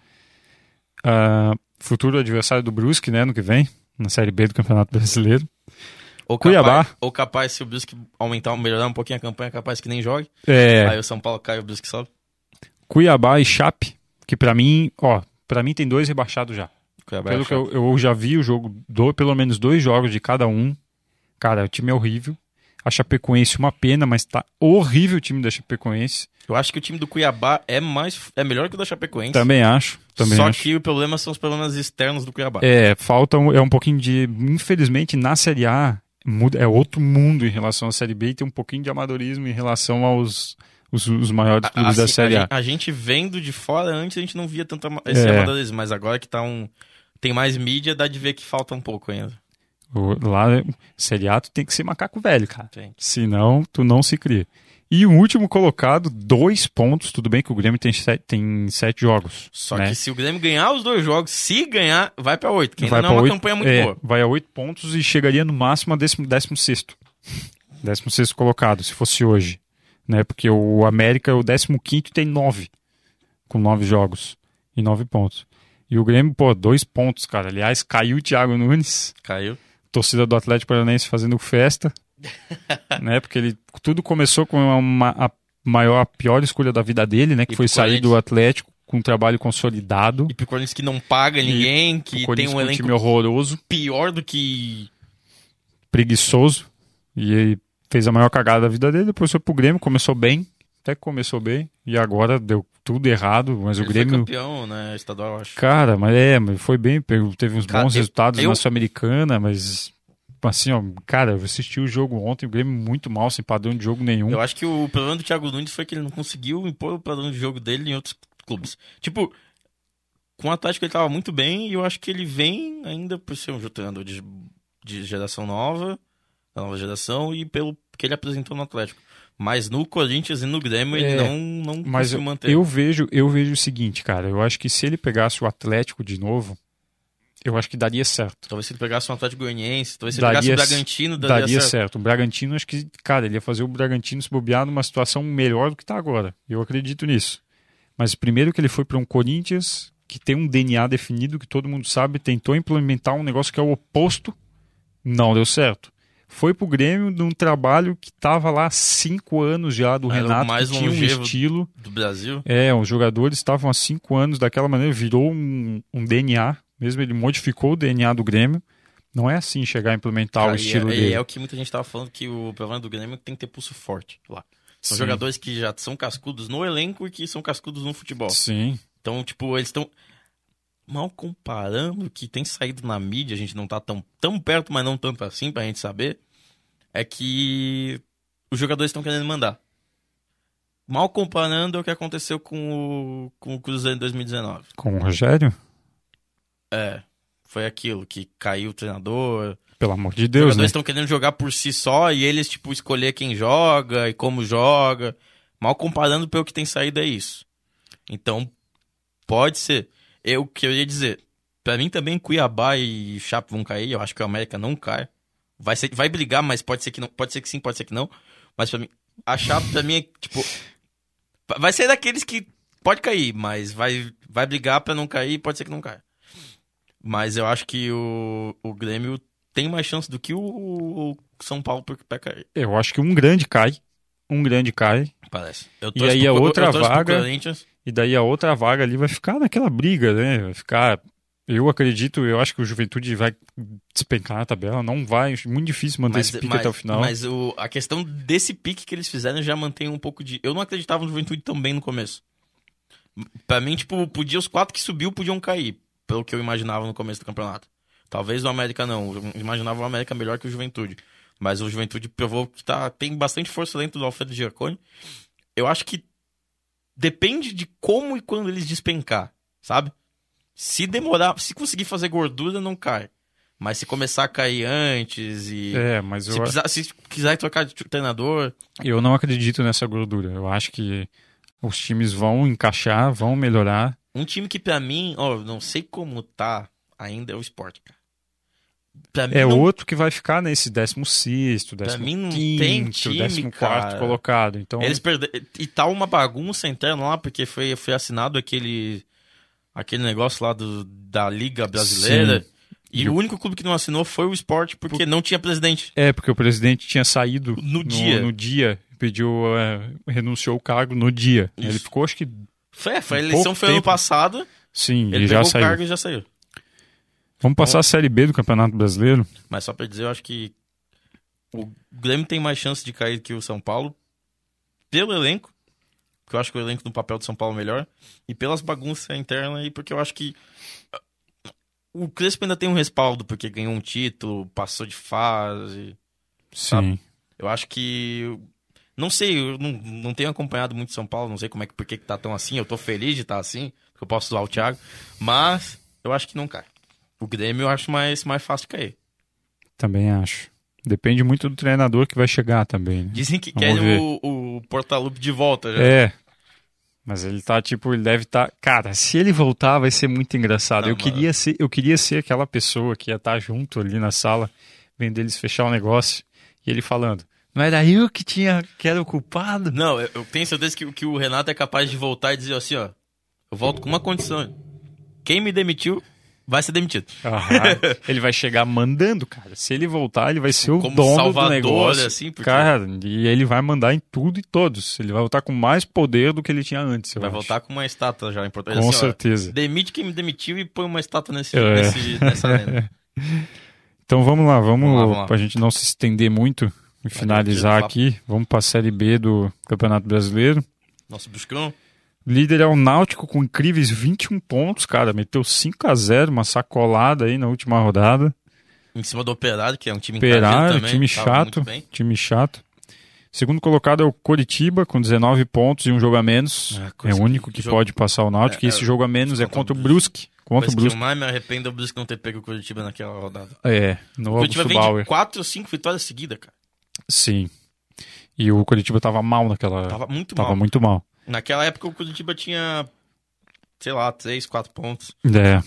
Speaker 2: Ah, futuro adversário do Brusque, né, no que vem, na Série B do Campeonato Brasileiro.
Speaker 1: Ou
Speaker 2: Cuiabá.
Speaker 1: capaz, ou capaz, se o Brusque aumentar, melhorar um pouquinho a campanha, capaz que nem jogue.
Speaker 2: É,
Speaker 1: Aí o São Paulo cai e o Brusque sobe.
Speaker 2: Cuiabá e Chape, que pra mim, ó, pra mim tem dois rebaixados já.
Speaker 1: Cuiabá
Speaker 2: Pelo
Speaker 1: é
Speaker 2: que eu, eu já vi o jogo, do, pelo menos dois jogos de cada um. Cara, o time é horrível. A Chapecoense, uma pena, mas tá horrível o time da Chapecoense.
Speaker 1: Eu acho que o time do Cuiabá é mais é melhor que o da Chapecoense.
Speaker 2: Também acho. Também
Speaker 1: Só
Speaker 2: acho.
Speaker 1: que o problema são os problemas externos do Cuiabá.
Speaker 2: É, falta um, é um pouquinho de. Infelizmente, na Série A, muda, é outro mundo em relação à Série B e tem um pouquinho de amadorismo em relação aos os, os maiores clubes
Speaker 1: Assim,
Speaker 2: da Série
Speaker 1: a,
Speaker 2: A.
Speaker 1: gente, a gente vendo de fora, antes a gente não via tanto ama- esse
Speaker 2: É.
Speaker 1: amadorismo, mas agora que tá um. Tem mais mídia, dá de ver que falta um pouco ainda.
Speaker 2: O- Lá, Série A, tu tem que ser macaco velho, cara.
Speaker 1: Tem.
Speaker 2: Senão, tu não se cria. E o último colocado, dois pontos. Tudo bem que o Grêmio tem sete, tem sete jogos.
Speaker 1: Só
Speaker 2: né?
Speaker 1: que se o Grêmio ganhar os dois jogos, se ganhar, vai pra oito, que ainda
Speaker 2: Vai
Speaker 1: não é
Speaker 2: pra
Speaker 1: uma
Speaker 2: oito-
Speaker 1: campanha muito
Speaker 2: é,
Speaker 1: boa.
Speaker 2: Vai a oito pontos e chegaria no máximo a décimo, décimo sexto. Décimo sexto colocado, se fosse hoje. Né? Porque o América é o décimo quinto e tem nove. Com nove jogos e nove pontos. E o Grêmio, pô, dois pontos, cara. Aliás, caiu o Thiago Nunes.
Speaker 1: Caiu.
Speaker 2: Torcida do Atlético Paranaense fazendo festa. né? Porque ele tudo começou com uma, a maior, a pior escolha da vida dele, né? Que
Speaker 1: E
Speaker 2: foi
Speaker 1: pro
Speaker 2: sair
Speaker 1: Corinthians?
Speaker 2: do Atlético com um trabalho consolidado.
Speaker 1: E pro Corinthians que não paga ninguém, que
Speaker 2: O
Speaker 1: tem
Speaker 2: Corinthians
Speaker 1: um
Speaker 2: com um
Speaker 1: elenco
Speaker 2: time horroroso,
Speaker 1: pior do que.
Speaker 2: preguiçoso. E ele fez a maior cagada da vida dele. Depois foi pro Grêmio, começou bem. Até que começou bem. E agora deu tudo errado. Mas
Speaker 1: Ele
Speaker 2: o Grêmio.
Speaker 1: foi campeão, né? Estadual, eu acho.
Speaker 2: Cara, mas é, mas foi bem, pegou- teve uns
Speaker 1: Cara,
Speaker 2: bons
Speaker 1: eu-
Speaker 2: resultados
Speaker 1: eu-
Speaker 2: na Sul-Americana, mas assim, ó, cara, eu assisti o jogo ontem, o Grêmio muito mal, sem padrão de jogo nenhum.
Speaker 1: Eu acho que o problema do Thiago Nunes foi que ele não conseguiu impor o padrão de jogo dele em outros clubes. Tipo, com o Atlético ele tava muito bem e eu acho que ele vem ainda por ser um treinador de, de geração nova, da nova geração, e pelo que ele apresentou no Atlético. Mas no Corinthians e no Grêmio ele
Speaker 2: É,
Speaker 1: não, não
Speaker 2: Mas
Speaker 1: conseguiu
Speaker 2: eu,
Speaker 1: manter.
Speaker 2: eu vejo, eu vejo o seguinte, cara, eu acho que se ele pegasse o Atlético de novo, eu acho que daria certo.
Speaker 1: Talvez se ele pegasse um Atlético Goianiense, talvez se ele
Speaker 2: Daria,
Speaker 1: pegasse o Bragantino, daria,
Speaker 2: daria
Speaker 1: certo.
Speaker 2: certo. O Bragantino, acho que, cara, ele ia fazer o Bragantino se bobear numa situação melhor do que tá agora. Eu acredito nisso. Mas primeiro que ele foi para um Corinthians que tem um D N A definido, que todo mundo sabe, tentou implementar um negócio que é o oposto, não deu certo. Foi pro Grêmio num trabalho que tava lá há cinco anos já do
Speaker 1: Era o
Speaker 2: Renato,
Speaker 1: mais
Speaker 2: que tinha um
Speaker 1: longevo
Speaker 2: estilo.
Speaker 1: Do Brasil.
Speaker 2: É, os jogadores estavam há cinco anos daquela maneira, virou um, um D N A, mesmo ele modificou o D N A do Grêmio. Não é assim chegar a implementar
Speaker 1: Cara,
Speaker 2: o
Speaker 1: e
Speaker 2: estilo
Speaker 1: é,
Speaker 2: dele.
Speaker 1: e é o que muita gente tava falando, que o problema do Grêmio é que tem que ter pulso forte lá. São
Speaker 2: Sim.
Speaker 1: jogadores que já são cascudos no elenco e que são cascudos no futebol.
Speaker 2: Sim.
Speaker 1: Então, tipo, eles estão mal comparando o que tem saído na mídia, a gente não tá tão, tão perto, mas não tanto assim pra gente saber, é que os jogadores estão querendo mandar. Mal comparando é o que aconteceu com o, com o Cruzeiro em dois mil e dezenove.
Speaker 2: Com o Rogério?
Speaker 1: É, foi aquilo, que caiu o treinador.
Speaker 2: Pelo amor de
Speaker 1: Os
Speaker 2: Deus,
Speaker 1: jogadores
Speaker 2: né?
Speaker 1: estão querendo jogar por si só e eles, tipo, escolher quem joga e como joga. Mal comparando pelo que tem saído é isso. Então, pode ser. Eu que eu ia dizer, pra mim também Cuiabá e Chape vão cair, eu acho que o América não cai. Vai, ser, vai brigar, mas pode ser que não, pode ser que sim, pode ser que não. Mas pra mim, a Chape pra mim é, tipo, vai ser daqueles que pode cair, mas vai, vai brigar pra não cair, pode ser que não caia. Mas eu acho que o, o Grêmio tem mais chance do que o, o São Paulo pra cair.
Speaker 2: Eu acho que um grande cai. Um grande cai.
Speaker 1: Parece. Eu
Speaker 2: E aí a
Speaker 1: pro,
Speaker 2: outra
Speaker 1: eu torço pro
Speaker 2: vaga.
Speaker 1: Corinthians.
Speaker 2: E daí a outra vaga ali vai ficar naquela briga, né? Vai ficar. Eu acredito, eu acho que o Juventude vai despencar na tabela. Não vai. Muito difícil manter
Speaker 1: Mas,
Speaker 2: esse pique
Speaker 1: mas,
Speaker 2: até o final.
Speaker 1: mas o, a questão desse pique que eles fizeram já mantém um pouco de. Eu não acreditava no Juventude tão bem no começo. Pra mim, tipo, podia, os quatro que subiu podiam cair. Pelo que eu imaginava no começo do campeonato. Talvez o América não. Eu imaginava o América melhor que o Juventude. Mas o Juventude provou que tá, tem bastante força dentro do Alfredo Giacone. Eu acho que depende de como e quando eles despencar, sabe? Se demorar, se conseguir fazer gordura, não cai. Mas se começar a cair antes e...
Speaker 2: É, mas
Speaker 1: se,
Speaker 2: eu,
Speaker 1: precisar, se quiser trocar de treinador...
Speaker 2: eu não acredito nessa gordura. Eu acho que os times vão encaixar, vão melhorar.
Speaker 1: Um time que pra mim, ó, não sei como tá ainda é o Sport, cara. Pra mim
Speaker 2: É
Speaker 1: não,
Speaker 2: outro que vai ficar nesse décimo sexto, décimo
Speaker 1: mim não
Speaker 2: quinto,
Speaker 1: tem time,
Speaker 2: décimo quarto
Speaker 1: cara.
Speaker 2: colocado. Então,
Speaker 1: Eles perderam. E tá uma bagunça interna lá, porque foi, foi assinado aquele, aquele negócio lá do, da Liga Brasileira.
Speaker 2: Sim.
Speaker 1: E,
Speaker 2: E
Speaker 1: o
Speaker 2: o-
Speaker 1: único clube que não assinou foi o Sport, porque não tinha presidente.
Speaker 2: é, porque o presidente tinha saído
Speaker 1: No dia.
Speaker 2: no dia pediu, é, renunciou ao cargo no dia.
Speaker 1: Isso.
Speaker 2: Ele ficou, acho que,
Speaker 1: Foi, foi a
Speaker 2: Um
Speaker 1: eleição
Speaker 2: pouco
Speaker 1: foi ano
Speaker 2: tempo.
Speaker 1: passado,
Speaker 2: sim,
Speaker 1: ele
Speaker 2: e já
Speaker 1: pegou o
Speaker 2: saiu.
Speaker 1: cargo e já saiu.
Speaker 2: Vamos passar a Série B do Campeonato Brasileiro?
Speaker 1: Mas só pra dizer, eu acho que o Grêmio tem mais chance de cair que o São Paulo, pelo elenco, porque eu acho que o elenco no papel do São Paulo é melhor, e pelas bagunças internas, e porque eu acho que o Crespo ainda tem um respaldo, porque ganhou um título, passou de fase.
Speaker 2: Sim.
Speaker 1: Eu acho que... Não sei, eu não, não tenho acompanhado muito São Paulo, não sei como é que, por que que tá tão assim, eu tô feliz de estar assim, porque eu posso zoar o Thiago, mas eu acho que não cai. O Grêmio eu acho mais, mais fácil de cair.
Speaker 2: Também acho. Depende muito do treinador que vai chegar também, né?
Speaker 1: Dizem que
Speaker 2: Vamos
Speaker 1: querem
Speaker 2: ver.
Speaker 1: o, o Portaluppi de volta já.
Speaker 2: É. Mas ele tá, tipo, ele deve estar... Tá... Cara, se ele voltar, vai ser muito engraçado.
Speaker 1: Não,
Speaker 2: eu,
Speaker 1: mano.
Speaker 2: queria ser, eu queria ser aquela pessoa que ia estar junto ali na sala, vendo eles fechar o negócio, e ele falando, não era eu que tinha, que era o culpado?
Speaker 1: Não, eu, eu tenho certeza que, que o Renato é capaz de voltar e dizer assim, ó, eu volto com uma condição. Quem me demitiu vai ser demitido.
Speaker 2: Aham. Ele vai chegar mandando, cara. Se ele voltar, ele vai ser o
Speaker 1: Como
Speaker 2: dono
Speaker 1: salvador,
Speaker 2: do negócio.
Speaker 1: assim, porque-
Speaker 2: Cara, e ele vai mandar em tudo e todos. Ele vai voltar com mais poder do que ele tinha antes, eu
Speaker 1: Vai
Speaker 2: acho.
Speaker 1: voltar com uma estátua já em Porto
Speaker 2: Com
Speaker 1: assim, ó,
Speaker 2: certeza.
Speaker 1: demite quem me demitiu e põe uma estátua nesse,
Speaker 2: É.
Speaker 1: nesse, nessa lenda.
Speaker 2: Então vamos lá, vamos,
Speaker 1: Vamos lá, vamos lá.
Speaker 2: pra gente não se estender muito e finalizar
Speaker 1: eu-
Speaker 2: aqui. Vamos pra Série B do Campeonato Brasileiro.
Speaker 1: Nosso Buscão.
Speaker 2: Líder é o Náutico com incríveis vinte e um pontos, cara. Meteu cinco a zero, uma sacolada aí na última rodada.
Speaker 1: Em cima do Operário, que é um time encardido
Speaker 2: Operário,
Speaker 1: também.
Speaker 2: time
Speaker 1: tava
Speaker 2: chato.
Speaker 1: muito bem.
Speaker 2: Time chato. Segundo colocado é o Coritiba, com dezenove pontos e um jogo a menos.
Speaker 1: Ah,
Speaker 2: é
Speaker 1: coisa
Speaker 2: o único
Speaker 1: que-
Speaker 2: que,
Speaker 1: que jogo-
Speaker 2: pode passar o Náutico.
Speaker 1: É,
Speaker 2: e esse
Speaker 1: é,
Speaker 2: jogo a menos é
Speaker 1: contra
Speaker 2: contra
Speaker 1: o
Speaker 2: o Brusque. Contra
Speaker 1: Mas
Speaker 2: o
Speaker 1: que
Speaker 2: Brusque.
Speaker 1: eu mais me arrependo é o Brusque não ter pego o Curitiba naquela rodada.
Speaker 2: É, no
Speaker 1: O Curitiba
Speaker 2: Augusto
Speaker 1: vem
Speaker 2: Bauer.
Speaker 1: de quatro ou cinco vitórias seguidas, cara.
Speaker 2: Sim. E o Coritiba tava mal naquela...
Speaker 1: Tava muito
Speaker 2: tava
Speaker 1: mal.
Speaker 2: muito mal.
Speaker 1: Naquela época o Curitiba tinha, sei lá, três, quatro pontos.
Speaker 2: É.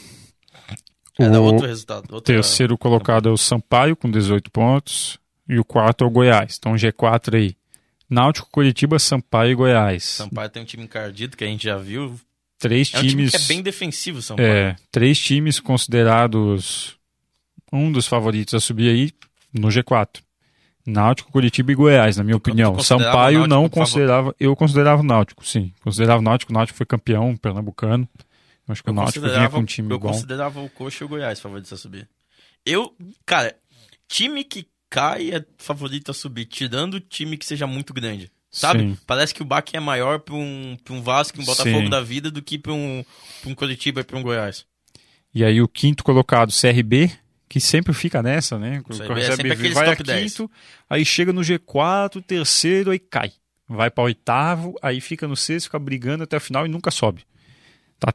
Speaker 1: Era
Speaker 2: O
Speaker 1: outro resultado. Outra...
Speaker 2: terceiro colocado é o Sampaio, com dezoito pontos. E o quarto é o Goiás. Então, G quatro aí. Náutico, Coritiba, Sampaio e Goiás.
Speaker 1: Sampaio tem um time encardido, que a gente já viu.
Speaker 2: Três
Speaker 1: É um time
Speaker 2: times...
Speaker 1: que é bem defensivo, Sampaio.
Speaker 2: É, três times considerados um dos favoritos a subir aí no G quatro. Náutico, Curitiba e Goiás, na minha
Speaker 1: Tu- tu
Speaker 2: opinião.
Speaker 1: considerava o
Speaker 2: Sampaio
Speaker 1: Náutico
Speaker 2: não
Speaker 1: como
Speaker 2: considerava... Eu considerava o Náutico, sim. Considerava o Náutico. O Náutico foi campeão pernambucano. Eu acho que
Speaker 1: Eu
Speaker 2: o Náutico vinha
Speaker 1: considerava,
Speaker 2: com um time
Speaker 1: eu
Speaker 2: bom.
Speaker 1: considerava o Coxa e o Goiás favoritos a subir. Eu, cara, time que cai é favorito a subir, tirando o time que seja muito grande. Sabe?
Speaker 2: Sim.
Speaker 1: Parece que o baque é maior pra um, pra um Vasco e um Botafogo
Speaker 2: Sim.
Speaker 1: da vida do que pra um, pra um Curitiba e pra um Goiás.
Speaker 2: E aí o quinto colocado, C R B, que sempre fica nessa, né?
Speaker 1: Isso aí,
Speaker 2: Recebe,
Speaker 1: é sempre aqueles
Speaker 2: vai
Speaker 1: top
Speaker 2: a
Speaker 1: dez.
Speaker 2: quinto, aí chega no G quatro, terceiro, aí cai. Vai para oitavo, aí fica no sexto, fica brigando até o final e nunca sobe. Tá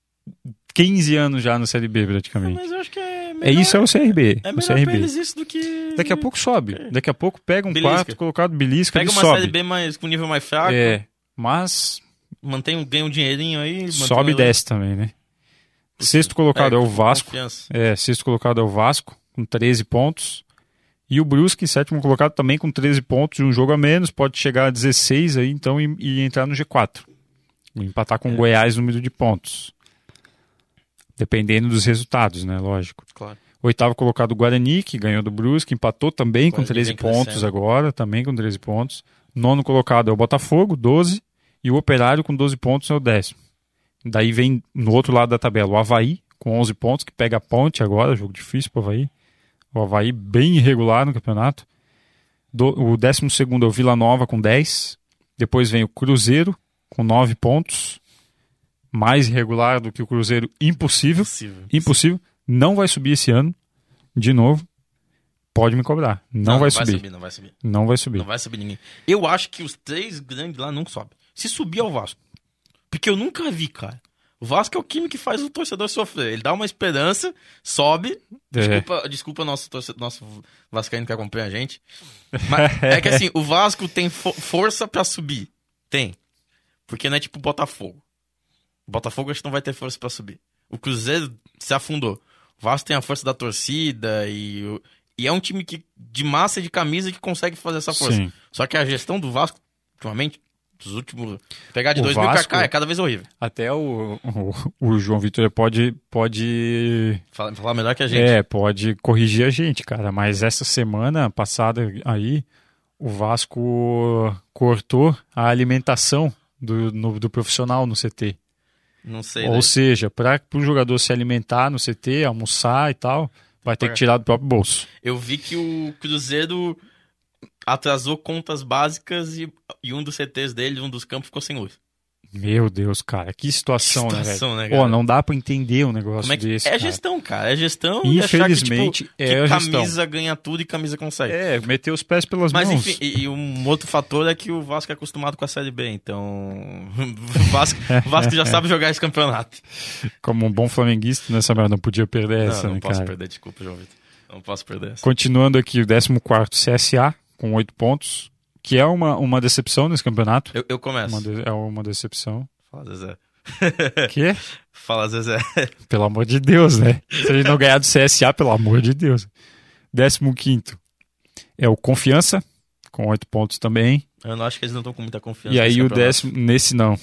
Speaker 2: quinze anos já no Série B, praticamente.
Speaker 1: Ah, mas eu acho que é melhor,
Speaker 2: É isso, é o C R B.
Speaker 1: É
Speaker 2: o
Speaker 1: melhor
Speaker 2: C R
Speaker 1: pra
Speaker 2: B.
Speaker 1: eles isso do que...
Speaker 2: Daqui a pouco sobe. Daqui a pouco pega um
Speaker 1: Belisca.
Speaker 2: quarto colocado, belisca,
Speaker 1: Pega
Speaker 2: ele
Speaker 1: uma
Speaker 2: sobe.
Speaker 1: Série B mais, com nível mais fraco,
Speaker 2: É, mas
Speaker 1: mantém, um- ganha um dinheirinho aí... mantém
Speaker 2: sobe e
Speaker 1: um-
Speaker 2: desce também, né? Sexto colocado é, é o Vasco.
Speaker 1: Confiança.
Speaker 2: É, sexto colocado é o Vasco, com treze pontos. E o Brusque, sétimo colocado, também com treze pontos, um jogo a menos, pode chegar a dezesseis aí, então, e, e entrar no G quatro. E empatar com o
Speaker 1: É.
Speaker 2: Goiás no número de pontos. Dependendo dos resultados, né? Lógico.
Speaker 1: Claro.
Speaker 2: Oitavo colocado o Guarani, que ganhou do Brusque, empatou também com
Speaker 1: Guarani
Speaker 2: treze
Speaker 1: vem
Speaker 2: pontos
Speaker 1: crescendo.
Speaker 2: agora, também com treze pontos. Nono colocado é o Botafogo, doze, e o Operário com doze pontos é o décimo. Daí vem no outro lado da tabela o Avaí, com onze pontos, que pega a Ponte agora, jogo difícil para o Avaí. O Avaí bem irregular no campeonato. Do, o décimo segundo é o Vila Nova com dez. Depois vem o Cruzeiro com nove pontos. Mais irregular do que o Cruzeiro, impossível.
Speaker 1: Impossível.
Speaker 2: Impossível. Não vai subir esse ano. De novo. Pode me cobrar. Não, vai, subir.
Speaker 1: Não vai subir.
Speaker 2: Não vai subir.
Speaker 1: Não vai subir ninguém. Eu acho que os três grandes lá não sobem. Se subir é o Vasco. Porque eu nunca vi, cara. O Vasco é o time que faz o torcedor sofrer. Ele dá uma esperança, sobe. Desculpa, é. desculpa nosso, torcedor, nosso vascaíno que acompanha a gente. Mas é que assim, o Vasco tem fo- força pra subir. Tem. Porque não é tipo o Botafogo. O Botafogo acho que não vai ter força pra subir. O Cruzeiro se afundou. O Vasco tem a força da torcida e, o- e é um time que, de massa e de camisa que consegue fazer essa força.
Speaker 2: Sim.
Speaker 1: Só que a gestão do Vasco, ultimamente, dos últimos... Pegar de
Speaker 2: O
Speaker 1: dois mil pra
Speaker 2: Vasco-
Speaker 1: cá é cada vez horrível.
Speaker 2: Até o, o, o João Vitor pode, pode,
Speaker 1: Fala, falar melhor que a gente.
Speaker 2: é, pode corrigir a gente, cara. Mas essa semana passada aí, o Vasco cortou a alimentação do, no- do profissional no C T.
Speaker 1: Não sei.
Speaker 2: Ou
Speaker 1: daí.
Speaker 2: seja, para o jogador se alimentar no C T, almoçar e tal, vai ter que tirar do próprio bolso.
Speaker 1: Eu vi que o Cruzeiro atrasou contas básicas e, e um dos C Tês dele, um dos campos, ficou sem luz.
Speaker 2: Meu Deus, cara, que situação,
Speaker 1: Que situação,
Speaker 2: né,
Speaker 1: né,
Speaker 2: velho?
Speaker 1: cara?
Speaker 2: Pô, não dá pra entender um negócio
Speaker 1: Como é que...
Speaker 2: desse,
Speaker 1: é
Speaker 2: cara.
Speaker 1: gestão, cara. É gestão e achar que,
Speaker 2: Infelizmente,
Speaker 1: tipo,
Speaker 2: é
Speaker 1: que
Speaker 2: a gestão.
Speaker 1: camisa ganha tudo e camisa consegue.
Speaker 2: É, meter os pés pelas
Speaker 1: Mas
Speaker 2: mãos.
Speaker 1: enfim, e, e um outro fator é que o Vasco é acostumado com a Série B, então o Vasco, o Vasco já sabe jogar esse campeonato.
Speaker 2: Como um bom flamenguista, né, Samuel? Não podia perder essa,
Speaker 1: não, não
Speaker 2: né,
Speaker 1: posso
Speaker 2: cara?
Speaker 1: perder, desculpa, João Vitor. Não posso perder essa.
Speaker 2: Continuando aqui, o décimo quarto C S A, com oito pontos, que é uma, uma decepção nesse campeonato.
Speaker 1: Eu, eu começo.
Speaker 2: Uma de- é uma decepção.
Speaker 1: Fala, Zezé.
Speaker 2: Que?
Speaker 1: Fala, Zezé.
Speaker 2: Pelo amor de Deus, né? Se a gente não ganhar do C S A, pelo amor de Deus. Décimo quinto é o Confiança, com oito pontos também.
Speaker 1: Eu não acho que eles não estão com muita confiança.
Speaker 2: E aí
Speaker 1: nesse
Speaker 2: o
Speaker 1: campeonato.
Speaker 2: décimo, nesse não.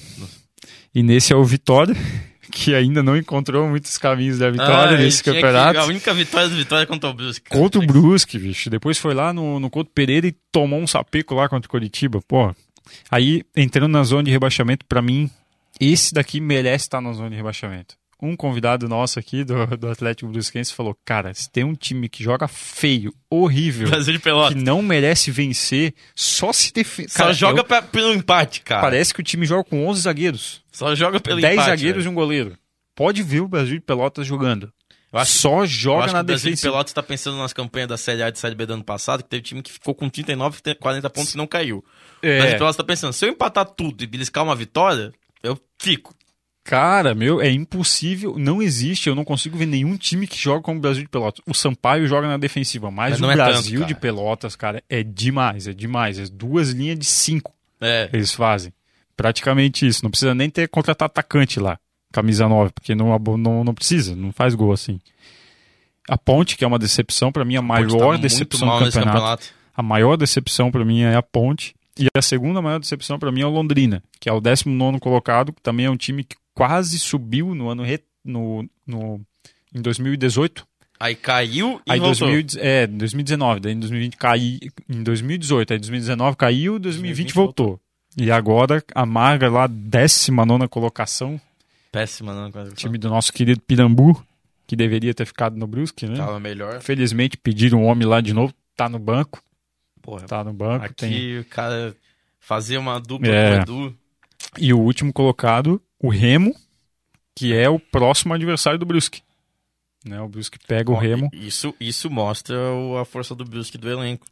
Speaker 2: E nesse é o Vitória, que ainda não encontrou muitos caminhos da vitória
Speaker 1: Ah,
Speaker 2: nesse
Speaker 1: tinha que-
Speaker 2: campeonato.
Speaker 1: A única vitória do Vitória é contra o Brusque. cara.
Speaker 2: Contra o Brusque, bicho. Depois foi lá no, no Couto Pereira e tomou um sapeco lá contra o Coritiba. Pô, aí entrando na zona de rebaixamento, pra mim, esse daqui merece estar na zona de rebaixamento. Um convidado nosso aqui do, do Atlético Brusquense falou, cara, se tem um time que joga feio, horrível,
Speaker 1: Brasil de Pelotas.
Speaker 2: que não merece vencer, só se defende.
Speaker 1: Só joga pra- pelo empate, cara.
Speaker 2: Parece que o time joga com onze zagueiros.
Speaker 1: Só joga pelo
Speaker 2: dez
Speaker 1: empate.
Speaker 2: zagueiros
Speaker 1: velho.
Speaker 2: e um goleiro. Pode ver o Brasil de Pelotas jogando.
Speaker 1: Eu acho-
Speaker 2: Só
Speaker 1: Eu
Speaker 2: joga
Speaker 1: acho
Speaker 2: na
Speaker 1: que o Brasil de
Speaker 2: defesa.
Speaker 1: Pelotas tá pensando nas campanhas da Série A e da Série B do ano passado, que teve time que ficou com trinta e nove, quarenta pontos e não caiu. O Brasil de
Speaker 2: É,
Speaker 1: Pelotas tá pensando, se eu empatar tudo e beliscar uma vitória, eu fico.
Speaker 2: cara, meu, é impossível. Não existe. Eu não consigo ver nenhum time que joga como o Brasil de Pelotas. O Sampaio joga na defensiva, mas,
Speaker 1: Mas
Speaker 2: o
Speaker 1: não é
Speaker 2: Brasil
Speaker 1: tanto,
Speaker 2: de
Speaker 1: cara.
Speaker 2: Pelotas, cara, é demais. É demais. É duas linhas de cinco
Speaker 1: É.
Speaker 2: eles fazem. Praticamente isso. Não precisa nem ter contratar atacante lá. Camisa nove, porque não, não, não precisa. Não faz gol assim. A Ponte, que é uma decepção, pra mim, a
Speaker 1: Ponte
Speaker 2: maior
Speaker 1: tá muito
Speaker 2: decepção
Speaker 1: mal
Speaker 2: do
Speaker 1: nesse
Speaker 2: campeonato. A maior decepção pra mim é a Ponte. E a segunda maior decepção pra mim é o Londrina, que é o décimo nono colocado, que também é um time que quase subiu no ano re... no, no... em dois mil e dezoito.
Speaker 1: Aí caiu e
Speaker 2: Aí
Speaker 1: voltou.
Speaker 2: dois mil, é, dois mil e dezenove, daí em dois mil e vinte caiu, em dois mil e dezoito, aí em dois mil e dezenove caiu, dois mil e vinte voltou. E agora amarga lá décima nona colocação,
Speaker 1: Péssima, não. Quase
Speaker 2: time do nosso querido Pirambu, que deveria ter ficado no Brusque, né?
Speaker 1: Tava melhor.
Speaker 2: Felizmente pediram o homem lá de novo, tá no banco,
Speaker 1: Porra,
Speaker 2: tá no banco.
Speaker 1: aqui
Speaker 2: Tem...
Speaker 1: o cara fazia uma dupla
Speaker 2: É.
Speaker 1: com o Edu.
Speaker 2: E o último colocado, o Remo, que é o próximo adversário do Brusque. né? O Brusque pega o Remo.
Speaker 1: Isso, isso mostra a força do Brusque do elenco.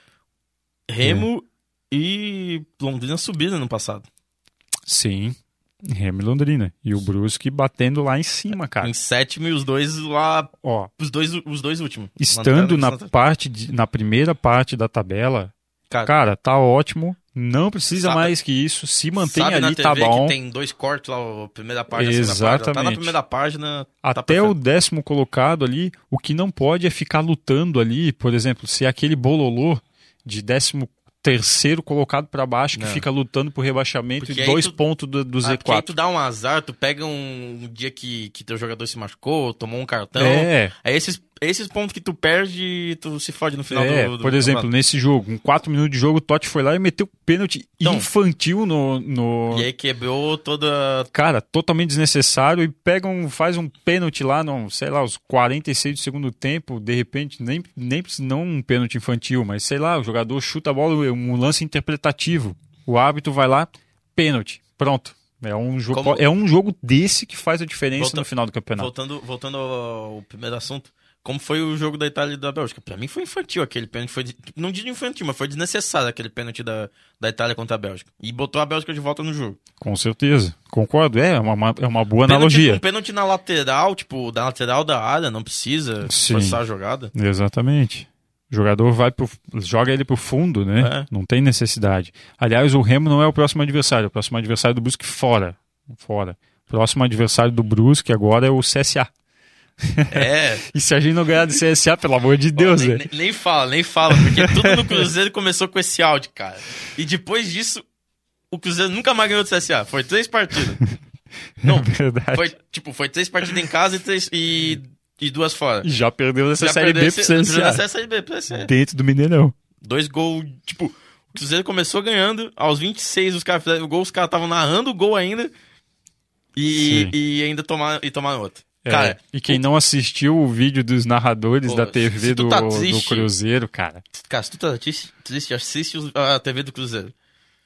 Speaker 1: Remo é. e Londrina subiram no passado.
Speaker 2: Sim, Remo e Londrina. E o Brusque batendo lá em cima, cara.
Speaker 1: Em sétimo e os dois lá...
Speaker 2: Ó,
Speaker 1: os, dois, os dois últimos.
Speaker 2: Estando na, parte de, na primeira parte da tabela, cara, cara tá ótimo. Não precisa sabe, mais que isso. Se mantém ali, na T V tá bom.
Speaker 1: Que tem dois cortes lá, a primeira página,
Speaker 2: Exatamente.
Speaker 1: A segunda página. Tá na primeira página.
Speaker 2: Até
Speaker 1: tá
Speaker 2: o décimo colocado ali, o que não pode é ficar lutando ali, por exemplo, se é aquele bololô de décimo terceiro colocado pra baixo que não. fica lutando por rebaixamento porque e dois tu, pontos do, do Z quatro.
Speaker 1: Aí tu dá um azar, tu pega um, um dia que, que teu jogador se machucou, tomou um cartão.
Speaker 2: É.
Speaker 1: Aí esses, esses pontos que tu perde, tu se fode no final
Speaker 2: é,
Speaker 1: do, do
Speaker 2: Por exemplo, campeonato. Nesse jogo, em quatro minutos de jogo, o Totti foi lá e meteu pênalti então, infantil no, no...
Speaker 1: E aí quebrou toda...
Speaker 2: Cara, totalmente desnecessário. E pega um, faz um pênalti lá, no, sei lá, os quarenta e seis do segundo tempo. De repente, nem, nem não um pênalti infantil, mas sei lá, o jogador chuta a bola, um lance interpretativo. O árbitro vai lá, pênalti. Pronto. É um, jogo, Como... é um jogo desse que faz a diferença Volta... no final do campeonato.
Speaker 1: Voltando, voltando ao primeiro assunto. Como foi o jogo da Itália e da Bélgica? Pra mim foi infantil aquele pênalti. Foi, não digo infantil, mas foi desnecessário aquele pênalti da, da Itália contra a Bélgica. E botou a Bélgica de volta no jogo.
Speaker 2: Com certeza. Concordo. É uma, é uma boa
Speaker 1: pênalti,
Speaker 2: analogia.
Speaker 1: Um pênalti na lateral, tipo, da lateral da área, não precisa
Speaker 2: Sim,
Speaker 1: forçar a jogada.
Speaker 2: Exatamente. O jogador vai pro, joga ele pro fundo, né?
Speaker 1: É.
Speaker 2: Não tem necessidade. Aliás, o Remo não é o próximo adversário. O próximo adversário do Brusque fora. Fora. O próximo adversário do Brusque agora é o C S A.
Speaker 1: É.
Speaker 2: E se a gente não ganhar do C S A, pelo amor de Deus,
Speaker 1: Pô, nem,
Speaker 2: né?
Speaker 1: nem, nem fala, nem fala, porque tudo no Cruzeiro começou com esse áudio, cara. E depois disso, o Cruzeiro nunca mais ganhou do C S A. Foi três partidas. Não,
Speaker 2: é verdade.
Speaker 1: Foi, tipo, foi três partidas em casa e, três, e, e duas fora.
Speaker 2: E já perdeu essa Série B pro C S A.
Speaker 1: Essa Série B pro C S A.
Speaker 2: Dentro do Mineirão.
Speaker 1: Dois gols, tipo, o Cruzeiro começou ganhando, aos vinte e seis os caras fizeram o gol, os caras estavam narrando o gol ainda e, e ainda tomaram, e tomaram outro.
Speaker 2: É,
Speaker 1: cara,
Speaker 2: e quem o... não assistiu o vídeo dos narradores Pô, da T V do,
Speaker 1: tá
Speaker 2: do Cruzeiro, cara.
Speaker 1: Cara, se tu tá triste, triste assiste a T V do Cruzeiro.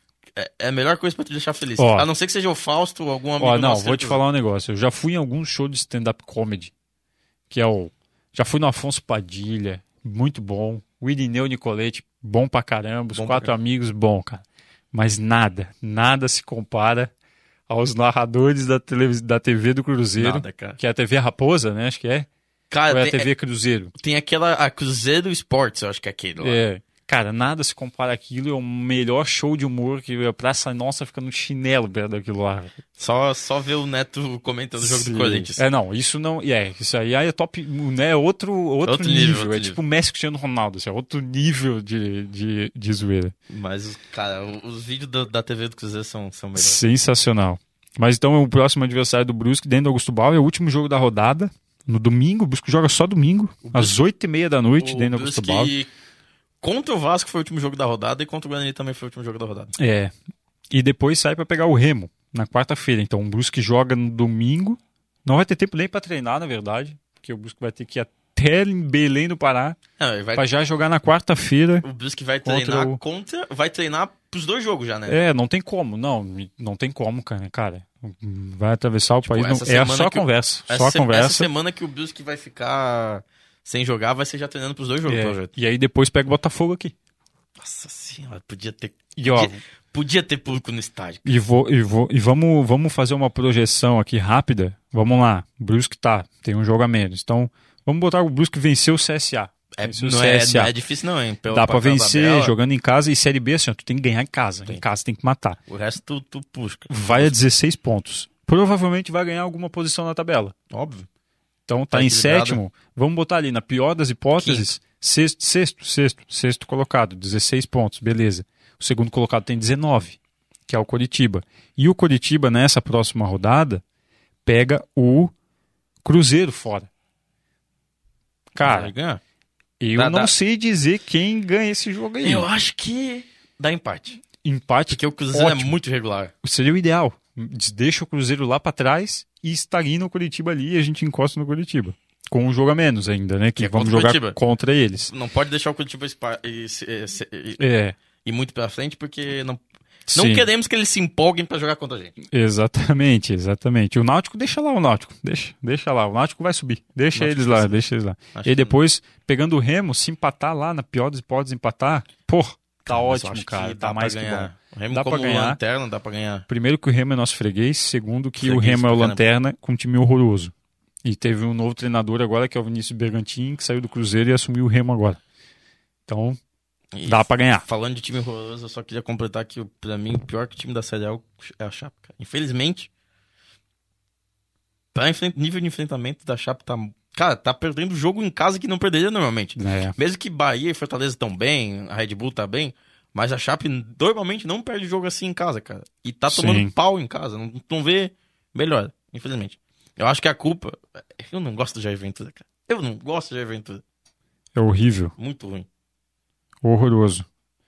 Speaker 1: É, é a melhor coisa pra te deixar feliz.
Speaker 2: Ó,
Speaker 1: a não ser que seja o Fausto ou algum amigo
Speaker 2: ó, não,
Speaker 1: nosso.
Speaker 2: Vou te falar um negócio. Eu já fui em alguns shows de stand-up comedy. Que é o... Já fui no Afonso Padilha, muito bom. O Irineu Nicolete, bom pra caramba. Os bom quatro amigos, bom, cara. Mas nada, nada se compara aos narradores da, televis... da T V do Cruzeiro,
Speaker 1: Nada, cara.
Speaker 2: Que é a T V Raposa, né? Acho que é.
Speaker 1: Cara,
Speaker 2: Ou é
Speaker 1: tem,
Speaker 2: a T V Cruzeiro?
Speaker 1: Tem aquela, a Cruzeiro Sports, eu acho que é aquele lá.
Speaker 2: É. Cara, nada se compara àquilo, é o melhor show de humor que a Praça Nossa fica no chinelo perto daquilo lá.
Speaker 1: Só, só ver o Neto comentando o jogo
Speaker 2: Sim.
Speaker 1: do Corinthians.
Speaker 2: É, não, isso não... É, isso aí é top, né, outro, outro, outro nível, nível. Outro é nível. Tipo o Messi Cristiano Ronaldo, assim, é outro nível de, de, de zoeira.
Speaker 1: Mas, cara, os vídeos do, da T V do Cruzeiro são, são melhores.
Speaker 2: Sensacional. Mas então o próximo adversário do Brusque, dentro do Augusto Bauer, é o último jogo da rodada, no domingo. O Brusque joga só domingo, o às oito e meia da noite, dentro do Augusto Bauer.
Speaker 1: Contra o Vasco foi o último jogo da rodada e contra o Guarani também foi o último jogo da rodada.
Speaker 2: É. E depois sai pra pegar o Remo na quarta-feira. Então o Brusque joga no domingo. Não vai ter tempo nem pra treinar, na verdade. Porque o Brusque vai ter que ir até em Belém do Pará Não, vai... pra já jogar na quarta-feira.
Speaker 1: O Brusque vai treinar contra, o... contra. Vai treinar pros dois jogos já, né?
Speaker 2: É, não tem como. Não, não tem como, cara. cara vai atravessar o tipo, país. Não... É só a conversa.
Speaker 1: O...
Speaker 2: Só a
Speaker 1: se...
Speaker 2: conversa.
Speaker 1: Essa semana que o Brusque vai ficar sem jogar, vai ser já treinando pros dois jogos,
Speaker 2: é.
Speaker 1: projeto.
Speaker 2: E aí depois pega o Botafogo aqui.
Speaker 1: Nossa senhora, podia ter.
Speaker 2: E, ó,
Speaker 1: podia, podia ter público no estádio.
Speaker 2: E, vou, e, vou, e vamos, vamos fazer uma projeção aqui rápida. Vamos lá. O Brusque tá, tem um jogo a menos. Então, vamos botar o Brusque vencer o C S A.
Speaker 1: É,
Speaker 2: não,
Speaker 1: o C S A. É, não é difícil, não, hein?
Speaker 2: Pelo Dá pra vencer jogando em casa. E Série B, assim, ó, tu tem que ganhar em casa. Tem. Em casa tem que matar.
Speaker 1: O resto tu, tu puxa.
Speaker 2: Vai a dezesseis pontos. Provavelmente vai ganhar alguma posição na tabela.
Speaker 1: Óbvio.
Speaker 2: Então tá, tá em sétimo. Vamos botar ali, na pior das hipóteses, sexto, sexto, sexto, sexto colocado, dezesseis pontos, beleza. O segundo colocado tem dezenove, que é o Coritiba. E o Coritiba, nessa próxima rodada, pega o Cruzeiro fora. Cara, eu
Speaker 1: dá,
Speaker 2: não
Speaker 1: dá.
Speaker 2: sei dizer quem ganha esse jogo aí.
Speaker 1: Eu acho que dá empate.
Speaker 2: Empate?
Speaker 1: Porque o Cruzeiro
Speaker 2: ótimo.
Speaker 1: É muito regular.
Speaker 2: Seria o ideal. Deixa o Cruzeiro lá pra trás e estagna o Coritiba ali e a gente encosta no Coritiba. Com um jogo a menos ainda, né? Que, que é vamos jogar Curitiba. Contra eles.
Speaker 1: Não pode deixar o Curitiba ir, ir, ir,
Speaker 2: é.
Speaker 1: ir muito pra frente, porque não, Não
Speaker 2: Sim.
Speaker 1: queremos que eles se empolguem pra jogar contra a gente.
Speaker 2: Exatamente, exatamente. O Náutico, deixa lá o Náutico. Deixa, deixa lá. O Náutico vai subir. Deixa
Speaker 1: Náutico
Speaker 2: eles
Speaker 1: vai
Speaker 2: lá,
Speaker 1: subir.
Speaker 2: deixa eles lá.
Speaker 1: Acho
Speaker 2: E
Speaker 1: que-
Speaker 2: depois, pegando o Remo, se empatar lá, na pior das hipóteses, empatar, pô, tá
Speaker 1: Mas eu
Speaker 2: ótimo,
Speaker 1: acho que
Speaker 2: cara.
Speaker 1: dá
Speaker 2: Tá mais
Speaker 1: pra
Speaker 2: que
Speaker 1: ganhar.
Speaker 2: bom.
Speaker 1: O Remo
Speaker 2: Dá pra
Speaker 1: como
Speaker 2: ganhar.
Speaker 1: lanterna, dá pra ganhar.
Speaker 2: Primeiro que o Remo é nosso freguês, segundo que o
Speaker 1: Freguês
Speaker 2: Remo é o
Speaker 1: pra caramba.
Speaker 2: lanterna com um time horroroso. E teve um novo treinador agora, que é o Vinícius Bergantin, que saiu do Cruzeiro e assumiu o Remo agora. Então,
Speaker 1: E
Speaker 2: dá pra ganhar.
Speaker 1: Falando de time horroroso, eu só queria completar que, pra mim, o pior que o time da Série A é o- é a Chape, cara. Infelizmente, pra enfren- nível de enfrentamento da Chape tá... Cara, tá perdendo jogo em casa que não perderia normalmente.
Speaker 2: É.
Speaker 1: Mesmo que Bahia e Fortaleza estão bem, a Red Bull tá bem, mas a Chape normalmente não perde jogo assim em casa, cara. E tá tomando
Speaker 2: Sim.
Speaker 1: pau em casa, não, não vê melhor, infelizmente. Eu acho que a culpa... Eu não gosto do Jair Ventura, cara. Eu não gosto do Jair Ventura.
Speaker 2: É horrível.
Speaker 1: Muito ruim.
Speaker 2: Horroroso.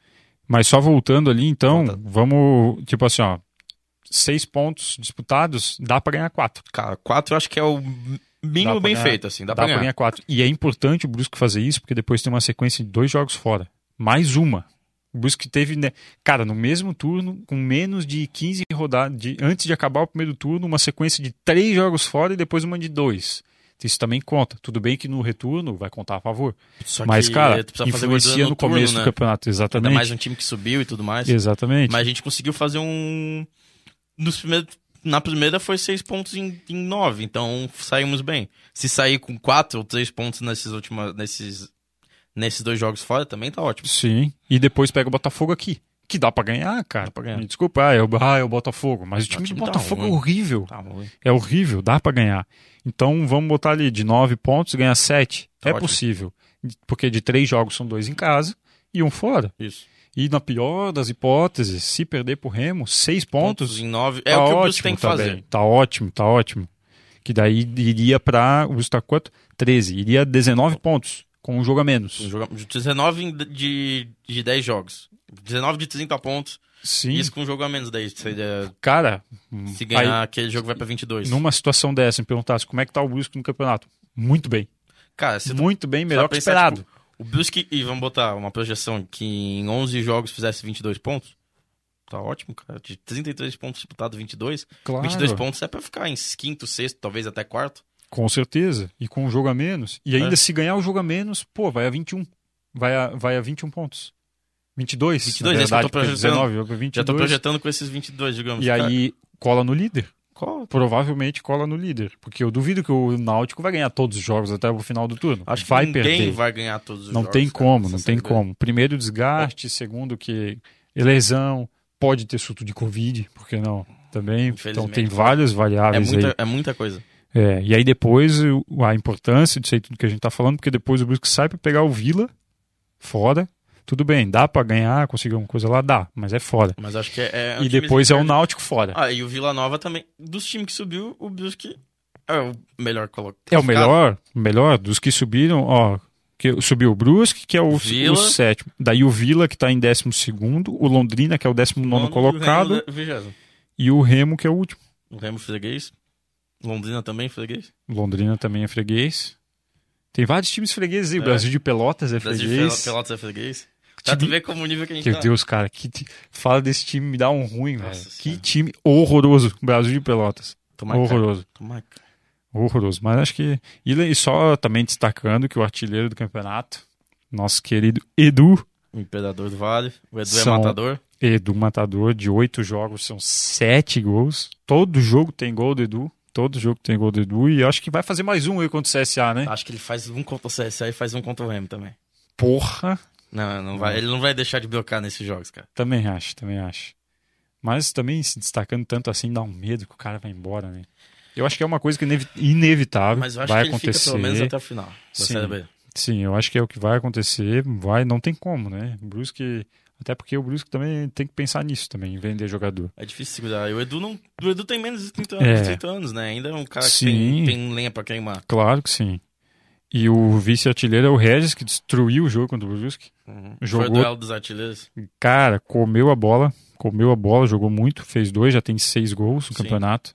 Speaker 2: Mas só voltando ali, então,
Speaker 1: Volta.
Speaker 2: vamos, tipo assim, ó, seis pontos disputados, dá pra ganhar quatro.
Speaker 1: Cara, quatro eu acho que é o
Speaker 2: Dá
Speaker 1: mínimo
Speaker 2: pra
Speaker 1: bem
Speaker 2: ganhar-
Speaker 1: feito, assim. Dá,
Speaker 2: Dá
Speaker 1: pra ganhar.
Speaker 2: quatro. E é importante o Brusque fazer isso, porque depois tem uma sequência de dois jogos fora. Mais uma. O Brusque teve, né, cara, no mesmo turno, com menos de quinze rodadas, de, antes de acabar o primeiro turno, uma sequência de três jogos fora e depois uma de dois. Isso também conta. Tudo bem que no retorno vai contar a favor.
Speaker 1: Só
Speaker 2: Mas,
Speaker 1: que
Speaker 2: cara,
Speaker 1: tu precisa fazer
Speaker 2: influencia
Speaker 1: gordura
Speaker 2: no,
Speaker 1: turno,
Speaker 2: começo
Speaker 1: né?
Speaker 2: do campeonato.
Speaker 1: Ainda
Speaker 2: Exatamente.
Speaker 1: mais um time que subiu e tudo mais.
Speaker 2: Exatamente.
Speaker 1: Mas a gente conseguiu fazer um... Nos primeiros... Na primeira foi seis pontos em, em nove, então saímos bem. Se sair com quatro ou três pontos nesses, últimos, nesses, nesses dois jogos fora, também tá ótimo.
Speaker 2: Sim. E depois pega o Botafogo aqui. Que dá pra ganhar, cara.
Speaker 1: Dá pra ganhar.
Speaker 2: Me desculpa, ah, é o, ah, é o Botafogo. Mas o time,
Speaker 1: time
Speaker 2: do
Speaker 1: tá
Speaker 2: Botafogo
Speaker 1: ruim.
Speaker 2: é horrível.
Speaker 1: Tá ruim.
Speaker 2: É horrível, dá pra ganhar. Então vamos botar ali de nove pontos, ganhar sete.
Speaker 1: Tá
Speaker 2: é
Speaker 1: ótimo.
Speaker 2: possível. Porque de três jogos são dois em casa e um fora.
Speaker 1: Isso.
Speaker 2: E na pior das hipóteses, se perder pro Remo, seis pontos.
Speaker 1: Em nove. É
Speaker 2: tá
Speaker 1: o que o
Speaker 2: ótimo
Speaker 1: Brusque tem que
Speaker 2: também.
Speaker 1: fazer.
Speaker 2: Tá ótimo, tá ótimo. Que daí iria pra. O Brusque tá quanto? treze. Iria dezenove pontos, com um jogo a menos.
Speaker 1: Um jogo- dezenove de, de dez jogos. dezenove de trinta pontos.
Speaker 2: Sim.
Speaker 1: Isso com um jogo a menos daí. Seria,
Speaker 2: Cara,
Speaker 1: se ganhar
Speaker 2: aí,
Speaker 1: aquele jogo vai pra vinte e dois.
Speaker 2: numa situação dessa, me perguntasse como é que tá o Brusque no campeonato. Muito bem.
Speaker 1: Cara, se tu
Speaker 2: Muito bem, melhor
Speaker 1: Só
Speaker 2: que
Speaker 1: pensar,
Speaker 2: esperado.
Speaker 1: tipo, o Brusque, e vamos botar uma projeção que em onze jogos fizesse vinte e dois pontos. Tá ótimo, cara. De trinta e três pontos disputados, vinte e dois.
Speaker 2: Claro.
Speaker 1: vinte e dois pontos é pra ficar em quinto, sexto, talvez até quarto.
Speaker 2: Com certeza. E com um jogo a menos. E ainda
Speaker 1: É.
Speaker 2: se ganhar o jogo a menos, pô, vai a vinte e um. Vai a, vai a vinte e um pontos. vinte e dois,
Speaker 1: vinte e dois,
Speaker 2: na
Speaker 1: é isso que eu
Speaker 2: verdade,
Speaker 1: tô
Speaker 2: porque
Speaker 1: projetando.
Speaker 2: dezenove, jogo vinte e
Speaker 1: Já tô
Speaker 2: dois.
Speaker 1: projetando com esses vinte e dois, digamos.
Speaker 2: E aí cola no líder.
Speaker 1: Qual?
Speaker 2: Provavelmente cola no líder. Porque eu duvido que o Náutico vai ganhar todos os jogos até o final do turno.
Speaker 1: Acho que
Speaker 2: vai
Speaker 1: ninguém
Speaker 2: perder.
Speaker 1: vai ganhar todos os
Speaker 2: Não
Speaker 1: jogos.
Speaker 2: tem
Speaker 1: cara,
Speaker 2: como,
Speaker 1: nessa
Speaker 2: não tem
Speaker 1: Série B.
Speaker 2: como. Primeiro, desgaste. Segundo, que lesão. Pode ter surto de Covid, por que não? Também. Então
Speaker 1: Infelizmente.
Speaker 2: tem várias
Speaker 1: É
Speaker 2: variáveis aí.
Speaker 1: muita, é muita coisa.
Speaker 2: É, e aí depois o- a importância disso aí tudo que a gente tá falando, porque depois o Brusque sai pra pegar o Vila fora. Tudo bem, dá pra ganhar, conseguir alguma coisa lá, dá, mas é fora.
Speaker 1: Mas acho que é. é um
Speaker 2: E
Speaker 1: time
Speaker 2: depois é o
Speaker 1: reserva.
Speaker 2: Náutico fora.
Speaker 1: Ah, e o Vila Nova também. Dos times que subiu, o Brusque é o melhor colocado.
Speaker 2: É o melhor, o melhor dos que subiram, ó, que subiu o Brusque, que é o,
Speaker 1: Vila.
Speaker 2: o sétimo. Daí o Vila, que tá em décimo segundo, o Londrina, que é o décimo nono colocado,
Speaker 1: O vigésimo.
Speaker 2: e o Remo, que é o último.
Speaker 1: O Remo freguês. Londrina também freguês.
Speaker 2: Londrina também é freguês. Tem vários times fregueses aí, o
Speaker 1: É.
Speaker 2: Brasil de Pelotas é
Speaker 1: Brasil
Speaker 2: freguês.
Speaker 1: de Pelotas é freguês. Pra tu
Speaker 2: Time-
Speaker 1: ver como o nível que a gente
Speaker 2: Meu
Speaker 1: tá.
Speaker 2: Deus, cara, que ti- fala desse time, me dá um ruim, velho.
Speaker 1: Nossa
Speaker 2: Que
Speaker 1: Senhora.
Speaker 2: time horroroso, Brasil de Pelotas.
Speaker 1: Tomara, cara.
Speaker 2: Horroroso,
Speaker 1: Tomara, cara.
Speaker 2: horroroso. Mas acho que. E le- e só também destacando que o artilheiro do campeonato, nosso querido Edu,
Speaker 1: O Imperador do Vale. O Edu
Speaker 2: São-
Speaker 1: é matador.
Speaker 2: Edu Matador, de oito jogos, são sete gols. Todo jogo tem gol do Edu. Todo jogo tem gol do Edu. E acho que vai fazer mais um aí contra o C S A, né?
Speaker 1: Acho que ele faz um contra o C S A e faz um contra o Remo também.
Speaker 2: Porra!
Speaker 1: Não, não vai, ele não vai deixar de bloquear nesses jogos, cara.
Speaker 2: Também acho, também acho. Mas também se destacando tanto assim, dá um medo que o cara vai embora, né? Eu acho que é uma coisa que é inevi- inevitável.
Speaker 1: Mas eu acho
Speaker 2: vai
Speaker 1: que ele
Speaker 2: acontecer.
Speaker 1: fica pelo menos até o final da
Speaker 2: Sim.
Speaker 1: Série B.
Speaker 2: Sim, eu acho que é o que vai acontecer. Vai, não tem como, né? O Brusque, até porque o Brusque também tem que pensar nisso também, em vender jogador.
Speaker 1: É difícil segurar. E o Edu, não, o Edu tem menos de trinta anos,
Speaker 2: É.
Speaker 1: trinta anos, né? Ainda é um cara que
Speaker 2: Sim.
Speaker 1: tem, tem lenha pra queimar.
Speaker 2: Claro que sim. E o vice-artilheiro é o Regis, que destruiu o jogo contra o Brusque.
Speaker 1: Uhum.
Speaker 2: Jogou-
Speaker 1: Foi o duelo dos artilheiros.
Speaker 2: Cara, comeu a bola, comeu a bola, jogou muito, fez dois, já tem seis gols no
Speaker 1: Sim.
Speaker 2: campeonato.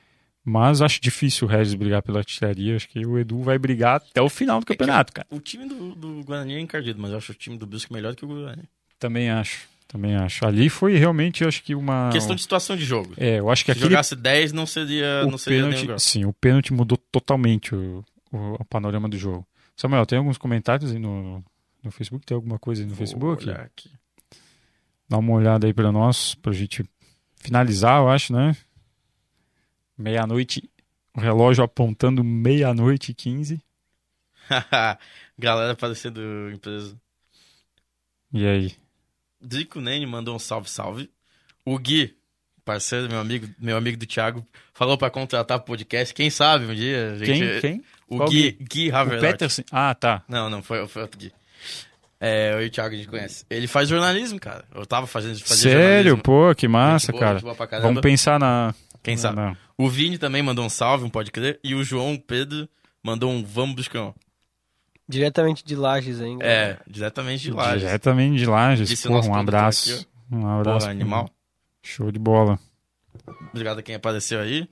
Speaker 2: Mas acho difícil o Regis brigar pela artilharia. Acho que o Edu vai brigar até o final do campeonato, cara.
Speaker 1: O time do, do Guarani é encardido, mas eu acho o time do Brusque melhor que o Guarani.
Speaker 2: Também acho. Também acho. Ali foi realmente, eu acho que uma...
Speaker 1: Questão de situação de jogo.
Speaker 2: É, eu acho que
Speaker 1: Se
Speaker 2: aquele...
Speaker 1: jogasse dez, não seria,
Speaker 2: o
Speaker 1: não seria
Speaker 2: pênalti,
Speaker 1: nenhum gol.
Speaker 2: sim, o pênalti mudou totalmente o, o, o panorama do jogo. Samuel, tem alguns comentários aí no, no Facebook? Tem alguma coisa aí no
Speaker 1: Vou
Speaker 2: Facebook?
Speaker 1: olhar aqui.
Speaker 2: Dá uma olhada aí pra nós, pra gente finalizar, eu acho, né? Meia-noite, o relógio apontando meia-noite e quinze.
Speaker 1: Galera aparecendo empresa.
Speaker 2: E aí?
Speaker 1: Drico Nene mandou um salve, salve. O Gui, parceiro, meu amigo, meu amigo do Thiago, falou pra contratar pro podcast. Quem sabe um dia. A gente...
Speaker 2: Quem? Quem?
Speaker 1: O
Speaker 2: Qual
Speaker 1: Gui,
Speaker 2: Gui?
Speaker 1: Gui
Speaker 2: O
Speaker 1: Haverlott.
Speaker 2: Peterson? Ah, tá.
Speaker 1: Não, não, foi, foi outro Gui. É, eu e o Thiago a gente conhece. Ele faz jornalismo, cara. Eu tava fazendo fazia
Speaker 2: Sério?
Speaker 1: jornalismo.
Speaker 2: Pô, que massa,
Speaker 1: Gente boa,
Speaker 2: cara.
Speaker 1: gente boa pra caramba.
Speaker 2: Vamos pensar na...
Speaker 1: Quem
Speaker 2: na-
Speaker 1: sabe?
Speaker 2: na-
Speaker 1: O Vini também mandou um salve, um pode crer. E o João Pedro mandou um vamos buscão.
Speaker 3: Diretamente de Lages, hein?
Speaker 1: É, diretamente de lá.
Speaker 2: Diretamente de Lages.
Speaker 1: Disse o
Speaker 2: Porra,
Speaker 1: nosso
Speaker 2: um
Speaker 1: produtor
Speaker 2: abraço.
Speaker 1: aqui,
Speaker 2: Um abraço.
Speaker 1: Porra, animal.
Speaker 2: Show de bola.
Speaker 1: Obrigado a quem apareceu aí.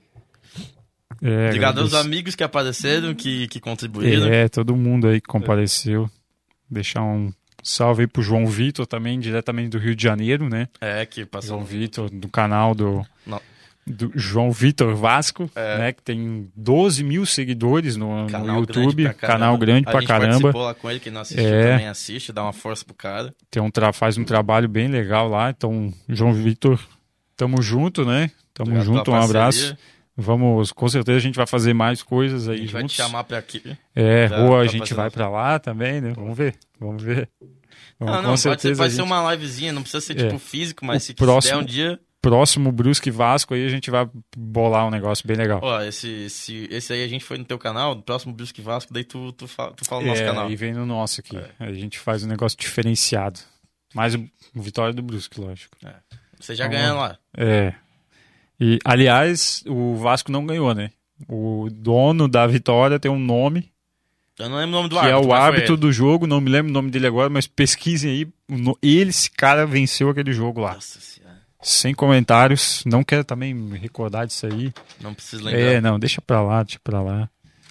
Speaker 2: É,
Speaker 1: Obrigado aos
Speaker 2: agradeço.
Speaker 1: amigos que apareceram, que, que contribuíram.
Speaker 2: É, todo mundo aí que compareceu. Deixar um salve aí pro João Vitor também, diretamente do Rio de Janeiro, né?
Speaker 1: É, que passou.
Speaker 2: João Vitor, do canal do,
Speaker 1: Não.
Speaker 2: do João Vitor Vasco,
Speaker 1: É.
Speaker 2: né? Que tem doze mil seguidores no, no
Speaker 1: Canal
Speaker 2: YouTube.
Speaker 1: grande pra caramba.
Speaker 2: Canal grande
Speaker 1: a
Speaker 2: pra
Speaker 1: gente
Speaker 2: caramba.
Speaker 1: participou lá com ele, quem não assistiu
Speaker 2: É.
Speaker 1: também assiste, dá uma força pro cara.
Speaker 2: Tem um tra... Faz um trabalho bem legal lá. Então, João Vitor, tamo junto, né? Tamo
Speaker 1: Obrigado
Speaker 2: junto, um
Speaker 1: pela parceria.
Speaker 2: abraço. Vamos, com certeza a gente vai fazer mais coisas
Speaker 1: A
Speaker 2: aí
Speaker 1: gente vai te
Speaker 2: juntos.
Speaker 1: chamar pra aqui.
Speaker 2: É,
Speaker 1: pra-
Speaker 2: ou a
Speaker 1: pra
Speaker 2: gente
Speaker 1: fazer
Speaker 2: vai
Speaker 1: nosso-
Speaker 2: pra lá também, né? Vamos ver, vamos ver. Vamos,
Speaker 1: Não,
Speaker 2: com
Speaker 1: não, pode ser,
Speaker 2: certeza
Speaker 1: pode
Speaker 2: a
Speaker 1: ser
Speaker 2: gente...
Speaker 1: uma livezinha, não precisa ser
Speaker 2: É.
Speaker 1: tipo físico, mas
Speaker 2: O
Speaker 1: se
Speaker 2: próximo-
Speaker 1: quiser um dia.
Speaker 2: Próximo Brusque Vasco aí a gente vai bolar um negócio bem legal.
Speaker 1: Ó, esse, esse, esse aí a gente foi no teu canal, no próximo Brusque Vasco, daí tu, tu, fala, tu fala no nosso
Speaker 2: É,
Speaker 1: canal.
Speaker 2: e vem no nosso aqui.
Speaker 1: É.
Speaker 2: A gente faz um negócio diferenciado. Mais o o Vitória do Brusque, lógico.
Speaker 1: Você já
Speaker 2: Vamos
Speaker 1: ganha
Speaker 2: lá.
Speaker 1: lá.
Speaker 2: É. E, aliás, o Vasco não ganhou, né? O dono da Vitória tem um nome,
Speaker 1: Eu não lembro o nome do
Speaker 2: que
Speaker 1: árbitro.
Speaker 2: é o
Speaker 1: mas foi
Speaker 2: árbitro
Speaker 1: ele.
Speaker 2: do jogo, não me lembro o nome dele agora, mas pesquisem aí. o no- Ele, esse cara, venceu aquele jogo lá.
Speaker 1: Nossa senhora.
Speaker 2: Sem comentários. Não quero também me recordar disso aí.
Speaker 1: Não preciso lembrar.
Speaker 2: É, não, deixa pra lá, deixa pra lá.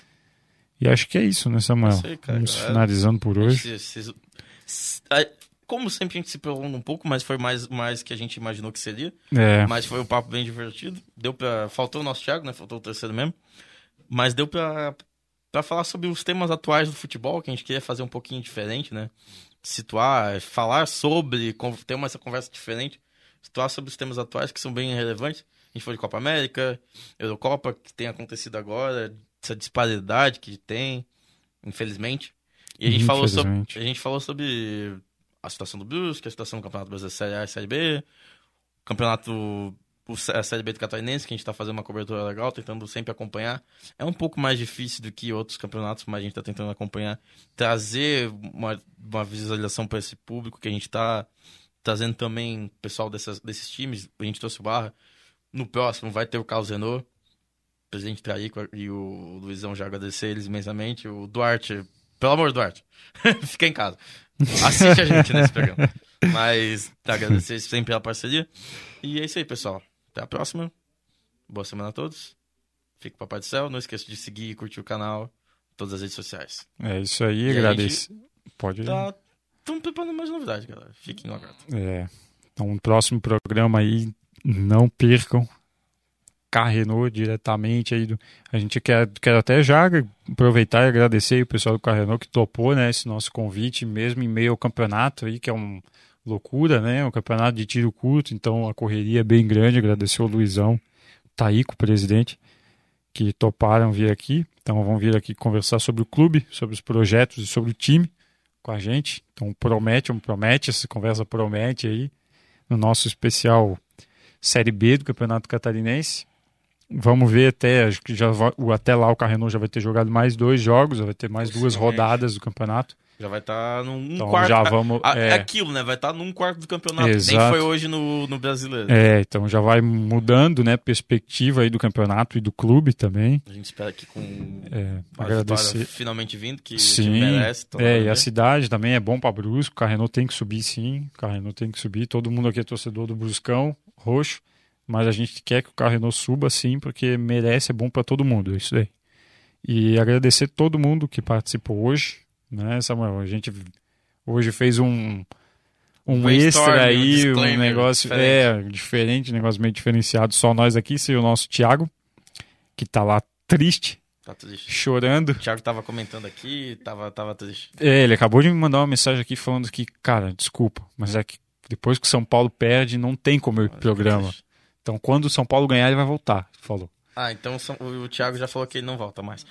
Speaker 2: E acho que é isso, né, Samuel?
Speaker 1: É isso aí, cara.
Speaker 2: Vamos
Speaker 1: Galera,
Speaker 2: finalizando por hoje.
Speaker 1: Se- se- se- a- Como sempre a gente se prolonga um pouco, mas foi mais, mais que a gente imaginou que seria.
Speaker 2: É,
Speaker 1: Mas foi um papo bem divertido. Deu pra... Faltou o nosso Thiago, né? Faltou o terceiro mesmo. Mas deu pra, pra falar sobre os temas atuais do futebol, que a gente queria fazer um pouquinho diferente, né? Situar, falar sobre, con- ter uma essa conversa diferente. Situar sobre os temas atuais que são bem relevantes. A gente falou de Copa América, Eurocopa, que tem acontecido agora, essa disparidade que tem, infelizmente. E a gente falou sobre,
Speaker 2: Infelizmente.
Speaker 1: a gente falou sobre a situação do Brusque, a situação do Campeonato Brasileiro Série A e Série B, o campeonato, o, a Série B do Catarinense, que a gente tá fazendo uma cobertura legal, tentando sempre acompanhar. É um pouco mais difícil do que outros campeonatos, mas a gente tá tentando acompanhar, trazer uma, uma visualização para esse público, que a gente tá trazendo também pessoal dessas, desses times. A gente trouxe o Barra. No próximo vai ter o Carlos Renault, presidente Traíco, e o Luizão, já agradecer eles imensamente. O Duarte, pelo amor do Duarte, fica em casa. Assiste a gente nesse programa. Mas agradecer sempre pela parceria. E é isso aí, pessoal. Até a próxima. Boa semana a todos. Fique Papai do Céu. Não esqueça de seguir e curtir o canal, todas as redes sociais.
Speaker 2: É isso aí,
Speaker 1: E a
Speaker 2: agradeço. Pode ir.
Speaker 1: Tá, estamos preparando mais novidades, galera. Fiquem no aguardo.
Speaker 2: É. Então, no próximo programa aí, não percam. Carrenou diretamente aí. Do... A gente quer, quer até já aproveitar e agradecer aí o pessoal do Carrenou que topou, né, esse nosso convite, mesmo em meio ao campeonato aí, que é uma loucura, né? Um campeonato de tiro curto, então a correria é bem grande. Agradecer o Luizão, Taíco, presidente, que toparam vir aqui. Então vão vir aqui conversar sobre o clube, sobre os projetos e sobre o time com a gente. Então promete, promete, essa conversa promete aí no nosso especial Série B do Campeonato Catarinense. Vamos ver até, acho que já vai, até lá o Carrenou já vai ter jogado mais dois jogos, já vai ter mais duas rodadas do campeonato.
Speaker 1: Já vai estar num um
Speaker 2: Então
Speaker 1: quarto.
Speaker 2: já vamos...
Speaker 1: a-
Speaker 2: é,
Speaker 1: É aquilo, né? Vai estar num quarto do campeonato. Nem
Speaker 2: Exato.
Speaker 1: foi hoje no, no Brasileiro.
Speaker 2: é, então já vai mudando, né, perspectiva aí do campeonato e do clube também.
Speaker 1: A gente espera que com
Speaker 2: É,
Speaker 1: a
Speaker 2: agradecer.
Speaker 1: vitória finalmente vindo, que
Speaker 2: Sim,
Speaker 1: que merece. então,
Speaker 2: é, e
Speaker 1: né?
Speaker 2: a cidade também é bom para Brusco, o Carrenou tem que subir sim, o Carrenou tem que subir, todo mundo aqui é torcedor do Bruscão, roxo, mas a gente quer que o Carrenou suba sim, porque merece, é bom para todo mundo, é isso aí. E agradecer todo mundo que participou hoje, né, Samuel, a gente hoje fez um, um
Speaker 1: brainstorm,
Speaker 2: extra
Speaker 1: um
Speaker 2: aí, um
Speaker 1: disclaimer
Speaker 2: negócio
Speaker 1: diferente.
Speaker 2: é diferente, um negócio meio diferenciado. Só nós aqui, sem o nosso Thiago, que tá lá triste,
Speaker 1: Tá triste.
Speaker 2: chorando.
Speaker 1: O Thiago tava comentando aqui, tava, tava triste.
Speaker 2: É, ele acabou de me mandar uma mensagem aqui falando que, cara, desculpa, mas é que depois que o São Paulo perde, não tem como ir pro programa. Então, quando o São Paulo ganhar, ele vai voltar, ele falou.
Speaker 1: Ah, então o, o Thiago já falou que ele não volta mais.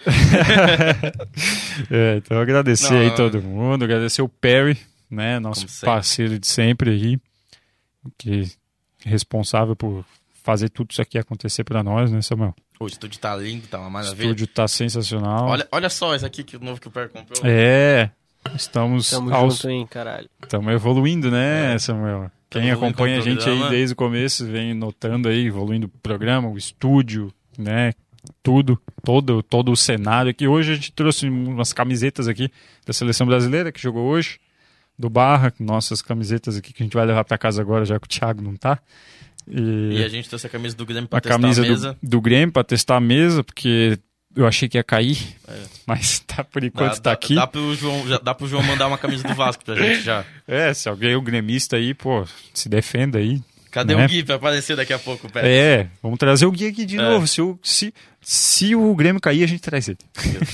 Speaker 2: É, então agradecer
Speaker 1: Não,
Speaker 2: aí
Speaker 1: não,
Speaker 2: todo mundo, agradecer o Perry, né, nosso
Speaker 1: Como sempre.
Speaker 2: parceiro de sempre aí, que é responsável por fazer tudo isso aqui acontecer pra nós, né, Samuel?
Speaker 1: O estúdio tá lindo, tá uma
Speaker 2: O
Speaker 1: maravilha.
Speaker 2: estúdio tá sensacional.
Speaker 1: Olha, olha só esse aqui que o novo que o Perry comprou.
Speaker 2: É, estamos
Speaker 3: Tamo
Speaker 2: aos...
Speaker 3: junto, hein, caralho.
Speaker 2: Estamos evoluindo, né,
Speaker 1: É.
Speaker 2: Samuel? Quem
Speaker 1: Evoluindo
Speaker 2: acompanha a
Speaker 1: com o
Speaker 2: gente aí
Speaker 1: programa.
Speaker 2: desde o começo vem notando aí, evoluindo o programa, o estúdio, né? Tudo, todo, todo o cenário aqui. Hoje a gente trouxe umas camisetas aqui da Seleção Brasileira que jogou hoje, do Barra, nossas camisetas aqui que a gente vai levar para casa agora, já que o Thiago não tá. E,
Speaker 1: E a gente trouxe a camisa do Grêmio pra
Speaker 2: a
Speaker 1: testar
Speaker 2: camisa
Speaker 1: a mesa.
Speaker 2: do, do Grêmio para testar a mesa, porque eu achei que ia cair,
Speaker 1: É.
Speaker 2: mas tá, por enquanto
Speaker 1: Dá,
Speaker 2: tá
Speaker 1: dá,
Speaker 2: aqui.
Speaker 1: Dá pro, João, já, dá pro João mandar uma camisa do Vasco pra gente já.
Speaker 2: É, se alguém é o gremista aí, pô, se defenda aí.
Speaker 1: Cadê
Speaker 2: Né?
Speaker 1: o Gui pra aparecer daqui a pouco, Perry?
Speaker 2: É, vamos trazer o Gui aqui de
Speaker 1: É.
Speaker 2: novo. Se o, se, se o Grêmio cair, a gente traz ele.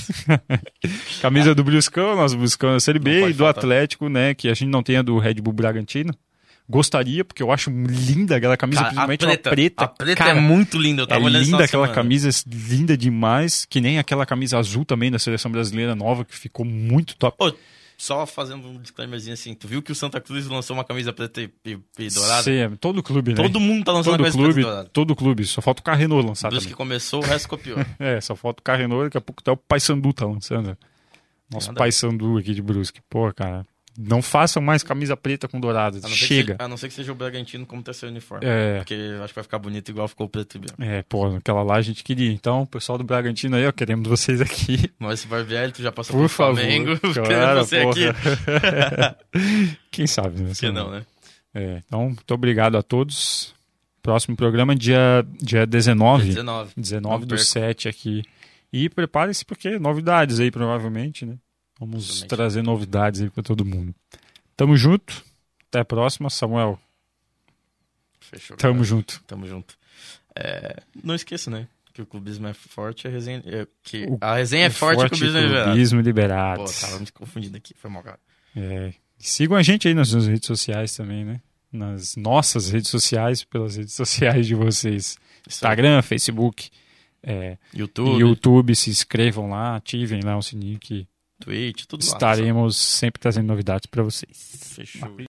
Speaker 2: Camisa do Bruscão, nosso Bruscão da Série
Speaker 1: Não
Speaker 2: B,
Speaker 1: pode
Speaker 2: e do
Speaker 1: faltar.
Speaker 2: Atlético, né? Que a gente não tem a do Red Bull Bragantino. Gostaria, porque eu acho linda aquela camisa,
Speaker 1: Cara,
Speaker 2: principalmente
Speaker 1: a preta,
Speaker 2: uma preta.
Speaker 1: A preta
Speaker 2: Cara,
Speaker 1: é muito linda, eu
Speaker 2: é
Speaker 1: tava olhando
Speaker 2: linda
Speaker 1: essa
Speaker 2: aquela
Speaker 1: semana.
Speaker 2: camisa, linda demais. Que nem aquela camisa azul também da Seleção Brasileira nova, que ficou muito top.
Speaker 1: Ô, só fazendo um disclaimerzinho assim, tu viu que o Santa Cruz lançou uma camisa preta e, e, e dourada?
Speaker 2: Sim, é, todo clube, né?
Speaker 1: Todo mundo tá lançando
Speaker 2: todo
Speaker 1: uma camisa
Speaker 2: clube,
Speaker 1: preta e dourada.
Speaker 2: todo clube. Só falta o Carrenou lançar
Speaker 1: Dos que
Speaker 2: também.
Speaker 1: começou, o resto copiou.
Speaker 2: É, só falta o Carrenou, daqui a pouco até o Paysandu tá lançando. Nosso
Speaker 1: Nada.
Speaker 2: Paysandu aqui de Brusque. Pô, cara, não façam mais camisa preta com dourada.
Speaker 1: A não, ser
Speaker 2: Chega.
Speaker 1: Que seja, a não ser que seja o Bragantino como terceiro uniforme.
Speaker 2: É,
Speaker 1: Porque eu acho que vai ficar bonito igual ficou o preto e branco.
Speaker 2: é, pô, aquela lá a gente queria. Então, pessoal do Bragantino aí, ó, queremos vocês aqui.
Speaker 1: Mas se vai ver, tu já passou
Speaker 2: Por
Speaker 1: pelo
Speaker 2: favor.
Speaker 1: Flamengo.
Speaker 2: Claro,
Speaker 1: Querendo você
Speaker 2: porra.
Speaker 1: aqui.
Speaker 2: Quem sabe, né?
Speaker 1: Por que não, né?
Speaker 2: É, então, muito obrigado a todos. Próximo programa, dia, dia dezenove.
Speaker 1: dezenove.
Speaker 2: dezenove
Speaker 1: Não
Speaker 2: do
Speaker 1: perca.
Speaker 2: sete aqui. E prepare-se, porque novidades aí, provavelmente, né? Vamos
Speaker 1: Provavelmente.
Speaker 2: trazer novidades aí pra todo mundo. Tamo junto. Até a próxima, Samuel.
Speaker 1: Fechou.
Speaker 2: Tamo
Speaker 1: cara.
Speaker 2: junto.
Speaker 1: Tamo junto. É, não esqueça, né? Que o clubismo é forte, a resenha. é, que
Speaker 2: O-
Speaker 1: a resenha é forte, e o clubismo é liberado.
Speaker 2: clubismo
Speaker 1: Pô,
Speaker 2: liberado.
Speaker 1: tava me confundindo aqui, foi mal, cara.
Speaker 2: É. Sigam a gente aí nas suas redes sociais também, né? Nas nossas redes sociais, pelas redes sociais de vocês.
Speaker 1: Isso aí.
Speaker 2: Instagram, Facebook, é,
Speaker 1: YouTube,
Speaker 2: YouTube. Se inscrevam lá, ativem lá o sininho que
Speaker 1: Twitch, tudo lá.
Speaker 2: estaremos sempre trazendo novidades pra vocês.
Speaker 1: Fechou.